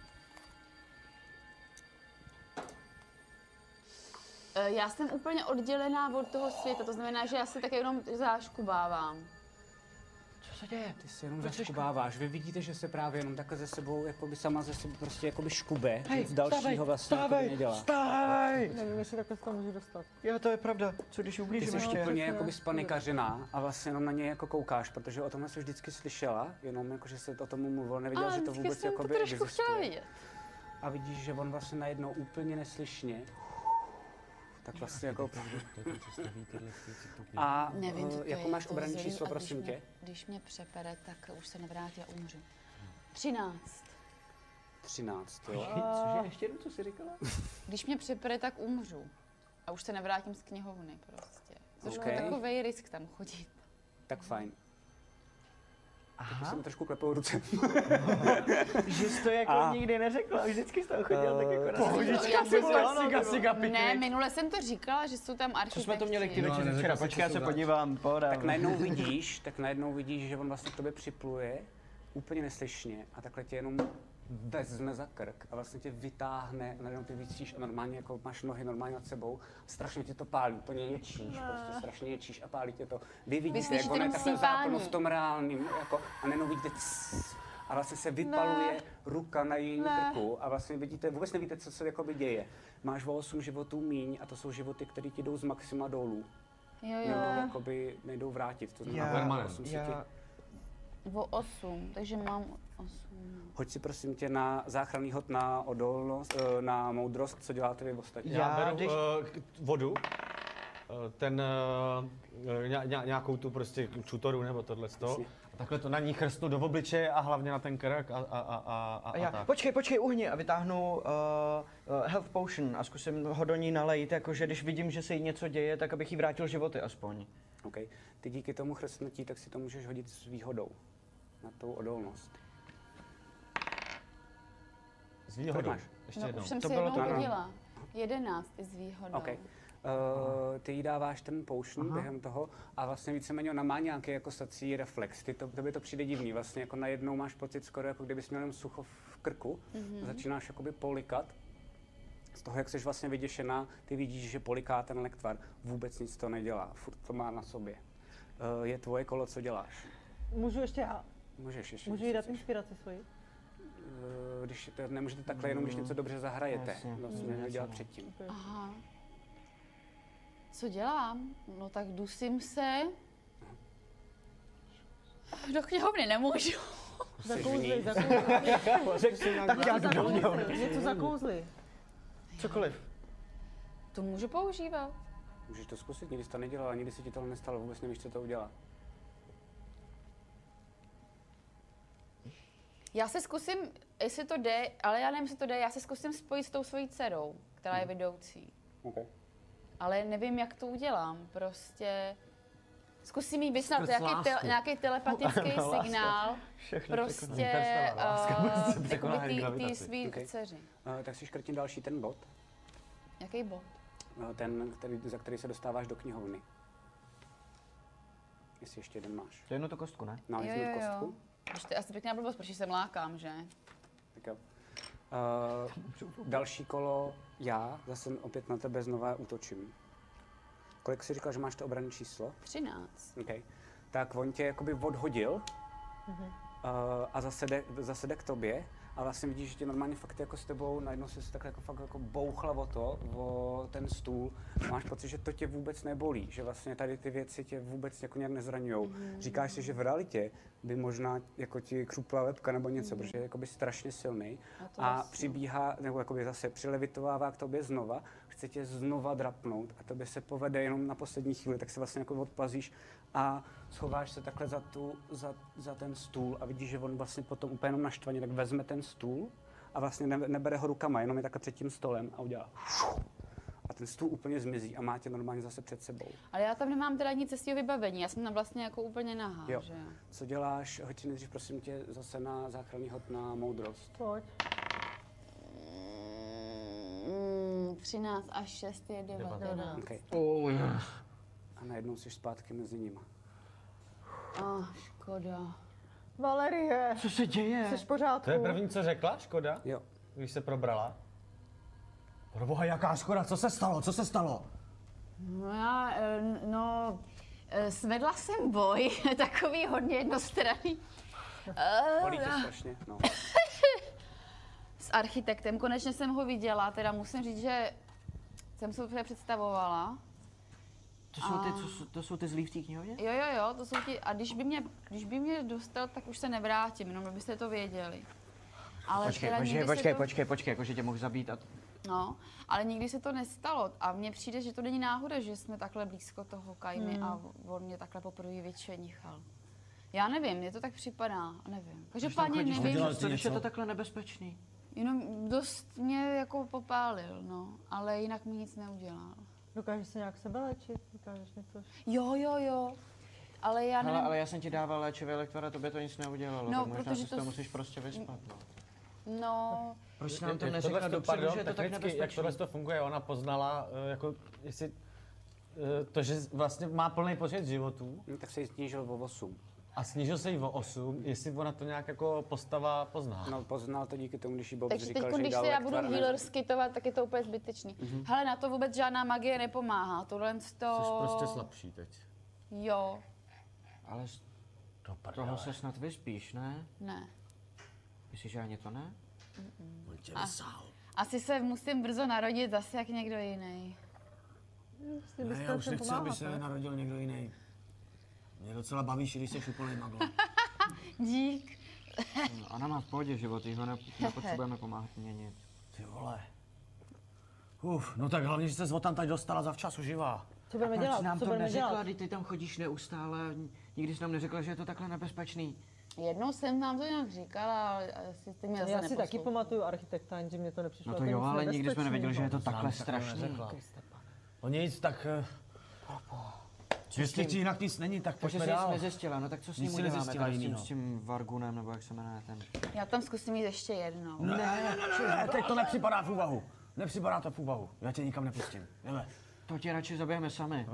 Uh, já jsem úplně oddělená od toho světa, to znamená, že já se tak jenom záškubávám. Co se děje? Ty se jenom zaškubáváš. Vy vidíte, že se právě jenom takhle ze sebou, jakoby sama ze sebou prostě jakoby škube. Nic dalšího vlastně jakoby nedělá. Vstávej! Nevím, jestli takhle se tam můžu dostat. Jo, to je pravda. Co když Ty ublížím jsi ještě? úplně jakoby spanikařená a vlastně jenom na něj jako koukáš, protože o tomhle jsi vždycky slyšela, jenom jako, že se o tom mluvil, nevěděla, Ale že to vždycky vůbec jsem to jakoby trošku chtěla existuje. vidět. A vidíš, že on vlastně najednou úplně neslyšně, tak vlastně jako... A Nevím, co uh, to jako je, máš to obranné zelí, číslo, a když prosím mě- tě? Když mě přepere, tak už se nevrátí a umřu. třináct. třináct, jo. Cože, ještě jednou, co jsi říkala? Když mě přepere, tak umřu. A už se nevrátím z knihovny prostě. Trošku OK. takovej risk tam chodit. Tak fajn. Taky Aha, jsem trošku klepou ruce. že jsi to jako A- nikdy neřekla, vždycky jsi tam chodil tak jako na Pohodička, Já jsem Kasika, Kasika, Ne, minule jsem to říkala, že jsou tam architekti. Co jsme to měli k No, večeři neřekl včera? jsi, Počkej, já co se jsou podívám, pohoda. Tak najednou vidíš, tak najednou vidíš, že on vlastně k tobě připluje úplně neslyšně a takhle tě jenom vezme za krk a vlastně tě vytáhne a najednou ty vícíš a normálně jako máš nohy normálně nad sebou, strašně tě to pálí, úplně ječíš, prostě strašně ječíš a pálí tě to. Vy vidíte, jak slyšíte ona je jenom takhle sípání. záplno v tom reálným jako, a najednou vidíte cs, a vlastně se vypaluje Ne. ruka na jejím Ne. krku a vlastně vidíte, vůbec nevíte, co se jakoby děje. Máš o osm životů míň a to jsou životy, které ti jdou z maxima dolů. Jo, Nejdou, jo. jakoby, nejdou vrátit, to znamená, Já- permanent. osm si ti- Já, O osm, takže mám osm. Hoď si prosím tě na záchranný hod na odolnost, eh, na moudrost, co děláte vy ostatní. Já, Já, beru když- uh, vodu, uh, ten, uh, ně, ně, nějakou tu prostě čutoru nebo tohle Jasně. a takhle to na ní chrstnu do obličeje a hlavně na ten krk a, a, a, a, a, a já, a tak. počkej, počkej, uhni a vytáhnu uh, uh, health potion a zkusím ho do ní nalejt, jakože když vidím, že se jí něco děje, tak abych jí vrátil životy aspoň. Okay. Ty díky tomu chrstnutí, tak si to můžeš hodit s výhodou na tou odolnost. S výhodou. máš? Ještě No, jednou. už jsem To si bylo jednou to, no. hodila. Jedenáct i s výhodou. Okay. Uh, ty jí dáváš ten potion během toho a vlastně víceméně ona má nějaký jako sací reflex. Ty to, tobě to přijde divný, vlastně jako najednou máš pocit skoro jako kdybys měl jenom sucho v krku, mm-hmm. začínáš jakoby polikat. Z toho, jak jsi vlastně vyděšená, ty vidíš, že poliká ten lektvar, vůbec nic to nedělá, furt to má na sobě. Uh, je tvoje kolo, co děláš? Můžu ještě já? Můžeš ještě. Můžu jí něco dát chceš. inspiraci svoji? Uh, když to nemůžete takhle, jenom když něco dobře zahrajete. Jasně. Vlastně měl dělat předtím. Aha. Co dělám? No tak dusím se. Do knihovny nemůžu. Jsi v ní. Tak já dovolím. Něco zakouzli. Cokoliv. To můžu používat. Můžeš to zkusit, nikdy jsi to nedělala, nikdy se ti to nestalo, vůbec nevíš, co to udělá. Já se zkusím, jestli to jde, ale já nevím, jestli to jde, já se zkusím spojit s tou svojí dcerou, která je vedoucí. Okay. Ale nevím, jak to udělám, prostě... Zkusím jí vyslat Skrz nějaký, te, lásku. nějaký telepatický No, láska. signál, Všechno prostě překoná. Láska prostě uh, překoná jakoby tý- gravitaci. tý svý Okay. dceři. Uh, tak si škrtni další ten bod, Jaký bod? uh, ten, který, za který se dostáváš do knihovny. Jestli ještě jeden máš. To je jednu tu kostku, ne? No, Jo, vezmi jo, jo. kostku. Když to je asi pěkná blbost, protože se mlákám, že? Tak jo. Uh, další kolo já zase opět na tebe znova útočím. Kolik jsi říkal, že máš to obranné číslo? třináct. Okay. Tak on tě jakoby odhodil uh, a zase jde, zase jde k tobě a vlastně vidíš, že tě normálně fakt jako s tebou najednou se takhle jako fakt jako bouchla o to, o ten stůl. A máš pocit, že to tě vůbec nebolí, že vlastně tady ty věci tě vůbec jako nějak nezraňujou. Mm. Říkáš si, že v realitě by možná jako ti křupla lepka nebo něco, mm. protože je jakoby strašně silný A to a vlastně. přibíhá, nebo jakoby zase přilevitovává k tobě znova, chce tě znova drapnout a tobě se povede jenom na poslední chvíli, tak se vlastně jako odplazíš a schováš se takhle za, tu, za, za ten stůl a vidíš, že on vlastně potom úplně jenom naštvaně tak vezme ten stůl a vlastně ne, nebere ho rukama, jenom je takhle před tím stolem a udělá a ten stůl úplně zmizí a má tě normálně zase před sebou. Ale já tam nemám teda nic cestního vybavení, já jsem tam vlastně jako úplně nahá, Jo. že? Co děláš? Hoď si nejdřív prosím tě zase na záchranný hod na moudrost. Pojď. Mm, třináct až šest je devatenáct. Okay. Oh, A najednou jsi zpátky mezi nimi. Oh, škoda. Valerie, Co se děje? jsi v pořádku? To je první, co řekla, Škoda, Jo. když se probrala. Proboha, jaká škoda, co se stalo, co se stalo? No já, eh, no, eh, svedla jsem boj, takový hodně jednostranný. Eh, Bolí tě strašně? No. S architektem, konečně jsem ho viděla, teda musím říct, že jsem si to představovala. To jsou ty, co, jsou- to jsou ty zlí v té knihovně? Jo, jo, jo, to jsou ti, a když by mě, když by mě dostal, tak už se nevrátím, jenom abyste to věděli. Ale Počkej, teda počkej, nikdy se počkej, to, počkej, počkej, jakože tě mohl zabít a... No, ale nikdy se to nestalo a mně přijde, že to není náhoda, že jsme takhle blízko toho Kajmy Hmm. a on mě takhle poprvé vyčenichal. Já nevím, mně to tak připadá, nevím. Každopádně Chodíš, nevím, Udělal jsi co když je něco? to takhle nebezpečný? jenom dost mě jako popálil, no, ale jinak mi nic neudělal. Dokážeš se nějak sebeléčit? Dokážeš něco? Jo, jo, jo, ale já nevím. Hele, ale já jsem ti dával léčivé lektora, tobě to nic neudělalo, No, tak možná protože si to to s- musíš prostě vyspat, no. No, Proč nám to Jak neřekla tohle to- dopředu, pardon, že je to tak technicky, Jak nebezpečný? tohle to funguje, ona poznala, eh, jako jestli eh, to, že vlastně má plný počet životů No, tak se jí snížil o osm. a snížil se jí o osm, jestli ona to nějak jako postava pozná. No, poznal to díky tomu, když jí Bob takže říkal, teď, že jí když dal se já budu lektvar, ne? healer skytovat, tak je to úplně zbytečný. Mm-hmm. Hele, na to vůbec žádná magie nepomáhá, tohle to... Jsi prostě slabší teď. Jo, Ale z Do toho prdele. se snad vyspíš, ne? ne. Myslíš, že ani to ne? On tě vysál. Asi se musím brzo narodit zase jak někdo jiný. Vlastně Ne, byste já už všem nechci, aby pomáhat, se ne? narodil někdo jiný. Mě docela bavíš, když jsi úplný magl. Dík. No, ona má v pohodě život, jí ho ne, nepotřebujeme pomáhat měnit. Ty vole. Uf, no tak hlavně, že jsi se tam dostala zavčasu živá. Co budeme Proč dělat? nám Co to budeme neřekla, dělat? když ty tam chodíš neustále, nikdy jsi nám neřekla, že je to takhle nebezpečný. Jednou jsem nám to nějak říkala, ale asi ty mě zase Já si taky neposlouchal. pamatuju architekta, jenže mě to nepřišlo No to jako jo, nic ale nikdy jsme nevěděli, že je to nebezpečného. takhle Nám takhle strašný. neřekla. Kriste pane. O nic, tak... eh, Jestli ti jinak nic není, tak Takže pojďme jsi nic dál. nezjistila, no tak co s Nic ním jsi uděláme nezjistila tady s tím, jinýho. s tím Vargunem, nebo jak se jmenuje ten. Já tam zkusím jít ještě jednou. Ne, ne, ne, ne, ne, teď to nepřipadá v úvahu. Nepřipadá to v úvahu. Já tě nikam nepustím. Jdeme. To tě radši zabijeme sami.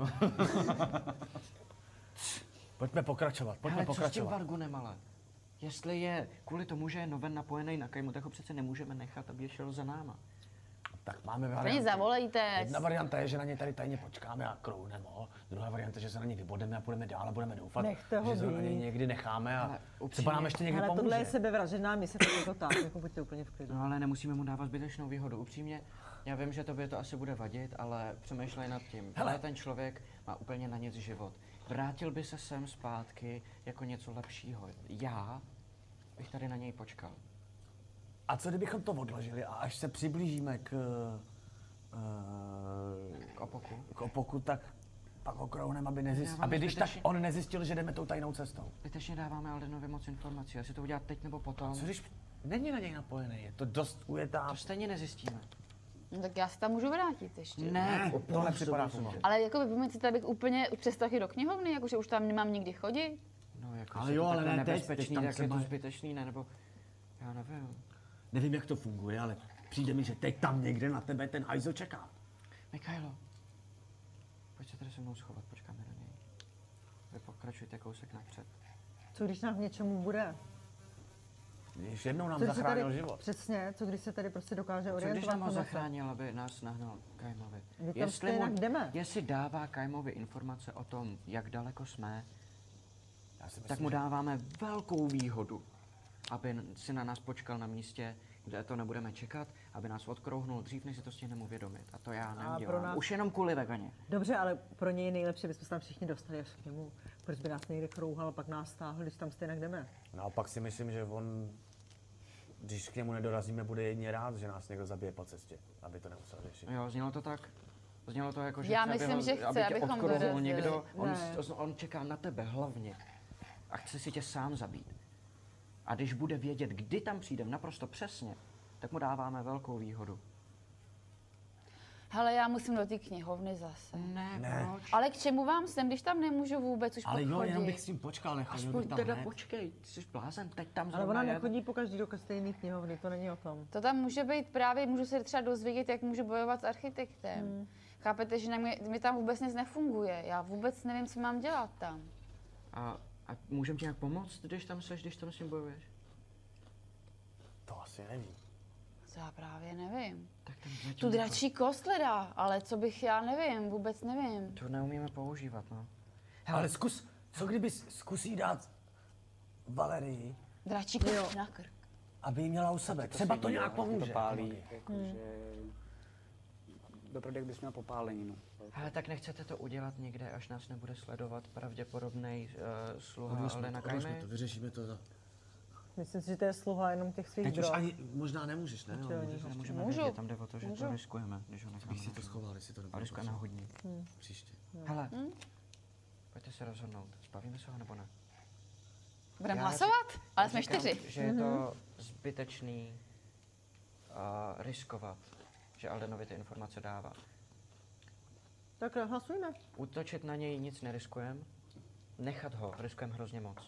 Pojďme pokračovat, pojďme Ale co s tím pokračovat. Vargunem ale? Jestli je kvůli tomu, že je Noven napojený na Kajmu, tak ho přece nemůžeme nechat, aby šel za náma. Tak máme Oni varianty. zavolejte. Jedna varianta je, že na ně tady tajně počkáme a krouneme ho. Druhá varianta je, že se na ně vybodeme a půjdeme dál a budeme doufat, Nechte ho že se na ně být. někdy necháme a Ale upřímně- třeba nám ještě někdy Ale pomůže. tohle je sebevražedná mise, tak jako tak, jako buďte úplně v klidu. No ale nemusíme mu dávat zbytečnou výhodu. Upřímně, já vím, že tobě to asi bude vadit, ale přemýšlej nad tím. Hele, ten člověk má úplně na nic život. Vrátil by se sem zpátky jako něco lepšího. Já bych tady na něj počkal. A co kdybychom to odložili a až se přiblížíme k, uh, K opoku. k opoku, tak pak okrouhneme, aby, nezjist... Dáváme aby když tak zbytečně- on nezjistil, že jdeme tou tajnou cestou. Zbytečně dáváme Aldenovi moc informací, jestli to udělat teď nebo potom. Co když není na něj napojený, je to dost ujetá. To stejně nezjistíme. No, tak já se tam můžu vrátit ještě. Ne, to nepřipadá tomu. Ale jako vy pomyslíte, abych úplně přestal chodit do knihovny, jakože už tam nemám nikdy chodit? No, jako Ale ale jo, jo, ale ale ne teď, nebezpečný, teď tam tak je to třeba- zbytečný, ne, nebo já nevím. Nevím, jak to funguje, ale přijde mi, že teď tam někde na tebe ten hajzl čeká. Michailo, pojď se tady se mnou schovat, počkáme na něj. Vy pokračujte kousek napřed. Co když nám k něčemu bude? Když jednou nám Co když se zachránil tady, život. Přesně, co když se tady prostě dokáže Co když orientovat? nám ho v tomhle? zachránil, aby nás nahnal Kaimovi? My tam stejně jdeme. Jestli dává Kaimovi informace o tom, jak daleko jsme, Já si myslím, tak mu že- dáváme velkou výhodu, aby n- si na nás počkal na místě, kde to nebudeme čekat, aby nás odkrouhnul dřív, než si to stihneme uvědomit. A to já pro neudělám. nás- Už jenom kvůli veganě. Dobře, ale pro něj je nejlepší, abychom se tam všichni dostali až k němu. Proč by nás někde krouhal, pak nás stáhl, když tam stejně jdeme? Naopak si myslím, že on, když k němu nedorazíme, bude jedině rád, že nás někdo zabije po cestě, aby to nemusel řešit. Jo, znělo to tak? Znělo to jako, že Já chce, aby myslím, ho- že chce, aby tě abychom odkrouhnul dorazili. někdo. On, Ne. s- on čeká na tebe hlavně. A chce si tě sám zabít. A když bude vědět, kdy tam přijdem naprosto přesně, tak mu dáváme velkou výhodu. Hele, já musím do té knihovny zase. Ne, Ne. proč? Ale k čemu vám jsem, když tam nemůžu vůbec už Ale jo, pochodit? jenom bych s tím počkal, nechodil bych Aspoň tam teda hned. počkej, ty jsi blázen, teď tam Ale zrovna ona jen. nechodí po každý do stejné knihovny, to není o tom. To tam může být právě, můžu se třeba dozvědět, jak můžu bojovat s architektem. Hmm. Chápete, že na mě, mi tam vůbec nic nefunguje. Já vůbec nevím, co mám dělat tam. A, a můžem ti nějak pomoct, když tam seš, když tam s ním bojuješ? To asi nevím. To já právě nevím. Tak ten zatím Tu dračí kost hledá, ale co bych, já nevím, vůbec nevím. To neumíme používat, no. Ale zkus, co kdyby zkusí dát Valerii, Dračí kost na krk. aby ji měla u sebe. Třeba to nějak pomůže. To pálí, jakože... Dopravdy, jak bys měl popáleninu. Ale tak nechcete to udělat někde, až nás nebude sledovat pravděpodobný uh, sluha Aldena Kaimy? to, vyřešíme to za... Myslím si, že to je sluha jenom těch svých Teď už drog. ani možná nemůžeš, ne? Určitě No, oni můžeš, Nemůžeme Můžu. vědět, tam jde o to, že Můžu. to riskujeme, když ho necháme. bych si to na chvíli. schoval, jestli to A nebude riskujeme hodně. příště. Hele, pojďte se rozhodnout, zbavíme se ho nebo ne? Budeme Já hlasovat? Ale Já jsme říkám, čtyři. že je to zbytečný uh, riskovat, že Aldenovi ty informace dává. Tak hlasujme. Útočit na něj nic neriskujeme, nechat ho riskujeme hrozně moc.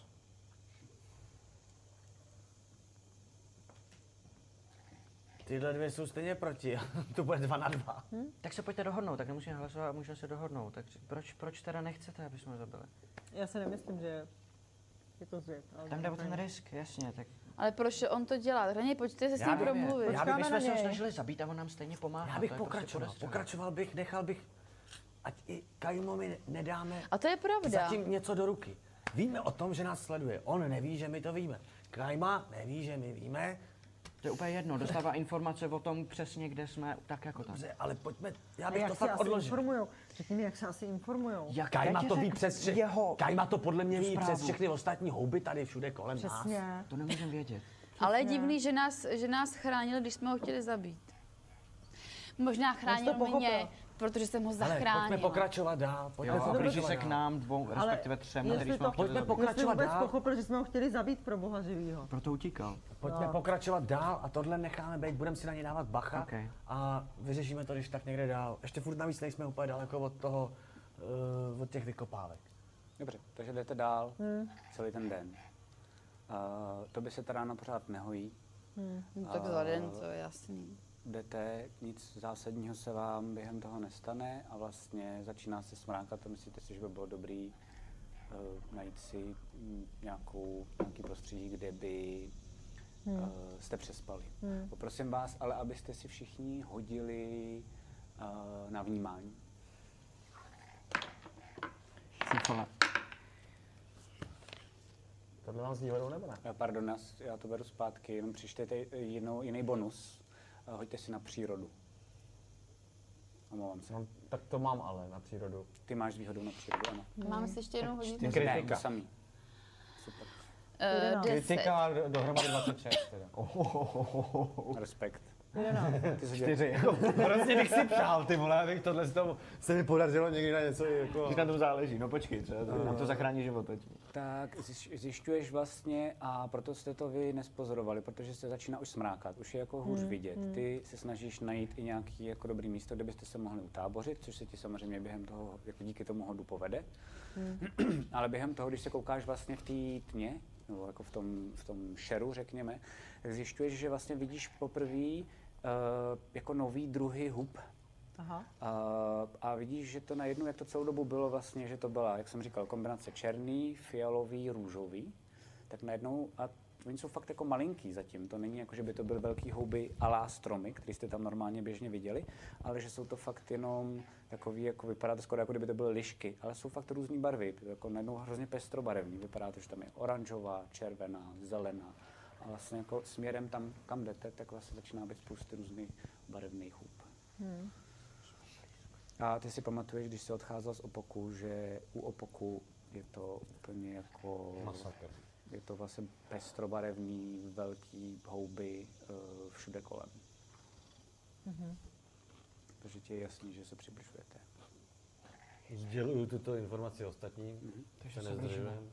Tyhle dvě jsou stejně proti, to bude dva na dva. Tak se pojďte dohodnout, tak nemusíme hlasovat, můžeme se dohodnout. Tak proč, proč teda nechcete, aby jsme ho zabili? Já si nemyslím, že je to zvěd. ale Tam jde o nevím. ten risk, jasně, tak Ale proč on to dělá? Raně, pojďte se s Já ním bych- promluvit. já bych- my Počkáme jsme na se ho něj. snažili zabít a on nám stejně pomáhá. Já bych to je prostě pokračoval, podezřelé. pokračoval bych, nechal bych, ať i Kaimovi nedáme A to je pravda. zatím něco do ruky. Víme o tom, že nás sleduje, on neví, že my to víme. Kaima neví, že my víme, To je úplně jedno, dostává informace o tom přesně, kde jsme, tak jako tak. dobře, ale pojďme, já A bych jak to se fakt asi odložil. informujou? Řekni mi, jak se asi informujou. Jak Kaima já ti to ví řeknu přes vše, jeho Kaima to podle mě tu ví zprávu. přes všechny ostatní houby tady všude kolem nás. Přesně. To nemůžeme vědět. Ale je divný, že nás, že nás chránil, když jsme ho chtěli zabít. Možná chránil pochopil. mě, protože jsem ho Ale pojďme zachránila. pokračovat dál, pojďme Jo, a pokračovat blíží se k dál. nám dvou, Ale respektive třem, jestli který jsme to- ho chtěli pojďme zabít. pokračovat Jestli vůbec dál. pochopil, že jsme ho chtěli zabít pro boha živýho. Proto utíkal. Pojďme No. pokračovat dál a tohle necháme být, budeme si na ně dávat bacha Ok. a vyřešíme to, když tak někde dál. Ještě furt navíc nejsme úplně daleko od toho, uh, od těch vykopávek. Dobře, takže jdete dál celý ten den. Uh, to by se ta rána pořád nehojí. No, tak za den, to je jasný. Jdete, nic zásadního se vám během toho nestane a vlastně začíná se smránkat a myslíte si, že by bylo dobrý uh, najít si mm, nějakou, nějaký prostředí, kde by uh, jste přespali. Poprosím vás, ale abyste si všichni hodili uh, na vnímání. Tohle vám s výhodou nebo ne? Eh, Pardon, já, s- já to beru zpátky, jenom přičtěte jinou, jiný bonus. Eh, Hoďte si na přírodu. Omlouvám se. No, tak to mám ale na přírodu. Ty máš výhodu na přírodu, ano. Máme si ještě jednou hodit? Kritika. Ne, samý. Super. Uh, deset. dohromady dvacet šest teda. Respekt. Jedenáct. Ty jsi Čtyři. Hrozně bych si přál, ty vole, abych tohle z toho se mi podařilo někdy na něco jako... Když na tom záleží, no počkej, třeba to, nám to zachrání život teď. Tak zjiš- zjišťuješ vlastně a proto jste to vy nespozorovali, protože se začíná už smrákat, už je jako hůř vidět. Ty se snažíš najít i nějaký jako dobrý místo, kde byste se mohli utábořit, což se ti samozřejmě během toho, jako díky tomu hodu povede. Ale během toho, když se koukáš vlastně v té tmě, nebo jako v tom, v tom šeru, řekněme, tak zjišťuješ, že vlastně vidíš poprvé uh, jako nový druhy hub. Aha. Uh, a vidíš, že to najednou, jak to celou dobu bylo vlastně, že to byla, jak jsem říkal, kombinace černý, fialový, růžový, tak najednou, a oni jsou fakt jako malinký zatím, to není jako, že by to byly velký houby alá stromy, které jste tam normálně běžně viděli, ale že jsou to fakt jenom takový, jako vypadá to skoro jako kdyby to byly lišky, ale jsou fakt různý barvy, jako najednou hrozně pestrobarevný, vypadá to, že tam je oranžová, červená, zelená a vlastně jako směrem tam, kam jdete, tak vlastně začíná být spousty různých barevných hub. Hmm. A ty si pamatuješ, když jsi odcházel z Opoku, že u Opoku je to úplně jako... Masakr. Je to vlastně pestrobarevný, velký houby uh, všude kolem. Mm-hmm. Takže ti je jasný, že se přibližujete. Sděluju tuto informaci ostatním, Mhm. Takže se se nezdržujeme.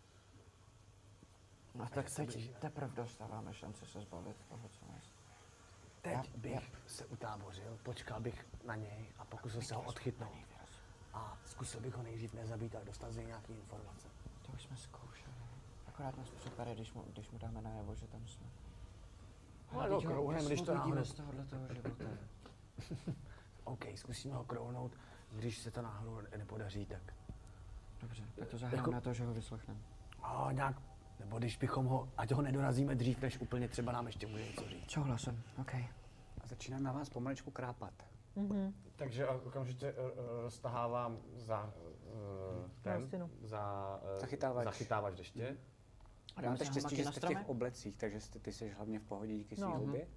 No tak teď teprve dostáváme šanci se zbavit toho, co nás. Teď Já- bych já- se utábořil, počkal bych na něj a pokusil se ho odchytnout. A zkusil bych ho nejdřív nezabít a dostat z něj nějaký informace. To už jsme zkoušeli. Akorát nás přepere, když mu, když mu dáme najevo, že tam jsme. Ale no, krouhnem, když to náhodou... z tohohle toho života. OK, zkusíme ho krouhnout, když se to náhodou nepodaří, tak... Dobře, tak to zahrám Jako- na to, že ho vyslechneme. A nějak, nebo když bychom ho, ať ho nedorazíme dřív, než úplně třeba nám ještě může něco říct. Souhlasím, OK. A začíná na vás pomaličku krápat. Takže okamžitě roztahávám za ten, stěnu. za Zachytávač. zachytávač deště. A dáme Máte si štěstí, hamaky že na jste v těch stromy? oblecích, takže jste, ty jsi hlavně v pohodě díky svým No. hubě.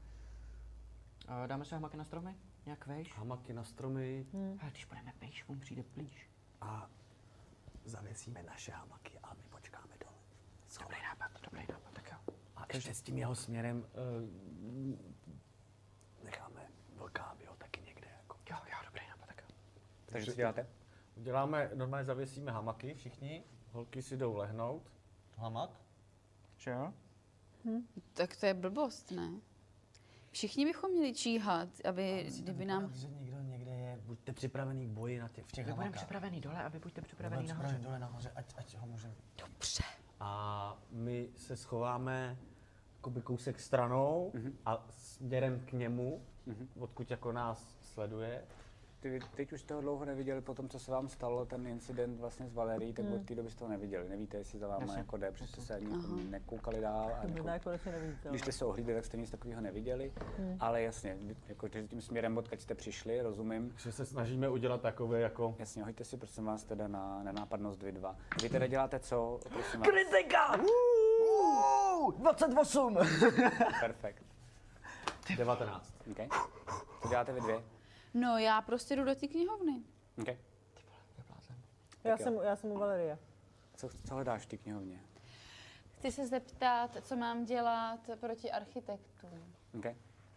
A dáme si hamaky na stromy? Nějak vejš? Hamaky na stromy Ale když budeme vejš, on přijde blíž. a zavěsíme naše hamaky a my počkáme dole. Dobrý nápad, dobrý nápad, tak jo. A ještě s tím jeho směrem uh, necháme vlka, aby ho taky někde jako... Jo, jo, dobrý nápad, tak jo. Takže co děláte? Děláme, normálně zavěsíme hamaky všichni, holky si jdou lehnout. Hamak? Že jo? Tak to je blbost, ne? Všichni bychom měli číhat, aby, kdyby nám... Že někdo někde je, buďte připravený k boji na těch, v těch Vy budeme hamakách. připravený dole a vy buďte připravený Budeme nahoře. připravený dole nahoře, ať, ať ho můžeme... Dobře. A my se schováme jakoby kousek stranou Mhm. a směrem k němu, Mhm. odkud jako nás sleduje. Ty, teď už jste ho dlouho neviděli po tom, co se vám stalo, ten incident vlastně s Valerií, tak od té doby jste ho neviděli. Nevíte, jestli za váma Jasně, jako jde, protože jste se ani jako Aha. nekoukali dál. A To jako, by konečně nevíte. když jste se ohlídli, tak jste nic takového neviděli. Ale jasně, jako že tím směrem, odkud jste přišli, rozumím. Takže se snažíme udělat takové jako... Jasně, hoďte si prosím vás teda na nenápadnost vy dva. Vy teda děláte co, prosím vás? Kritika! dvacet osm! Perfekt. devatenáct. Okay. Co děláte vy dvě? No já prostě jdu do té knihovny. Okay. Já Tak jo. jsem, já jsem u Valerie. Co, co hledáš v té knihovně? Chci se zeptat, co mám dělat proti architektům. Okay.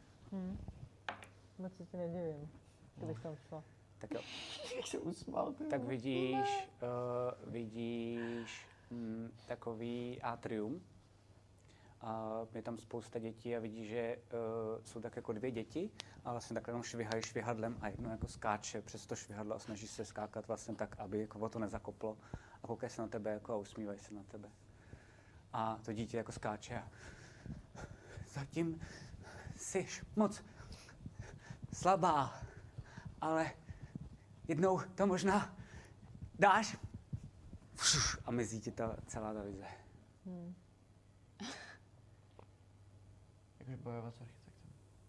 Moc se ti nedivím, kdybych tam šla. Tak jo. Jak se usmál, ty Tak vidíš, uh, vidíš mm, takový atrium. A je tam spousta dětí a vidíš, že uh, jsou tak jako dvě děti a vlastně takhle jenom švihají švihadlem a jedno jako skáče přes to švihadlo a snaží se skákat vlastně tak, aby jako o to nezakoplo a koukají se na tebe jako a usmívají se na tebe. A to dítě jako skáče a zatím jsi moc slabá, ale jednou to možná dáš a mizí ti ta celá ta vize. Jak bojovat s architektem?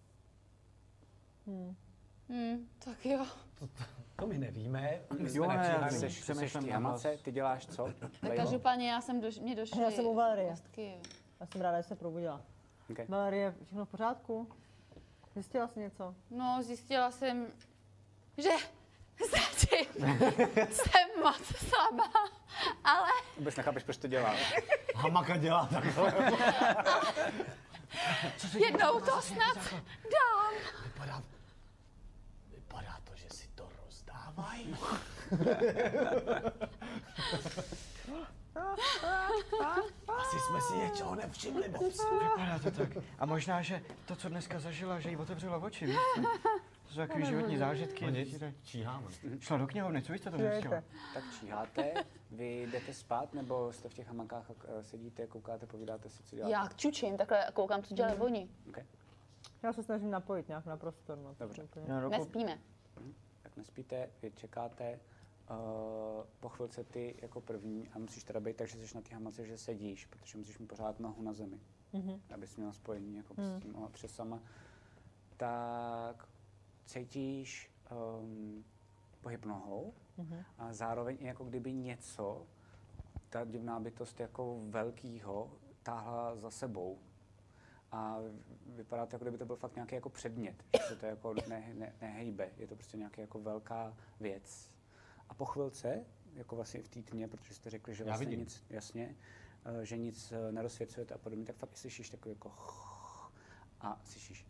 Hmm, tak jo. To my nevíme. My Jo, ne, já Ty vím. seš, ty seš Přemýšlím v té na hamace, vás. ty děláš co? Tak každopádně já jsem doš, mě došly Já jsem u Valerie. kostky. Já jsem ráda, že se probudila. Okay. Valerie, všechno v pořádku? Zjistila jsi něco? No, zjistila jsem, že zatím jsem moc slabá, ale Vůbec nechápeš, proč to dělá. Hamaka dělá takhle. jednou to snad dám. Vypadá, vypadá to, že si to rozdávají. Asi jsme si něčeho nevšimli, Bobsi. Vypadá to tak. A možná, že to, co dneska zažila, že jí otevřelo oči, víš? To jsou takový životní zážitky. No nic, číháme. Šla do knihovny, co jste to zjistila? Tak číháte, vy jdete spát, nebo jste v těch hamakách a sedíte, koukáte, povídáte si, co děláte? Já čučím, takhle koukám, co dělají oni. Okay. Já se snažím napojit nějak na prostor. No, Dobře. úplně. No, Nespíme. Tak nespíte, vy čekáte, uh, po chvilce ty jako první a musíš teda být tak, že jsi na té hamace, že sedíš, protože musíš mít pořád nohu na zemi, Mhm. abys měla spojení jako Mm. s tím uh, přesama. Tak cítíš um, pohyb nohou Mhm. a zároveň i jako kdyby něco, ta divná bytost jako velkýho táhla za sebou. A vypadá to, jako kdyby to byl fakt nějaký jako předmět, že se to jako ne, ne, nehejbe, je to prostě nějaká jako velká věc. A po chvilce, jako vlastně v té tmě, protože jste řekli, že Já vlastně vidím. nic, jasně, eh, že nic eh, nerozsvěcujete a podobně, tak fakt i slyšíš takový jako a slyšíš.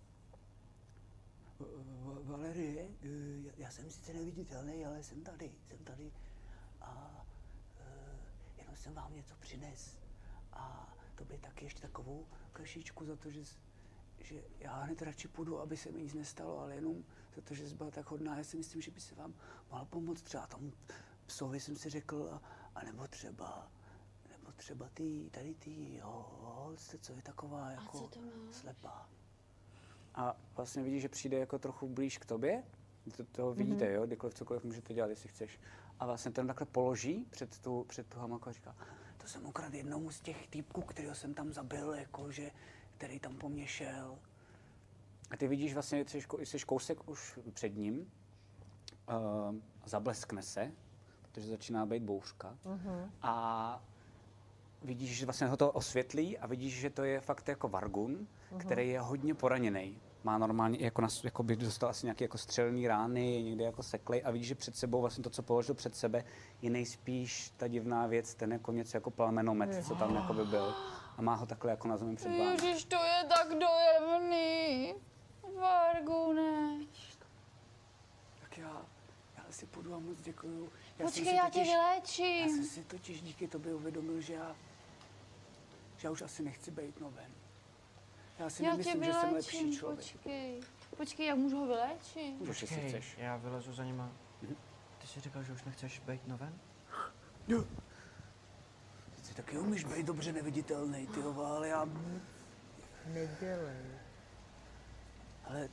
Valerie, eh, já- já jsem sice neviditelný, ale jsem tady, jsem tady a eh, jenom jsem vám něco přines. A to by taky ještě takovou kašičku za to, že, s- že já hned radši půjdu, aby se mi nic nestalo, ale jenom za to, že jsi byla tak hodná. Já si myslím, že by se vám mohla pomoct třeba tomu psovi, jsem si řekl, a, a nebo třeba, nebo třeba ty, tady ty holce, co je taková jako co to máš? slepá. A vlastně vidíš, že přijde jako trochu blíž k tobě, to, toho vidíte, jo, kdykoliv cokoliv můžete dělat, jestli chceš. A vlastně ten takhle položí před tu, před tu hamaku a říká, to jsem ukradl jednomu z těch týpků, kterého jsem tam zabil, jakože, který tam po mně šel. A ty vidíš vlastně, jsi, jsi kousek už před ním, uh, zableskne se, protože začíná být bouřka. Mhm. A vidíš, že vlastně ho to osvětlí a vidíš, že to je fakt jako Vargun, který je hodně poraněný. Má normálně, jako, na, jako by dostal asi nějaké jako střelné rány, je někde jako seklej a vidíš, že před sebou vlastně to, co položil před sebe, je nejspíš ta divná věc, ten jako něco jako plamenomet, co tam jako by byl. A má ho takhle jako na zemi před vámi. Ježiš, to je tak dojemný. Vargune. Tak já, já si půjdu a moc děkuju. Já jsem Počkej, si já tě totiž- Já vyléčím. jsem si totiž díky tobě uvědomil, že já, že já už asi nechci být noven. Já si Já tě nemyslím, že jsem lepší vyléčím, člověk. počkej. Počkej, jak můžu ho vyléčit? Můžeš, jestli Počkej, chceš. já vylezu za nima. Ty jsi říkal, že už nechceš být noven? Jo. Ty si taky umíš být dobře neviditelný, ty ale já... Nedělej. Ale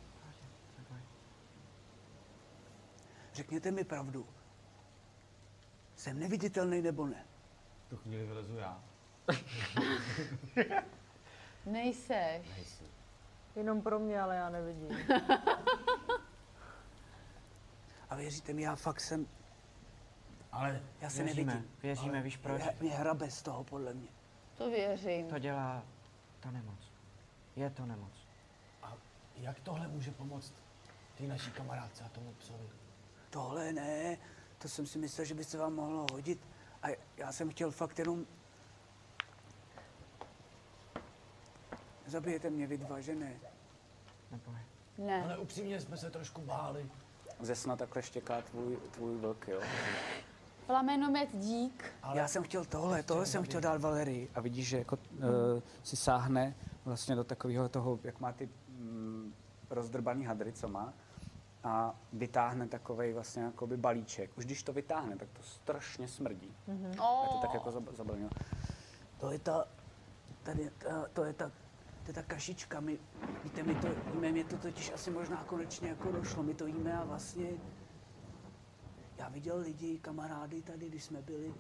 řekněte mi pravdu. Jsem neviditelný nebo ne? V tu chvíli vylezu já. Nejseš. Jenom pro mě, ale já nevidím. A věříte mi, já fakt jsem... Ale Já se Věříme, nevidím. věříme, víš proč? Mě, mě hrabe z toho, podle mě. To věřím. To dělá ta nemoc. Je to nemoc. a jak tohle může pomoct té naší kamarádce a tomu psovi? Tohle ne, to jsem si myslel, že by se vám mohlo hodit. A já jsem chtěl fakt jenom... Zabijete mě vy dva, že ne? Neboj. Ne. Ale upřímně jsme se trošku báli. Ze sna takhle štěká tvůj, tvůj vlk, jo? Plamenomet dík. Ale já jsem chtěl tohle, tohle jsem chtěl dát Valerii. A vidíš, že jako uh, si sáhne vlastně do takového toho, jak má ty mm, rozdrbaný hadry, co má, a vytáhne takovej vlastně jakoby balíček. Už když to vytáhne, tak to strašně smrdí. Mm-hmm. Oh. Je to tak jako zab- zabaleno. To je ta, tady, ta, to je ta, to je ta kašička. My, víte, my to jíme, mě to totiž asi možná konečně jako došlo. My to jíme a vlastně já viděl lidi, kamarády tady, když jsme byli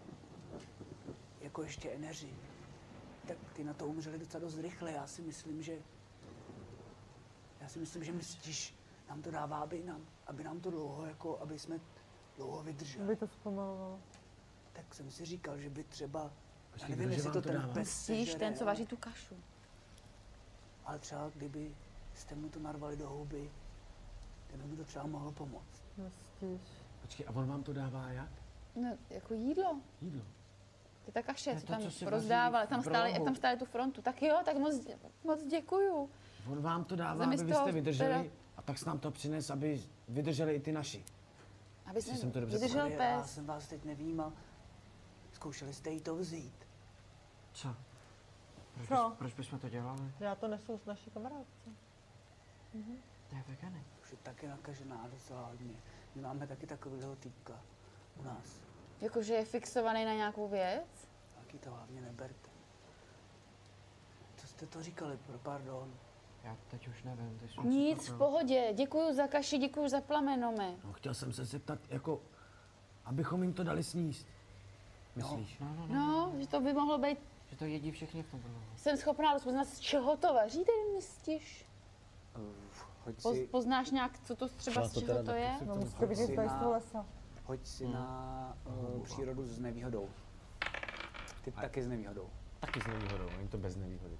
jako ještě eneři. Tak ty na to umřeli docela dost rychle. Já si myslím, že já si myslím, že myslíš, nám to dává, aby nám, aby nám to dlouho, jako, aby jsme dlouho vydrželi. By to zpomalovalo. Tak jsem si říkal, že by třeba, já Počkej, nevím, kdo, že jestli vám to to ten dává? pes Cíš, sežere, ten, co ale- vaří tu kašu. Ale třeba kdyby jste mu to narvali do houby, tak by mu to třeba mohlo pomoct. Myslíš? Počkej, a on vám to dává jak? No, jako jídlo. Jídlo. Ty ta kaše, To je co to, tam co si rozdávali, vaří tam v stáli, jak rohu. tam stáli tu frontu. Tak jo, tak moc, dě- moc děkuju. On vám to dává, Zemi aby z vy toho jste vydrželi teda- a tak s nám to přines, aby vydrželi i ty naši. Aby Jestli jsem to dobře vydržel Já pes. jsem vás teď nevnímal. Zkoušeli jste jí to vzít. Co? Proč, Co? bys, proč bychom to dělali? Já to nesu s naší kamarádce. To je veganek. Už je taky nakažená docela hodně. My máme taky takového týpka u nás. Jakože je fixovaný na nějakou věc? Taky to hlavně neberte. Co jste to říkali, pro pardon? Já teď už nevím. Ty jsi Nic, si v pohodě. Děkuju za kaši, děkuju za plamenome. No, chtěl jsem se zeptat, jako, abychom jim to dali sníst. Myslíš? No, no, no. No, že to by mohlo být... Že to jedí všichni v tom blogu. Jsem schopná rozpoznat, z čeho to vaří, ten mistiš? Uf, hoď Poz, si, poznáš nějak, co to třeba, z čeho to je? No musíte Hoď vidět si tady z na- toho lesa. hoď si na uh, přírodu s nevýhodou. Ty taky s nevýhodou. Taky s nevýhodou, není to bez nevýhody.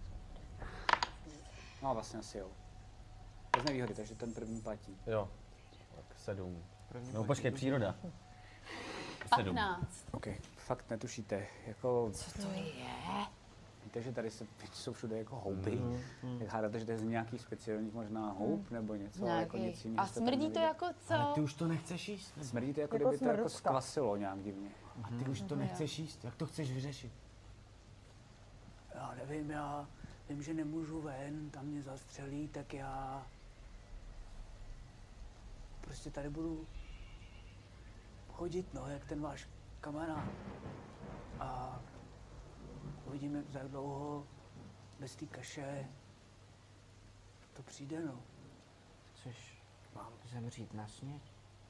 No vlastně asi jo. Bez nevýhody, takže ten první platí. Jo, tak sedm. První No počkej, příroda. Sedm. patnáct. OK, fakt netušíte, jako Co to je? víte, že tady se, jsou všude jako houby. Mm, Jak hádáte, že to je z nějaký speciální možná houb nebo něco, ale jako nic Nějaký. jiného. A jste tam smrdí to neviděli. jako Ale co? ty už to nechceš jíst? nebo? Smrdí to jako, Jako kdyby to jako smrduska. zkvasilo nějak divně. A ty už to nechceš jíst? Jak to chceš vyřešit? Já nevím, já vím, že nemůžu ven, tam mě zastřelí, tak já prostě tady budu chodit, no, jak ten váš kamarád. A uvidíme, za jak dlouho bez té kaše to přijde, no. Chceš zemřít na sněď?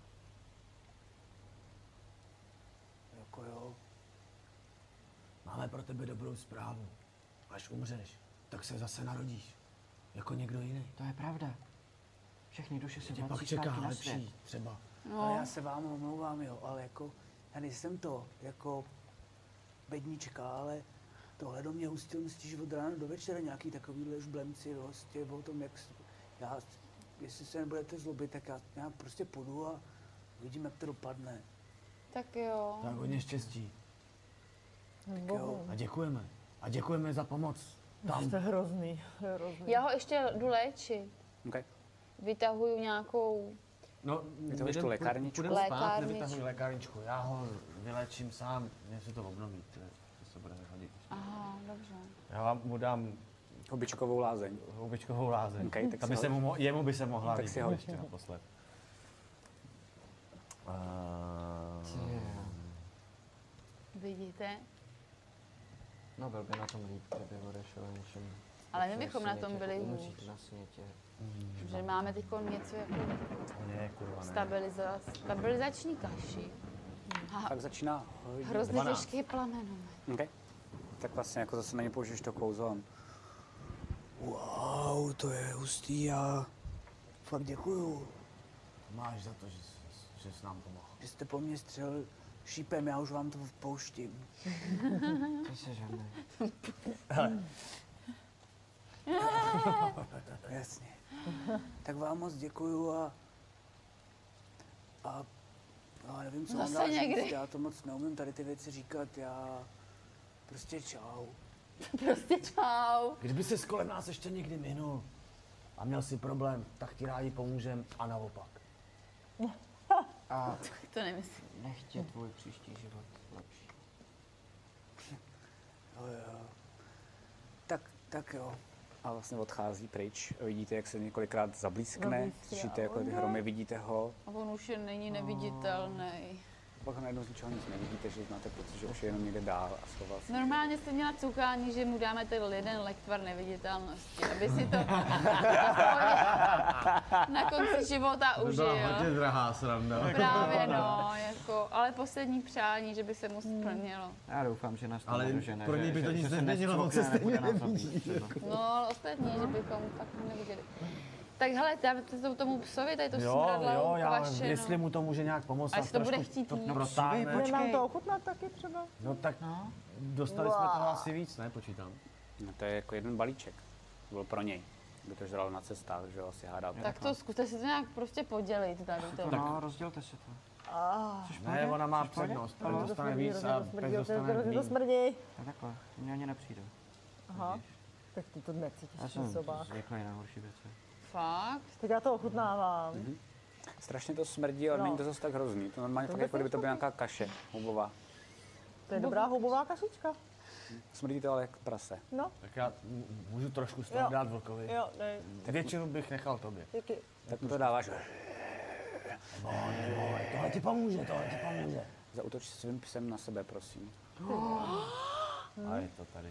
Jako jo. Máme pro tebe dobrou zprávu. Až umřeš, tak se zase narodíš. Jako někdo jiný. To je pravda. Všechny duše se Tě pak vrací čeká zpátky na svět. lepší třeba. No. Ale No, já se vám omlouvám, jo, ale jako, já nejsem to, jako bednička, ale tohle do mě hustil myslíš od rána do večera nějaký takovýhle žblemci, prostě o tom, jak, s- já, jestli se nebudete zlobit, tak já nějak prostě půjdu a uvidím, jak to dopadne. tak jo. Tak hodně štěstí. Tak jo. A děkujeme. A děkujeme za pomoc. Tam. Jste hrozný, hrozný. Já ho ještě jdu léčit. Okay. Vytahuju nějakou... No, Vytahuješ tu lékárničku? Půjdem spát, Lékárničku. nevytahuj lékárničku. Já ho vylečím sám, mě se to obnoví. To, je- to se bude vyhodit. Aha, dobře. Já vám mu dám Hubičkovou lázeň. houbičkovou lázeň. OK, tak Aby si se ho- mu, mo- jemu by se mohla Tak líbit si ho- ještě naposled. Uh, Vidíte? No byl by na tom líp, kdyby odešel něčem. Ale my bychom na tom byli hůř. Umřít na světě. Že máme teď něco jako ne, kurva, ne. stabiliza, stabilizační kaši. Tak začíná hodit. Hrozně dvanáct. těžký plamen. Okay. Tak vlastně jako zase na ně použiješ to kouzlo. Wow, to je hustý, já fakt děkuju, Máš za to, že, jsi- že jsi nám pomohl. že jste po mně střelil šípem, já už vám to pouštím. Ty se žádný. Jasně. Tak vám moc děkuju a, a já nevím, co vám Zase dál někdy. říct, já to moc neumím tady ty věci říkat, já prostě čau. Prostě čau. Kdyby se kolem nás ještě někdy minul a měl si problém, tak ti rádi pomůžem a naopak. A To nemyslím. nech je tvůj příští život lepší. Jo, jo. Tak, tak jo. A vlastně odchází pryč. Vidíte, jak se několikrát zablízkne. Zablízkne, Slyšíte jako ty hromy, vidíte ho. A on už je není neviditelný. Pak najednou z ničeho nic nevidíte, že máte pocit, že už je jenom někde dál a schoval se. Normálně jste měla cukání, že mu dáme ten jeden lektvar neviditelnosti, aby si to na konci života užil. drahá sranda. Právě no, jako, ale poslední přání, že by se mu splnilo. Já doufám, že nás to Ale nedožene, pro že- něj by to že- nic že se nezměnilo, on se nestřelkne, stejně nebude nás nevidí. zabít třeba. No, ale ostatní, že bychom fakt neviděli. Tak hele, dáte to tomu psovi, tady to Jo, smradlavou jo, já, kvašenu. jestli mu to může nějak pomoct. A jestli to trošku bude chtít jíst. protáhne. Bude nám to ochutnat taky třeba? No tak dostali jsme toho asi víc, ne? Počítám. No, to je jako jeden balíček. To byl pro něj. By to žral na cestách, že jo, asi hádáte. Tak to zkuste si to nějak prostě podělit tady to. No, rozdělte si to. Ne, ona má přednost, ale Ano, to dostane smrdí, víc hrozně a to smrdí, pes to dostane hrozně to víc. smrdí. Tak takhle, mně ani nepřijde. Aha. Tak ty to necítíš Já v jsem sobách. zvyklý na horší věci. Fakt? Tak já to ochutnávám. Mm-hmm. Strašně to smrdí, ale No. není to zase tak hrozný. To normálně To fakt vůbec jako kdyby to není byla nějaká kaše houbová. To je dobrá houbová kašička. Smrdí to ale jak prase. No, Tak já m- můžu trošku z Jo. toho dát vlkovi. jo, ne, Většinu bych nechal tobě. díky. Tak mu to dáváš. Tohle ti pomůže, tohle ti pomůže. Zaútoč svým psem na sebe, prosím. A je to tady.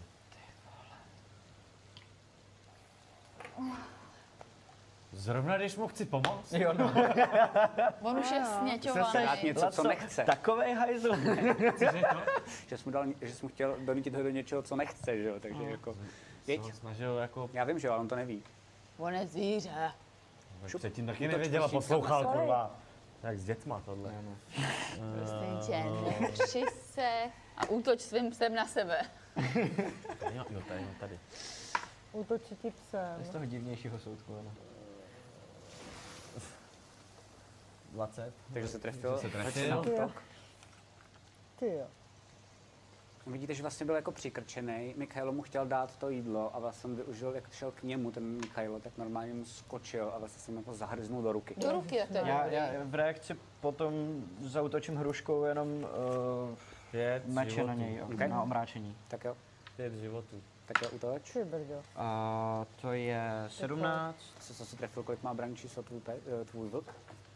Zrovna když mu chci pomoct? Jo, no. On už je Dát sněťovaný. něco, co nechce. Takovej hajzl. Že jsi mu, dal, že jsi mu chtěl donutit ho do něčeho, co nechce, že jo? Takže jako, Jsem jeď. snažil jako... Já vím, že jo, ale on to neví. On je zvíře. Předtím taky Útoč nevěděl a prosím, poslouchal, sorry. kurva. Jak s dětma tohle. Prostě tě, nepři se a útoč svým psem na sebe. Jo, jo, tady, jo, tady. Útočí ti psem. Z toho divnějšího soudku, ano. dvacet. Takže se trefil. se trefil. Začne na útok. Ty jo. Vidíte, že vlastně byl jako přikrčený. Mikhailo mu chtěl dát to jídlo a vlastně využil, jak šel k němu ten Mikhailo, tak normálně mu skočil a vlastně se mu jako zahryznul do ruky. Do ruky, jak to je Já, dobrý. já v reakci potom zautočím hruškou jenom uh, Pět meče na životů. něj, Okay. na omráčení. Tak jo, Pět životů. tak jo, útoč. Ty brďo. A to je sedmnáct. Co, co si trefil, kolik má braní číslo tvůj, pe, eh, tvůj vlk?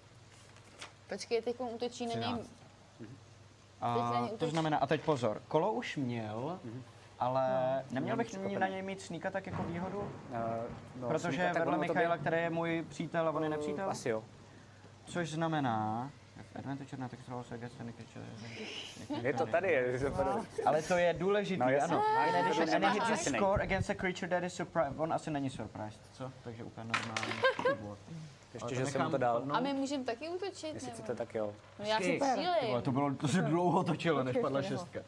Počkej, teď on útočí na něj. třináct. Teď na A něj to útočí. znamená, a teď pozor, kolo už měl, ale neměl bych překvapený. na něj mít sníka tak jako výhodu? Uh, no, Protože sníka, tak vedle ono to Michaila, by- který je můj přítel a on je nepřítel? Asi jo. Což znamená, advantage na text rolls against any creature. Je to tady, je to tady. Ale to je důležitý, No, jasně. ano. Máš In addition, to, že any máš hit you fascinate. score against a creature that is surprised. On asi není surprised, co? Takže úplně normální. Ještě, že jsem mu to dal. A my můžeme taky útočit, Jestli nebo? chcete, tak jo. No já si Vole, cílím. to bylo, to se dlouho točilo, než Počkej, padla ještě šestka.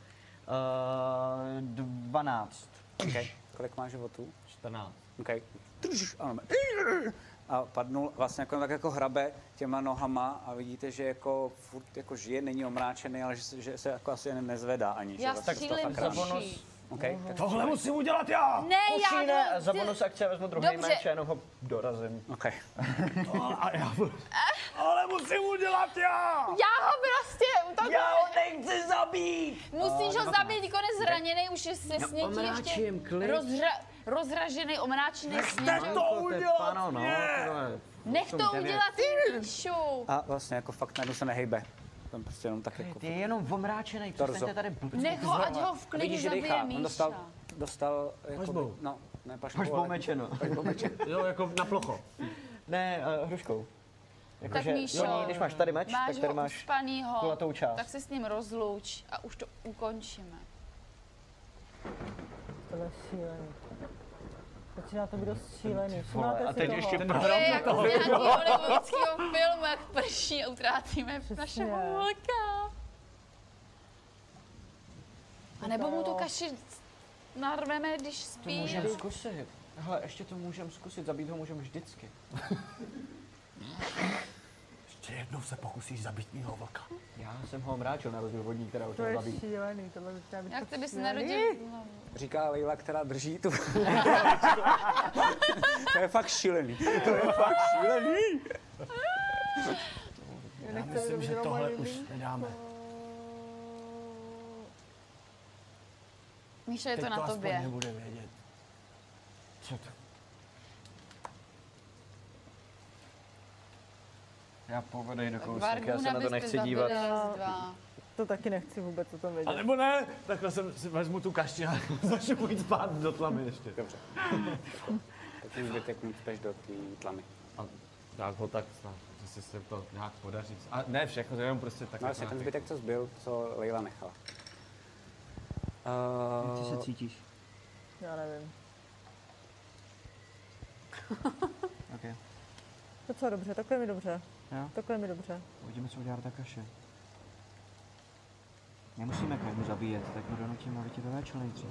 Uh, dvanáct. Okay. Kolik má životů? čtrnáct. Okay. Trž, ano. A padnul vlastně jako, tak jako hrabe těma nohama a vidíte, že jako furt jako žije, není omráčený, ale že se, že se jako asi nezvedá ani. Já že vlastně to střílím fakt za rád. bonus. Okay. tak Tohle musím udělat já! Ne, já Musí ne, jdu- za bonus akce vezmu druhý Dobře. meč a jenom ho dorazím. Okay. A já ale musím udělat já! Já ho prostě útočím. nechci zabít! Musíš ho zabít, když je zraněný, už je se snětí ještě omráčím, klid. rozhra, rozražený, omráčený sněžou. to udělat Pano, no, tyhle. Nech to osm, devět. udělat, Míšu. A vlastně jako fakt najednou se nehejbe. Tam prostě jenom tak jako... Ty je jenom omráčený, Torzo. přestaňte tady blbci. Nech ho, ať ho v A klidu vidíš, že zabije dýchá. On Míša. dostal, dostal jako... Pažbou. No, ne pažbou, Pažbou ale- meče, no. Pažbou meče. Jo, jako na plocho. Ne, uh, hruškou. Jako, Tak že, Míšo, jo, když máš tady meč, Máš tak tady ho máš uspanýho, kulatou část. tak se s ním rozluč a už to ukončíme. Tohle je šílený. Začíná to být dost šílený. vole, Všimnáte a si teď toho? ještě To je jako z nějakého hollywoodského filmu, jak prší a utrácíme našeho vlka. A nebo mu tu kaši narveme, když To spí. můžeme zkusit. Hele, ještě to můžeme zkusit, zabít ho můžeme vždycky. Ještě jednou se pokusíš zabít mýho vlka. Já jsem ho omráčil na rozdíl od ní, která už To ho je zabít. šílený, tohle začíná být Jak fakt ty bys šílený. narodil? Říká Leila, která drží tu... To je fakt šílený. To je fakt šílený. Já myslím, že tohle už nedáme. Míša, je to Teď na to aspoň tobě. nebude vědět. Co to? Já povedej do kousek, já se Varguna na to byste nechci zabili dívat. z dva. To taky nechci vůbec o tom A vědět. nebo ne, takhle jsem si vezmu tu kašti a začnu jít spát do tlamy ještě. Dobře. Tak ten zbytek mu cpeš do té tlamy. A dát ho tak snad, že se to nějak podaří. A ne všechno, jenom prostě tak. No asi ten zbytek, co zbyl, co Leila nechala. Jak ty se Uh, cítíš? Já nevím. Okay. Docela dobře, takhle je mi dobře. Jo? Takhle je mi dobře. Uvidíme, co udělá ta kaše. Nemusíme komu zabíjet, tak ho donutíme, aby ti to léčil nejdřív.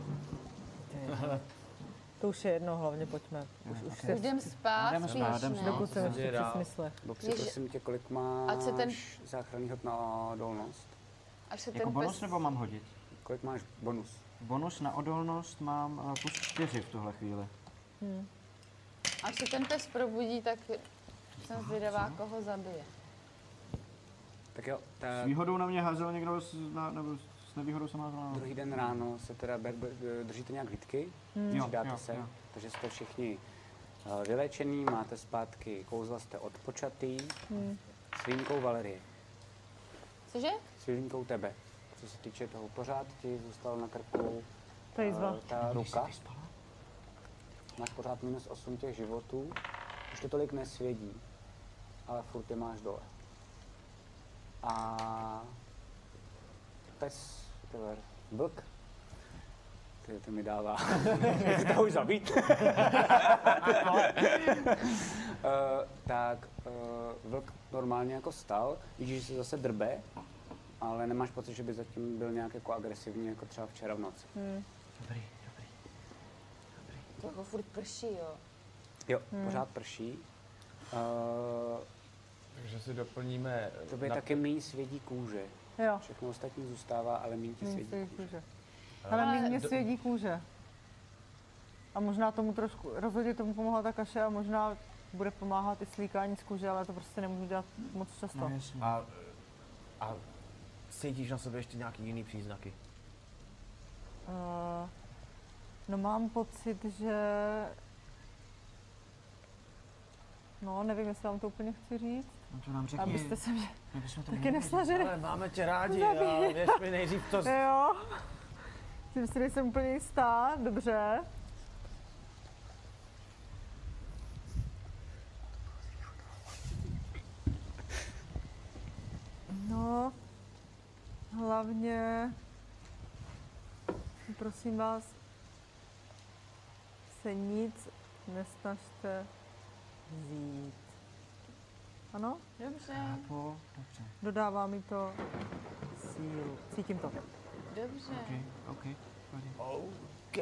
To už je jedno, hlavně pojďme. Už, Jo, už ok. se, Jdem spát Jdeme spíš, spát, jdem ne? spát. dokud jsem ještě Jde při dál. smyslech. Bobsi, Ježi- prosím tě, kolik máš Ať se ten- záchranný hod na odolnost? Až se Jako ten bonus pes... nebo mám hodit? Kolik máš bonus? Bonus na odolnost mám uh, plus čtyři v tuhle chvíli. Hmm. Až se ten pes probudí, tak jsem zvědavá, koho zabije. Tak jo, S tak výhodou na mě házel někdo, s, na, nebo s nevýhodou jsem házel na... druhý den ráno se teda ber, ber, držíte nějak hlídky, Jo, přidáte jo, se, jo. takže jste všichni uh, vylečený, máte zpátky kouzla, jste odpočatý, Hmm. s výjimkou Valerie, Cože? s výjimkou tebe. Co se týče toho, pořád ti zůstalo na krku To je jizva. uh, ta ruka. Máš pořád minus osm těch životů, už to tolik nesvědí, ale furt je máš dole. A pes, tyhle, vlk, ty, ty mi dává, ty to už zabít. uh, tak uh, vlk normálně jako stal, vidíš, že se zase drbe, ale nemáš pocit, že by zatím byl nějak jako agresivní, jako třeba včera v noci. Hmm. Dobrý, dobrý. To jako furt prší, jo. Jo, hmm. pořád prší. Uh, Takže si doplníme... to by taky méně svědí kůže. Jo. Všechno ostatní zůstává, ale méně ti Míň svědí svědí kůže. kůže. Ale Ale- míň mě svědí kůže. A možná tomu trošku, rozhodně tomu pomohla ta kaše a možná bude pomáhat i slíkání z kůže, ale to prostě nemůžu dělat moc často. No jasně. A, a cítíš na sobě ještě nějaký jiný příznaky? Uh, no mám pocit, že... No, nevím, jestli vám to úplně chci říct, No to nám řekni. abyste se mě My bychom to taky měli. nesnažili. Ale máme tě rádi Zabij. a věř mi nejdřív to... Jo. Tím si nejsem úplně jistá, dobře. No, hlavně, prosím vás, se nic nesnažte vzít. Ano? Dobře, Chápu, dobře. Dodává mi to sílu. Cítím to. dobře. OK, OK. Pojď. OK.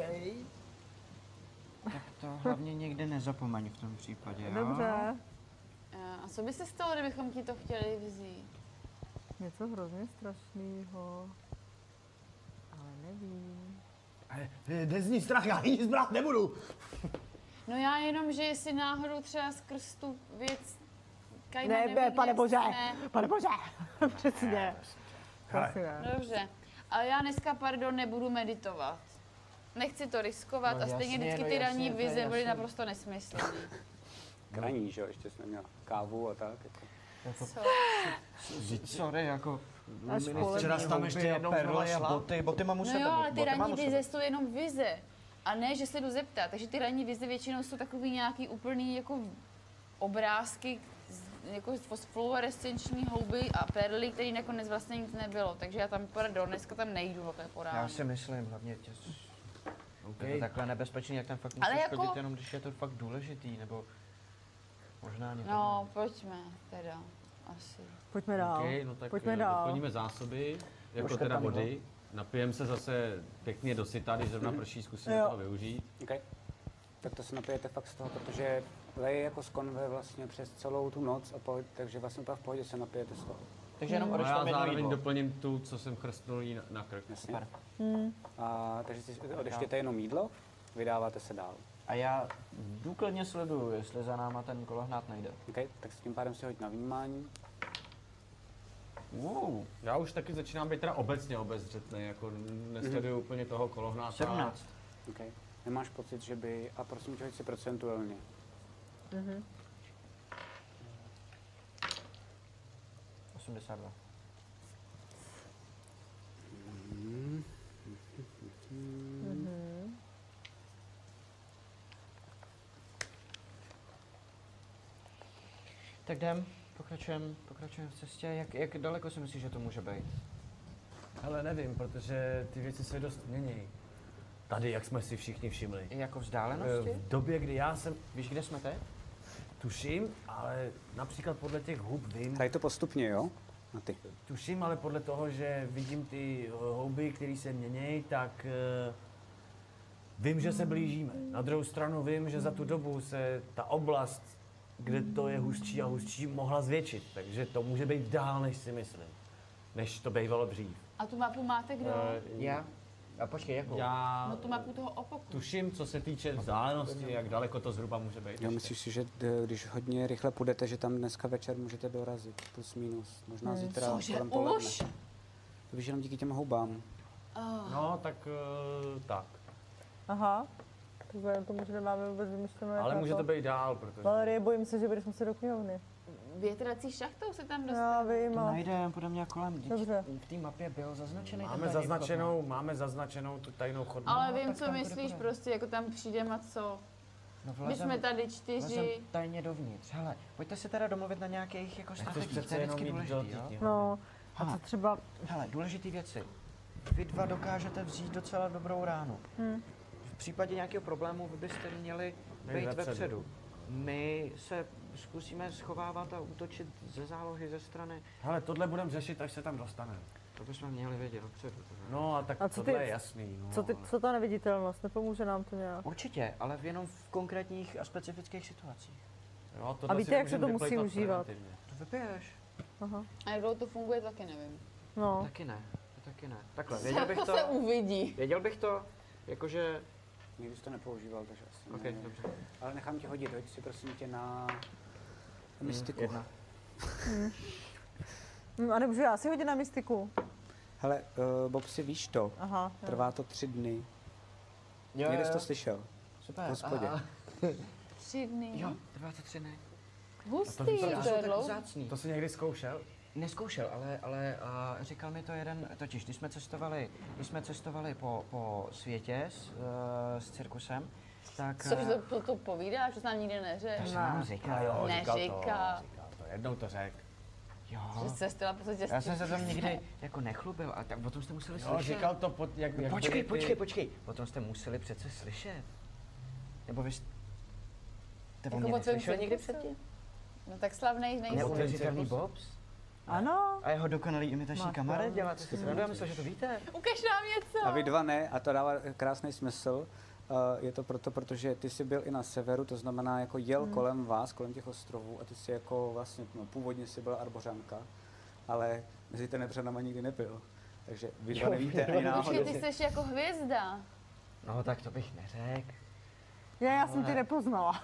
Tak to hlavně někde nezapomeň v tom případě, jo? Dobře. A co by se stalo, kdybychom ti to chtěli vzít? Něco hrozně strašného. Ale nevím. Nezní strach, já nic brát nebudu. No já jenom, že jestli náhodou třeba skrz tu věc Kajna Ne, nevidí, ne, pane bože, ne. pane bože, přesně. Hele. Přesně. Dobře, ale já dneska, pardon, nebudu meditovat. Nechci to riskovat No a stejně jasně, vždycky no ty ranní jasně, to je vize byly jasný. naprosto nesmyslné. Kraní, že jo, ještě jsem neměl kávu a tak. Jako. Jako, Co? sorry, jako... Až poledne. Včera jsi tam ještě jednou znova šla. boty, boty mám u No sebe. jo, ale ty boty mám ranní u sebe. vize jsou jenom vize. A ne, že se jdu zeptat. Takže ty ranní vize většinou jsou takový nějaký úplný jako obrázky, z- jako fluorescenční houby a perly, který nakonec vlastně nic nebylo. Takže já tam, pardon, dneska tam nejdu takhle po ránu. Já si myslím, hlavně tě... Okay. Je to takhle nebezpečný, jak tam fakt Ale musíš jako- chodit, jenom když je to fakt důležitý, nebo možná něco. No, pojďme teda, asi. Pojďme dál. Okay, no tak Pojďme eh, dál. doplníme zásoby, jako Už teda tam vody. Napijeme se zase pěkně dosyta, když zrovna prší, zkusíme Jo. toho využít. Okay. Tak to se napijete fakt z toho, protože leje jako z konve vlastně přes celou tu noc, a pohod, takže vlastně úplně v pohodě se napijete z toho. Takže jenom No odeš já tam jedno zároveň jídlo. doplním tu, co jsem chrstnul jí na, na krk. Jasně. Super. Hmm. A, takže si odeštěte jenom jídlo, vydáváte se dál. A já důkladně sleduju, jestli za náma ten kolohnát nejde. Okay? Tak s tím pádem si hoď na vnímání. Wow. Já už taky začínám být teda obecně obezřetný, jako nesleduju Mhm. úplně toho kolohnáta. sedmnáct. Okay. Nemáš pocit, že by, a prosím tě, hoď si procentuálně. Mhm. osmdesát dva. Mhm. Tak jdem, pokračujeme, pokračujeme v cestě. Jak, jak daleko si myslíš, že to může být? Ale nevím, protože ty věci se dost mění. Tady, jak jsme si všichni všimli. I jako vzdálenosti? V době, kdy já jsem, Víš, kde jsme teď? tuším, ale například podle těch hub vím, Tady to postupně, jo? Na ty. tuším, ale podle toho, že vidím ty eh, houby, které se mění, tak uh, vím, že se blížíme. Na druhou stranu vím, že za tu dobu se ta oblast, kde to je hustší a hustší, mohla zvětšit. Takže to může být dál, než si myslím. Než to bývalo dřív. A tu mapu máte kdo? Eh, Já? A počkej, jakou? Já No tu mapu toho opoku. tuším, co se týče vzdálenosti, jak daleko to zhruba může být. Jo, ještě. myslíš si, že d- když hodně rychle půjdete, že tam dneska večer můžete dorazit, plus minus, možná Hmm. zítra Cože kolem poledne. už? To víš jenom díky těm houbám. Oh. No, tak uh, tak. Aha. Tak to možná nemáme vůbec vymyšleno, jak Ale na může to být dál, protože... Valerie, bojím se, že budeš muset do knihovny. Větrací šachtou se tam Já dostane. vím, To ale... najdeme podle mě kolem. Vždyť Dobře. V té mapě byl zaznačený ten Máme tajný zaznačenou, máme zaznačenou tu tajnou chodbu. Ale No, vím, tak co tam myslíš, půjde. prostě jako tam přijdeme a co. vchod. No, My vlezem, jsme tady vlezem čtyři. tajně dovnitř. Hele, pojďte se teda domluvit na nějakých jako Nechceš strategiích, to přece je jenom vždycky jít do důležitý, té jo? knihovny. No, a Aha. co třeba... Hele, důležitý věci. Vy dva dokážete vzít docela dobrou ránu. Hm. V případě nějakého problému vy byste měli Nejít být vepředu. vepředu. My se zkusíme schovávat a útočit ze zálohy, ze strany. Hele, tohle budeme řešit, až se tam dostaneme. To bychom měli vědět dopředu. teda. No a tak A co tohle ty- je jasný. No, Co, ty, ale- co ta neviditelnost? Nepomůže nám to nějak? Určitě, ale jenom v konkrétních a specifických situacích. Jo, tohle A si víte, jak se nemůžeme to musí vyplejtvat užívat? preventivně. To vypiješ. Aha. A jak dlouho to funguje, taky nevím. No. Taky ne, to taky ne. Takhle, věděl bych To to, se uvidí. věděl bych to, jakože... Nikdy jsi to nepoužíval, takže asi Ok, ne. dobře. Ale nechám tě hodit, hoď si prosím tě na mystiku. Jedna. Hm, a nemůžu já si hodit na mystiku? Hele, uh, Bob, si víš to, Aha. jo. trvá to tři dny. Jo, Někde jsi jo, to slyšel? super. v hospodě. A- a- Tři dny. Jo, trvá to tři dny. Hustý, Proto to jsou je tak dlouho. vzácný. To jsi někdy zkoušel? Neskoušel, ale, ale a říkal mi to jeden, totiž když jsme cestovali, když jsme cestovali po, po světě s, uh, s cirkusem, tak... Což eh, to, to, to povídá, že jsi nám nikdy to neřekl. jsem vám říkal, jo, říkal to, Neříká. říkal to, jednou to řek. jo. Že cestila po podstatě Já jsem se tam nikdy jako nechlubil, a tak o tom jste museli Jo, slyšet. říkal to, pod, jak, jak Počkej, byly ty- počkej, počkej, o tom jste museli přece slyšet. Nebo vy jste o mě Jako o tvém neslyšel někdy cirkusu? předtím? No tak slavnej nejsi. Neuvěřitelný Bobs? Ano. A jeho dokonalý imitační Máš kamarád, pravdu. děláte si srandu, já myslel, že to víte. Ukaž nám něco. A vy dva ne, a to dává krásný smysl. Uh, je to proto, protože ty jsi byl i na severu, to znamená jako jel Hmm. kolem vás, kolem těch ostrovů a ty jsi jako vlastně, no původně jsi byla arbořanka, ale mezi ten nebřanama nikdy nebyl. Takže vy dva Jo, nevíte vy ani dva náhodou. Počkej, ty jsi jako hvězda. No tak to bych neřekl. Já, já jsem tě nepoznala.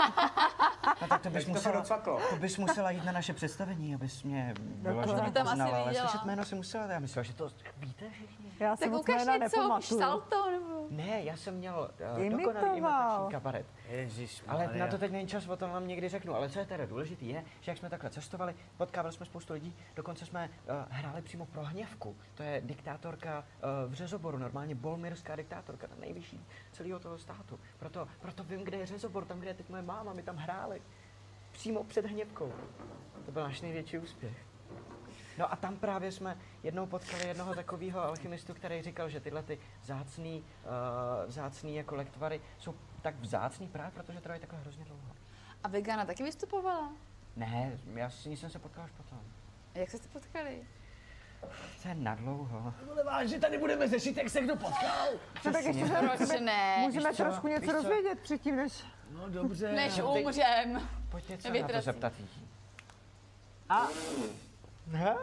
No tak to bys, Jak to se musela, docvaklo? to bys musela jít na naše představení, abys mě vyloženě To by tam asi poznala, ale viděla. slyšet jméno si musela, já myslela, že to víte všichni. Já si Tak moc ukaž jména něco, nepamatuju. salto nebo... Ne, já jsem měl uh, Imitoval. dokonalý imitační kabaret. Ježíš, Ale na to teď není čas, o tom vám někdy řeknu. Ale co je teda důležité je, že jak jsme takhle cestovali, potkávali jsme spoustu lidí, dokonce jsme uh, hráli přímo pro Hněvku. To je diktátorka uh, v Řezoboru, normálně bolmirská diktátorka, ta nejvyšší celého toho státu. Proto, proto vím, kde je Řezobor, tam, kde je teď moje máma, my tam hráli. Přímo před Hněvkou. To byl náš největší úspěch. No a tam právě jsme jednou potkali jednoho takového alchymistu, který říkal, že tyhle ty vzácný, uh, vzácný jako lektvary jsou tak vzácný právě, protože trvají takhle hrozně dlouho. A vegana taky vystupovala? Ne, já s ní jsem se potkal až potom. A jak jste se potkali? To je nadlouho. Vole, vážně tady budeme řešit, jak se kdo potkal. No, tak ještě se Proč ne? můžeme Víš co? trošku něco Víš co? dozvědět předtím, než... No dobře. Než No, teď- umřem. Pojď něco na to Nevytrací. zeptat jí. A? Ne?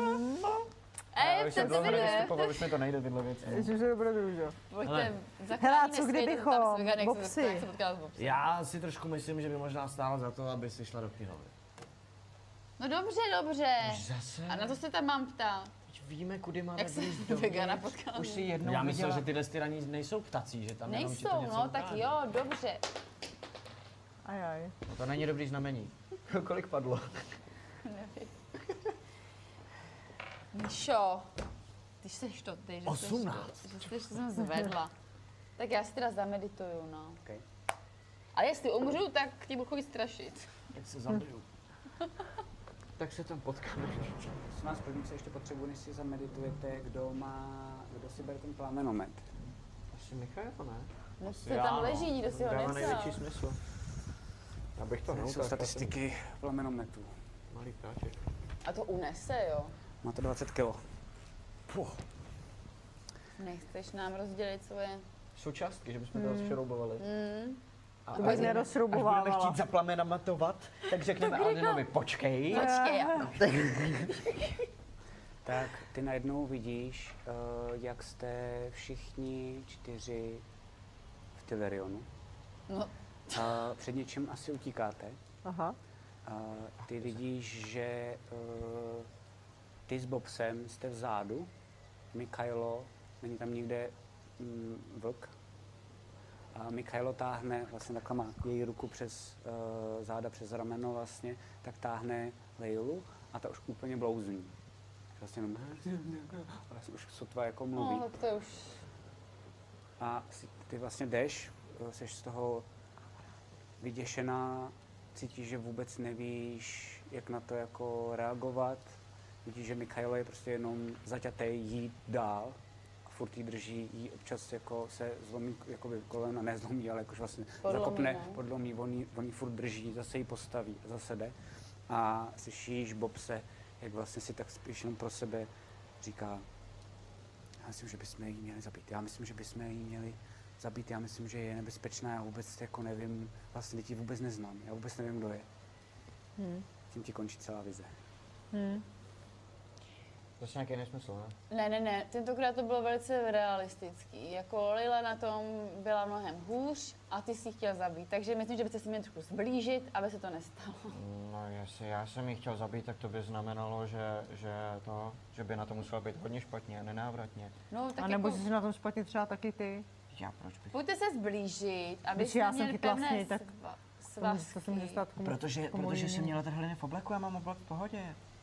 Ej, před se jde. už mi to nejde tyhle věci. Ježiš, že bude družo. Pojďte, Hele, co kdybychom, Jak Bobsi? se potkala s Bobsi. Já si trošku myslím, že by možná stálo za to, aby si šla do knihovny. No dobře, dobře. Už zase? A na to se tam mám ptát. Teď víme, kudy máme Jak se blíž vegana dovnitř. potkala? Už si jednou Já myslel, viděla. že tyhle ty raní nejsou ptací, že tam jenom ti to Nejsou, něco no, tak ukáže. jo, dobře. Ajaj. No to není dobrý znamení. Kolik padlo? Nevím. Míšo, ty jsi to, ty, že jsi Osmnáct. to, že jsi, že jsem zvedla. Tak já si teda zamedituju, no. Okay. Ale jestli umřu, tak ti budu chodit strašit. Jak se zabiju. Tak se tam potkáme. S vás první, co ještě potřebuji, než si zameditujete, kdo má, kdo si bere ten plamenomet. Asi Michal, ne? No Asi se já, tam no. leží, nikdo si ho Dává nepsal. největší smysl. Abych to To jsou neukázal. statistiky plamenometu. Malý ptáček. A to unese, jo. Má to dvacet kilo. Puh. Nechceš nám rozdělit svoje... Součástky, že bychom to rozšroubovali. Mm. A To bych až nerozšroubovávala. budeme chtít zaplamenamatovat, tak řekneme Aldinovi počkej. Počkej, já. Tak ty najednou vidíš, uh, jak jste všichni čtyři v Tylerionu. No. Uh, před něčím asi utíkáte. Aha. Uh, ty vidíš, že uh, ty s Bobsem jste vzadu. Mikhailo, není tam nikde mm, vlk. A Mikhailo táhne, vlastně takhle má její ruku přes uh, záda, přes rameno vlastně, tak táhne Leilu a ta už úplně blouzní. Vlastně jenom, vlastně už sotva jako mluví. No, tak to už... A ty vlastně jdeš, jsi z toho vyděšená, cítíš, že vůbec nevíš, jak na to jako reagovat. Vidíš, že Mikhailo je prostě jenom zaťatej jít dál a furt jí drží, jí občas jako se zlomí jakoby kolena, ne zlomí, ale jakož vlastně Podlomí, zakopne, no. podlomí, on jí, on jí furt drží, zase ji postaví, zase jde. A slyšíš Bobse, jak vlastně si tak spíš jenom pro sebe říká, já myslím, že bychom ji měli zabít, já myslím, že bychom ji měli zabít, já myslím, že je nebezpečná, já vůbec jako nevím, vlastně ti vůbec neznám, já vůbec nevím, kdo je. Hmm. Tím ti končí celá vize. Hmm. To je nějaký nesmysl, ne? Ne, ne, ne, tentokrát to bylo velice realistický. Jako Lila na tom byla mnohem hůř a ty si ji chtěl zabít. Takže myslím, že byste si měli trochu zblížit, aby se to nestalo. No jestli já jsem ji chtěl zabít, tak to by znamenalo, že, že to, že by na to muselo být hodně špatně, nenávratně. No, tak A nebo jako, jsi na tom špatně třeba taky ty? Já proč bych... pojďte se zblížit, aby Když já jsme jsem měli chytla pevné sněj, tak sva, To, to se může stát komu, Protože, komu protože jsem jinému. měla trhliny v obleku, já mám oblek v pohodě.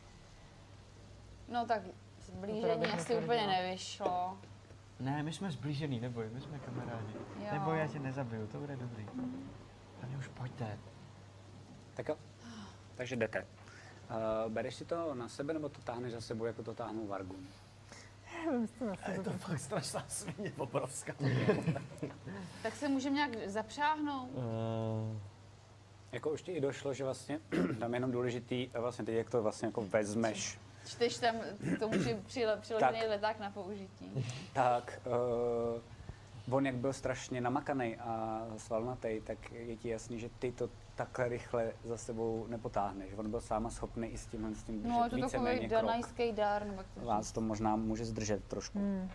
No tak To zblížení bych asi úplně netvrdila. nevyšlo. Ne, my jsme zblížený, neboj, my jsme kamarádi. Jo. Neboj, já tě nezabiju, to bude dobrý. Hlavně už pojďte. Tak jo, takže jdete. Uh, bereš si to na sebe, nebo to táhneš za sebou, jako to táhnou Vargun? Vem si to na Je sebe. to fakt strašná svině obrovská. Tak se můžeme nějak zapřáhnout. Uh, jako už ti i došlo, že vlastně tam je jenom důležitý, a vlastně teď jak to vlastně jako vezmeš, Čteš tam k tomu při, při, přiložený leták na použití. tak uh, on jak byl strašně namakaný a svalnatý, tak je ti jasný, že ty to takhle rychle za sebou nepotáhneš. On byl sám schopný i s tímhle s tím držet No, je to takový víceméně krok. danajský dár, nebo jak to Vás to možná může zdržet trošku. Hmm.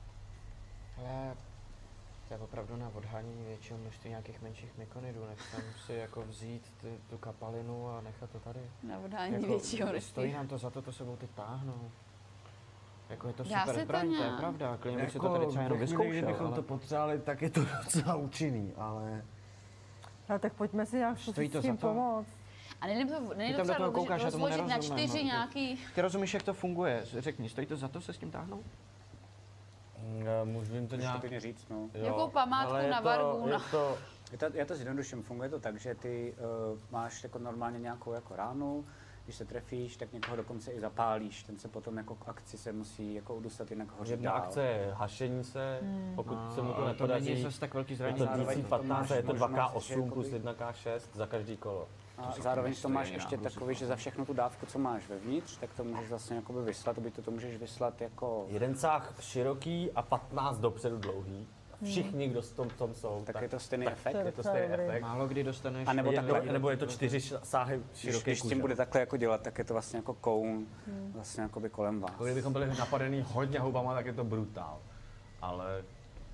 Ale to je opravdu na odhánění většího množství nějakých menších mykonidů, než tam si jako vzít ty, tu kapalinu a nechat to tady. Na odhání Jako, většího stojí množství. nám to za to, to sebou teď táhnou. Jako je to Dá super se to zbraň, to je nějak? pravda, klidně bych si to tady třeba jenom ve chvíli, vyzkoušel, kdybychom ale... to potřebovali, tak je to docela účinný, ale... Ale tak pojďme si nějak Stojí zkusit to s tím za to? pomoct. A nejde to, nejde Ty tam to do toho třeba koukáš, já tomu rozložit na nerozumím, čtyři no. nějaký... Ty rozumíš, jak to funguje? Řekni, stojí to za to se s tím táhnout? Můžu jim to Můžeš to nějak... klidně říct, no. Jo, Jako památku ale je na to- Varguna. Je to, Je to, já to zjednoduším, funguje to tak, že ty uh, máš jako normálně nějakou jako ránu, když se trefíš, tak někoho dokonce i zapálíš, ten se potom jako k akci se musí jako udustat, jinak hořit jedna dál. akce je hašení se, pokud No, se mu to ale to nepodaří, není zase tak velký je zranění. to zároveň D C to patnáct, máš je to dva K možnost, že osm plus jakoby- jedna K šest za každý kolo. A zároveň to máš stejný ještě náhruz, takový, jako. že za všechnu tu dávku, co máš vevnitř, tak to můžeš vlastně jakoby vyslat, aby to, to můžeš vyslat jako... Jeden sáh široký a patnáct dopředu dlouhý. Všichni, kdo v tom, tom jsou, Tak je to stejný tak efekt? je to stejný efekt. Málo kdy dostaneš... A nebo Je, takhle- nebo, nebo je to čtyři š- sáhy Když, široký když s tím kůže. bude takhle jako dělat, tak je to vlastně jako koun vlastně jakoby kolem vás. Jako kdybychom byli napadený hodně houbama, tak je to brutál. Ale,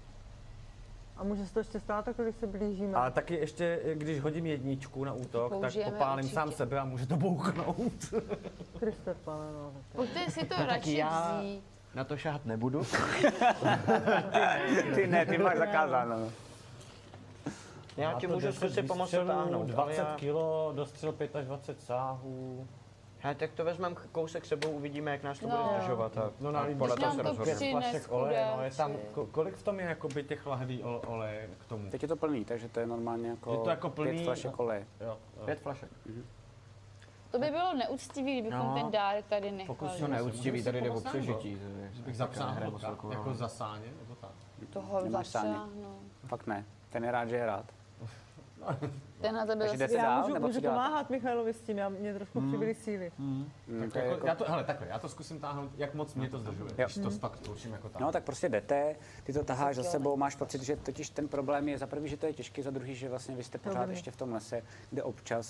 A může se to ještě stát, jako když se blížíme. ale taky ještě, když hodím jedničku na útok, tak použijeme popálím určitě. sám sebe a může to bouchnout. Kriste, pane, no. tak to- Pojďte si to taky radši já- vzít. Na to šahat nebudu. Ty ne, ty máš zakázáno. no. Já ti můžu zkusit pomoct to táhnout, ale dvacet já... kilo, dostřel dvacet pět sáhů. Hele, tak to vezmeme kousek sebou, uvidíme, jak nás to No. bude zdržovat. A, No, a no, podle když toho nám se to rozhodneme. přijde, Flašek oleje, no, je tam, chudáci. ko- kolik v tom je jakoby těch lahví ol- oleje k tomu? Teď je to plný, takže to je normálně jako, Je to jako plný pět flašek oleje. Jo, jo. Pět flašek. To by bylo neúctivý, kdybychom No. ten dárek tady nechali. Pokusím To se. neúctivý, tady jde o Pomoct přežití. nebo? to je- Že bych taká zapsal hra jako, moc velkou jako roli. zasáně, nebo tak? Toho Nemáš sáně. zapřáhnout. Fakt ne, ten je rád, že je rád. Ten na tebe Takže zase... jdete Já dál, můžu, nebo co můžu děláte? pomáhat Michailovi s tím, já, mě trošku přibyly síly. Mm, Tak to je jako, jako- já to, hele, takhle, já to zkusím táhnout, jak moc mě to zdržuje, Jo. když to fakt zkouším jako tak. No tak prostě jdete, ty to taháš za sebou, máš pocit, že totiž ten problém je za prvý, že to je těžké, za druhý, že vlastně vy jste pořád Dobrý. ještě v tom lese, kde občas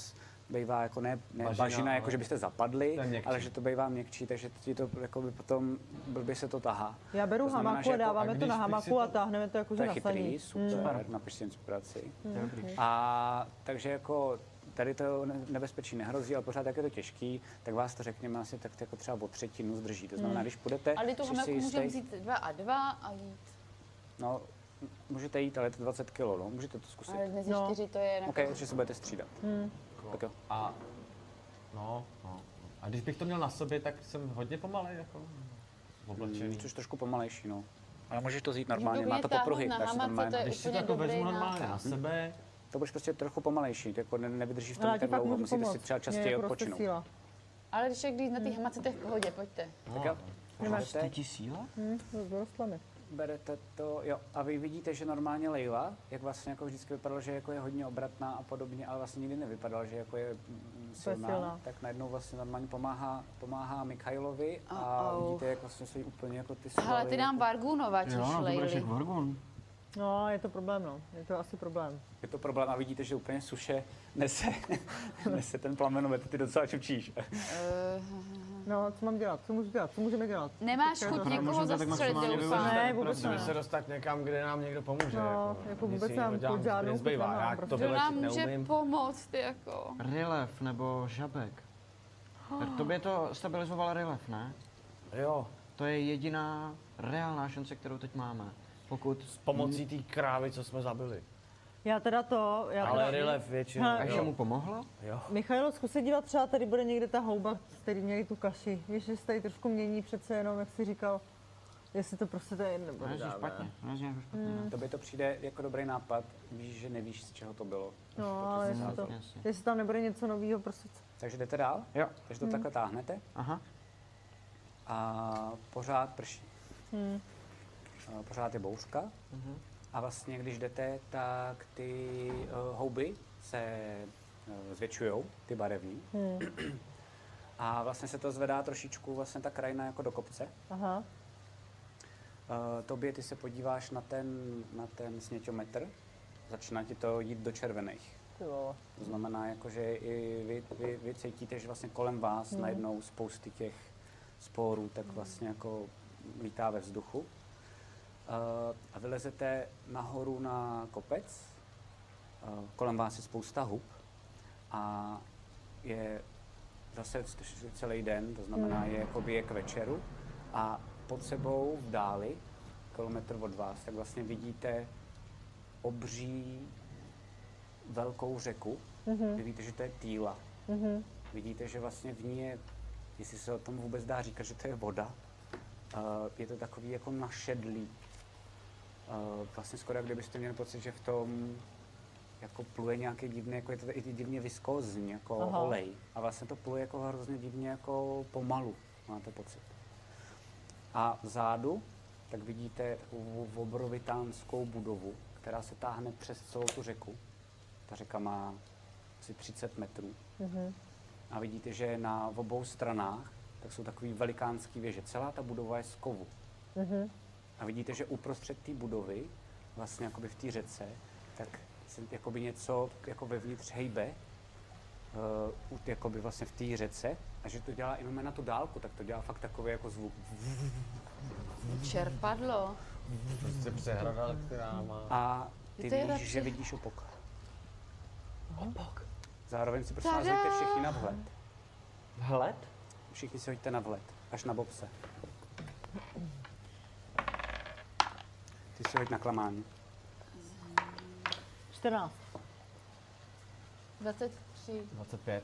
bývá jako ne, ne Bažina, bažina, jako ale- že byste zapadli, To je měkčí. ale že to bývá měkčí, takže ti to jako by potom blbě se to tahá. Já beru To znamená, hamaku že a jako- dáváme a to když na bych si hamaku to- a táhneme to jakože To je na chytrý, saní. super, napiš si inspiraci. Dobrý. A takže jako tady to ne- nebezpečí nehrozí, ale pořád jak je to těžký, tak vás to řekněme asi tak jako třeba o třetinu zdrží. To znamená, Hmm. když půjdete, Ale tu jsi hamaku si můžeme jistý- vzít dva a dva a jít. No, m- můžete jít, ale je to dvacet kilo, no, můžete to zkusit. Ale mezi No. čtyři to je na OK, že se budete střídat. Hmm. Tak jo. A, no, no. A když bych to měl na sobě, tak jsem hodně pomalej, jako oblečený. Mm, což trošku pomalejší, no. Ale můžeš to vzít normálně, Můžu má mě to táhnout popruhy. na dáš si tam hamace, to je jméno. Když si to úplně jako dobrý vezmu normálně nápad. na sebe, To budeš prostě trochu pomalejší, jako ne, nevydržíš v tom Ale já ti tak pak dlouho, můžu musíte si pomoct. třeba Mě častěji jako roste odpočinout. síla. Ale když jak když na té hamace, to je v pohodě, pojďte. Tak jo, Nemáš můžete, Ty ti síla? Hm, dorostla mi. berete to, jo, a vy vidíte, že normálně Leila, jak vlastně jako vždycky vypadalo, že jako je hodně obratná a podobně, ale vlastně nikdy nevypadalo, že jako je mm, silná, silná. tak najednou vlastně normálně pomáhá, pomáhá Mikhailovi a Au, au. vidíte, jak vlastně jsou jí úplně jako ty svaly. Hele, ty nám jako- Vargunova, čiž Jo, no, to bude Lejli. všech Vargun. No, je to problém, no. Je to asi problém. Je to problém a vidíte, že úplně suše nese, nese ten plamenomet, ty docela čučíš. Eh, No, co mám dělat? Co můžu dělat? Co můžeme dělat? Nemáš Teďka je chuť to- někoho můžeme tak zastřelit, maximálně doufám. využít. Ne, vůbec Musíme ne. se dostat někam, kde nám někdo pomůže. No, jako, jako Nic vůbec jiného nám dělat tu žádnou nezbývá. chuť nemám, Já prostě. to Kdo nám vylečit může neumím. pomoct, jako? Rilef nebo žabek. Tak tobě to stabilizoval Rilef, ne? Jo, To je jediná reálná šance, kterou teď máme. Pokud... s pomocí té krávy, co jsme zabili. Já teda to, já Ale teda... Rilef většinou, Hele, A ještě jo. mu pomohlo? jo. Michailo, zkus se dívat, třeba tady bude někde ta houba, z který měli tu kaši. Víš, že se tady trošku mění přece jenom, jak jsi říkal, jestli to prostě tady nebude. Ne, že špatně. Ne, že špatně. ne. To by to přijde jako dobrý nápad, víš, že nevíš, z čeho to bylo. No, ale jestli, to, Jasně. jestli tam nebude něco nového, prostě co- Takže jdete dál, Jo. takže to takhle táhnete Aha. a pořád prší. Hmm. A pořád je bouřka a vlastně když jdete, tak ty uh, houby se uh, zvětšujou, ty barevní. Hmm. A vlastně se to zvedá trošičku vlastně ta krajina jako do kopce. Aha. Uh, tobě ty se podíváš na ten, na ten sněťometr, začíná ti to jít do červených. Ty vole. To znamená, jako, že i vy, vy, vy cítíte, že vlastně kolem vás Hmm. najednou spousty těch sporů tak vlastně jako lítá ve vzduchu. Uh, a vylezete nahoru na kopec, uh, kolem vás je spousta hub a je zase celý den, to znamená, je, jakoby je k večeru a pod sebou v dáli, kilometr od vás, tak vlastně vidíte obří velkou řeku. Mhm. Vy víte, že to je Týla. Mhm. Vidíte, že vlastně v ní je, jestli se o tom vůbec dá říkat, že to je voda, uh, je to takový jako našedlý. Uh, vlastně skoro, jak kdybyste měli pocit, že v tom jako pluje nějaký divný, jako je to i divně viskózní, jako Aha. olej. A vlastně to pluje jako hrozně divně jako pomalu, máte pocit. A vzadu, tak vidíte takovou obrovitánskou budovu, která se táhne přes celou tu řeku. Ta řeka má asi třicet metrů. Mhm. A vidíte, že na obou stranách tak jsou takový velikánský věže. Celá ta budova je z kovu. Mhm. A vidíte, že uprostřed té budovy, vlastně jakoby v té řece, tak se jakoby něco jako vevnitř hejbe, uh, jakoby vlastně v té řece, a že to dělá jenom na tu dálku, tak to dělá fakt takový jako zvuk. Čerpadlo. Prostě přehrada, která má... A ty To je víš, lepší. že vidíš opok. Opok. Zároveň si prosím vás hoďte všichni na vhled. Hled? Všichni si hoďte na vhled, až na bobse. Ty si hoď na klamání. čtrnáct. dvacet tři. dvacet pět.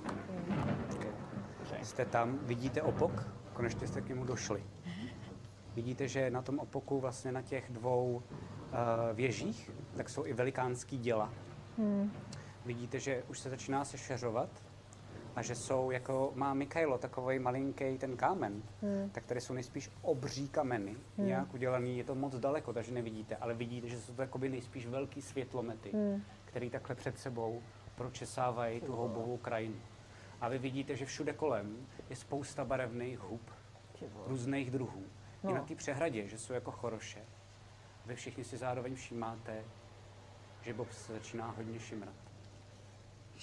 Jste tam, vidíte opok, konečně jste k němu došli. Vidíte, že na tom opoku, vlastně na těch dvou uh, věžích, tak jsou i velikánský děla. Hmm. Vidíte, že už se začíná sešeřovat a že jsou, jako má Mikhailo takový malinký ten kámen, Hmm. tak tady jsou nejspíš obří kameny, Hmm. nějak udělaný, je to moc daleko, takže nevidíte, ale vidíte, že jsou to jakoby nejspíš velký světlomety, Hmm. který takhle před sebou pročesávají tu houbovou krajinu. A vy vidíte, že všude kolem je spousta barevných hub, různých druhů. No. I No. na té přehradě, že jsou jako choroše. Vy všichni si zároveň všímáte, že Bob se začíná hodně šimrat.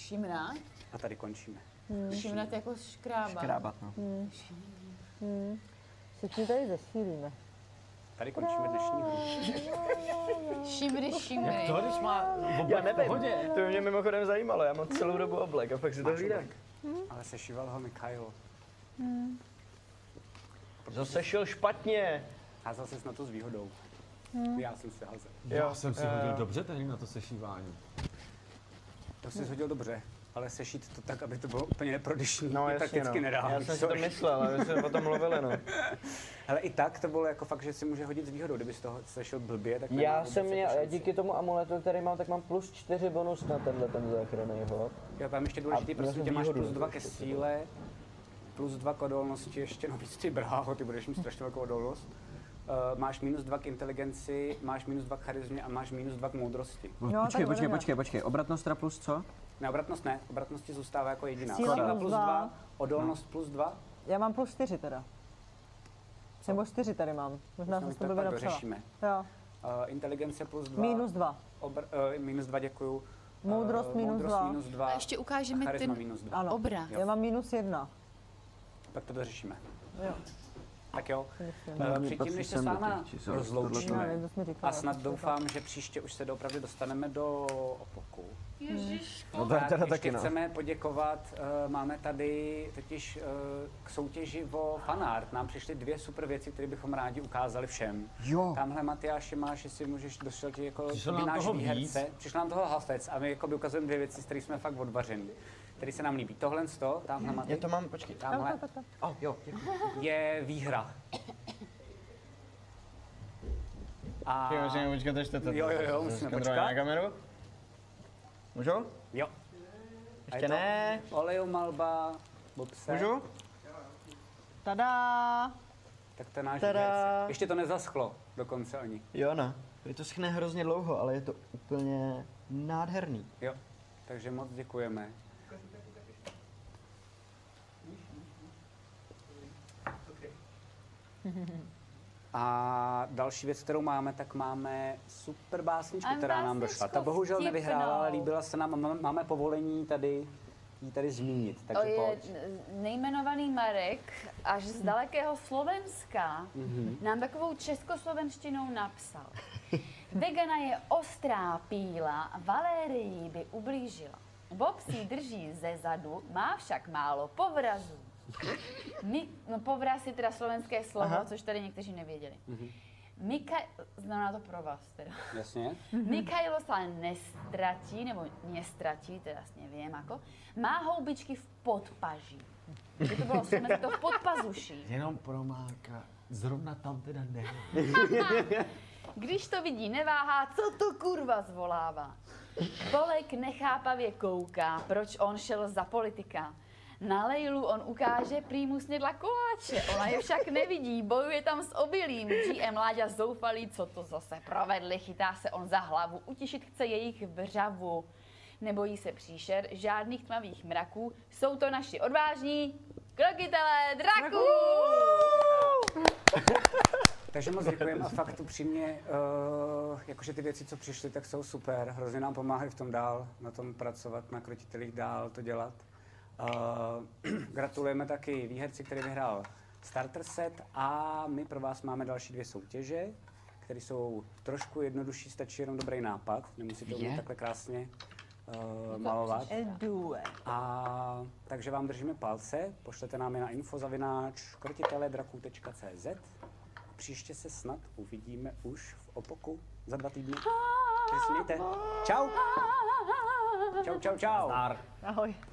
Šimrát? A tady končíme. Hmm. Šimrát jako škrábat. Škrábat, no. Hmm. Hmm. Všichni tady zesílíme. Tady končíme dnešní hru. Šimry, šimry. Jak to, když má Já nevím, to by mě mimochodem zajímalo, já mám celou dobu oblek a pak si to hlídám. Ale sešíval ho Mikhailo. Hmm. Zase šel špatně. Házel jsi na to s výhodou. Hmm. Já jsem si házel. Já jsem si jo, hodil jo. dobře tehdy na to sešívání. To jsi hodil dobře, ale sešít to tak, aby to bylo úplně neprodyšný, No je jasně, prakticky no. nedá. Já jsem si to myslel, ale my jsme o tom mluvili, no. Ale i tak to bylo jako fakt, že si může hodit s výhodou. Kdyby z toho sešel blbě, tak nemá Já vůbec jsem jako měl, šanci. díky tomu amuletu, který mám, tak mám plus čtyři bonus na tenhle ten záchranný hod. Jo, tam ještě důležitý, A prostě měl tě jsem máš výhodu plus dva za to, ke ještě síle, plus dva k odolnosti, ještě no víc ty bráho, ty budeš mít strašně velkou odolnost. Uh, máš minus dva k inteligenci, máš minus dva k charizmě a máš minus dva k moudrosti. No, počkej, počkej, počkej, počkej, obratnost teda plus co? Ne, obratnost ne, obratnost ti zůstává jako jediná. Síla plus plus dva. dva, odolnost plus dva. Já mám plus čtyři teda. Nebo čtyři tady mám. Možná jsem to blbě napsala. Dořešíme. Jo. Uh, inteligence plus dva. Minus dva. Obr, uh, minus dva, děkuju. Moudrost Uh, minus moudrost dva. minus dva. A ještě ukážeme charisma ten minus dva. Ano. obraz. Já mám minus jedna. Tak to dořešíme. Jo. Tak jo. Myslím. Uh, předtím, než se s váma rozloučíme, Ne, to jsi mi říkala, a snad to je doufám, že příště už se opravdu dostaneme do Opoku. Ježiško. No to je Tak teda ještě taky, no. chceme poděkovat, uh, máme tady totiž uh, k soutěži o fanart, nám přišly dvě super věci, které bychom rádi ukázali všem. Jo. Tamhle Matyáši máš, jestli můžeš došel ti jako Přišlo by nám náš toho výherce. Přišlo nám toho hafec a my jako by ukazujeme dvě věci, z kterých jsme fakt odvaření, které se nám líbí. Tohle z toho, tamhle Maty, Já to mám, počkej. tamhle Oh, jo, děkuji. je výhra. A... Jo, musíme počkat, až to Jo, jo, jo, musíme zkontrolujeme počkat. na kameru. Můžu? Jo. A Ještě je to ne. Oleomalba, Bobse. Můžu? Tada! Tak to je náš Tada. výherce. Ještě to nezaschlo dokonce ani. Jo, no. Je to schne hrozně dlouho, ale je to úplně nádherný. Jo, takže moc děkujeme. A další věc, kterou máme, tak máme super básničku, A která nám došla. Ta básničku bohužel vtipnou. nevyhrála, ale líbila se nám a máme- máme povolení tady ji tady zmínit, To takže je pojď. nejmenovaný Marek až z dalekého Slovenska nám takovou českoslovenštinou napsal. Vegana je ostrá píla, Valérii by ublížila. Bob si drží ze zadu, má však málo povrazu. My, no povraz je teda slovenské slovo, Aha. což tady někteří nevěděli. Mika, znamená to pro vás teda. Jasně? Mikhailo sa nestratí, nebo nestratí, teraz neviem ako, má houbičky v podpaží. By to bylo slovenské, to v podpazuší. Jenom pro Márka, zrovna tam teda ne. Když to vidí, neváhá, co to kurva zvolává. Bolek nechápavě kouká, proč on šel za politika. Na Lejlu on ukáže, prý mu snědla koláče, ona je však nevidí, bojuje tam s obilím. G M Láďa zoufalý, co to zase provedli, chytá se on za hlavu, utišit chce jejich vřavu. Nebojí se příšer, žádných tmavých mraků, jsou to naši odvážní krotitelé draků! Takže moc děkujeme a fakt upřímně, uh, jakože ty věci, co přišly, tak jsou super. Hrozně nám pomáhají v tom dál, na tom pracovat, na krotitelích dál to dělat. Uh, gratulujeme taky výherci, který vyhrál starter set a my pro vás máme další dvě soutěže, které jsou trošku jednodušší, stačí jenom dobrý nápad, nemusíte umět takhle krásně uh, malovat. Edue. A takže vám držíme palce, pošlete nám je na info zavináč krotiteledraků tečka cé zet. Příště se snad uvidíme už v Opoku za dva týdny. Takže se mějte. Čau. Čau, čau, čau. Ahoj.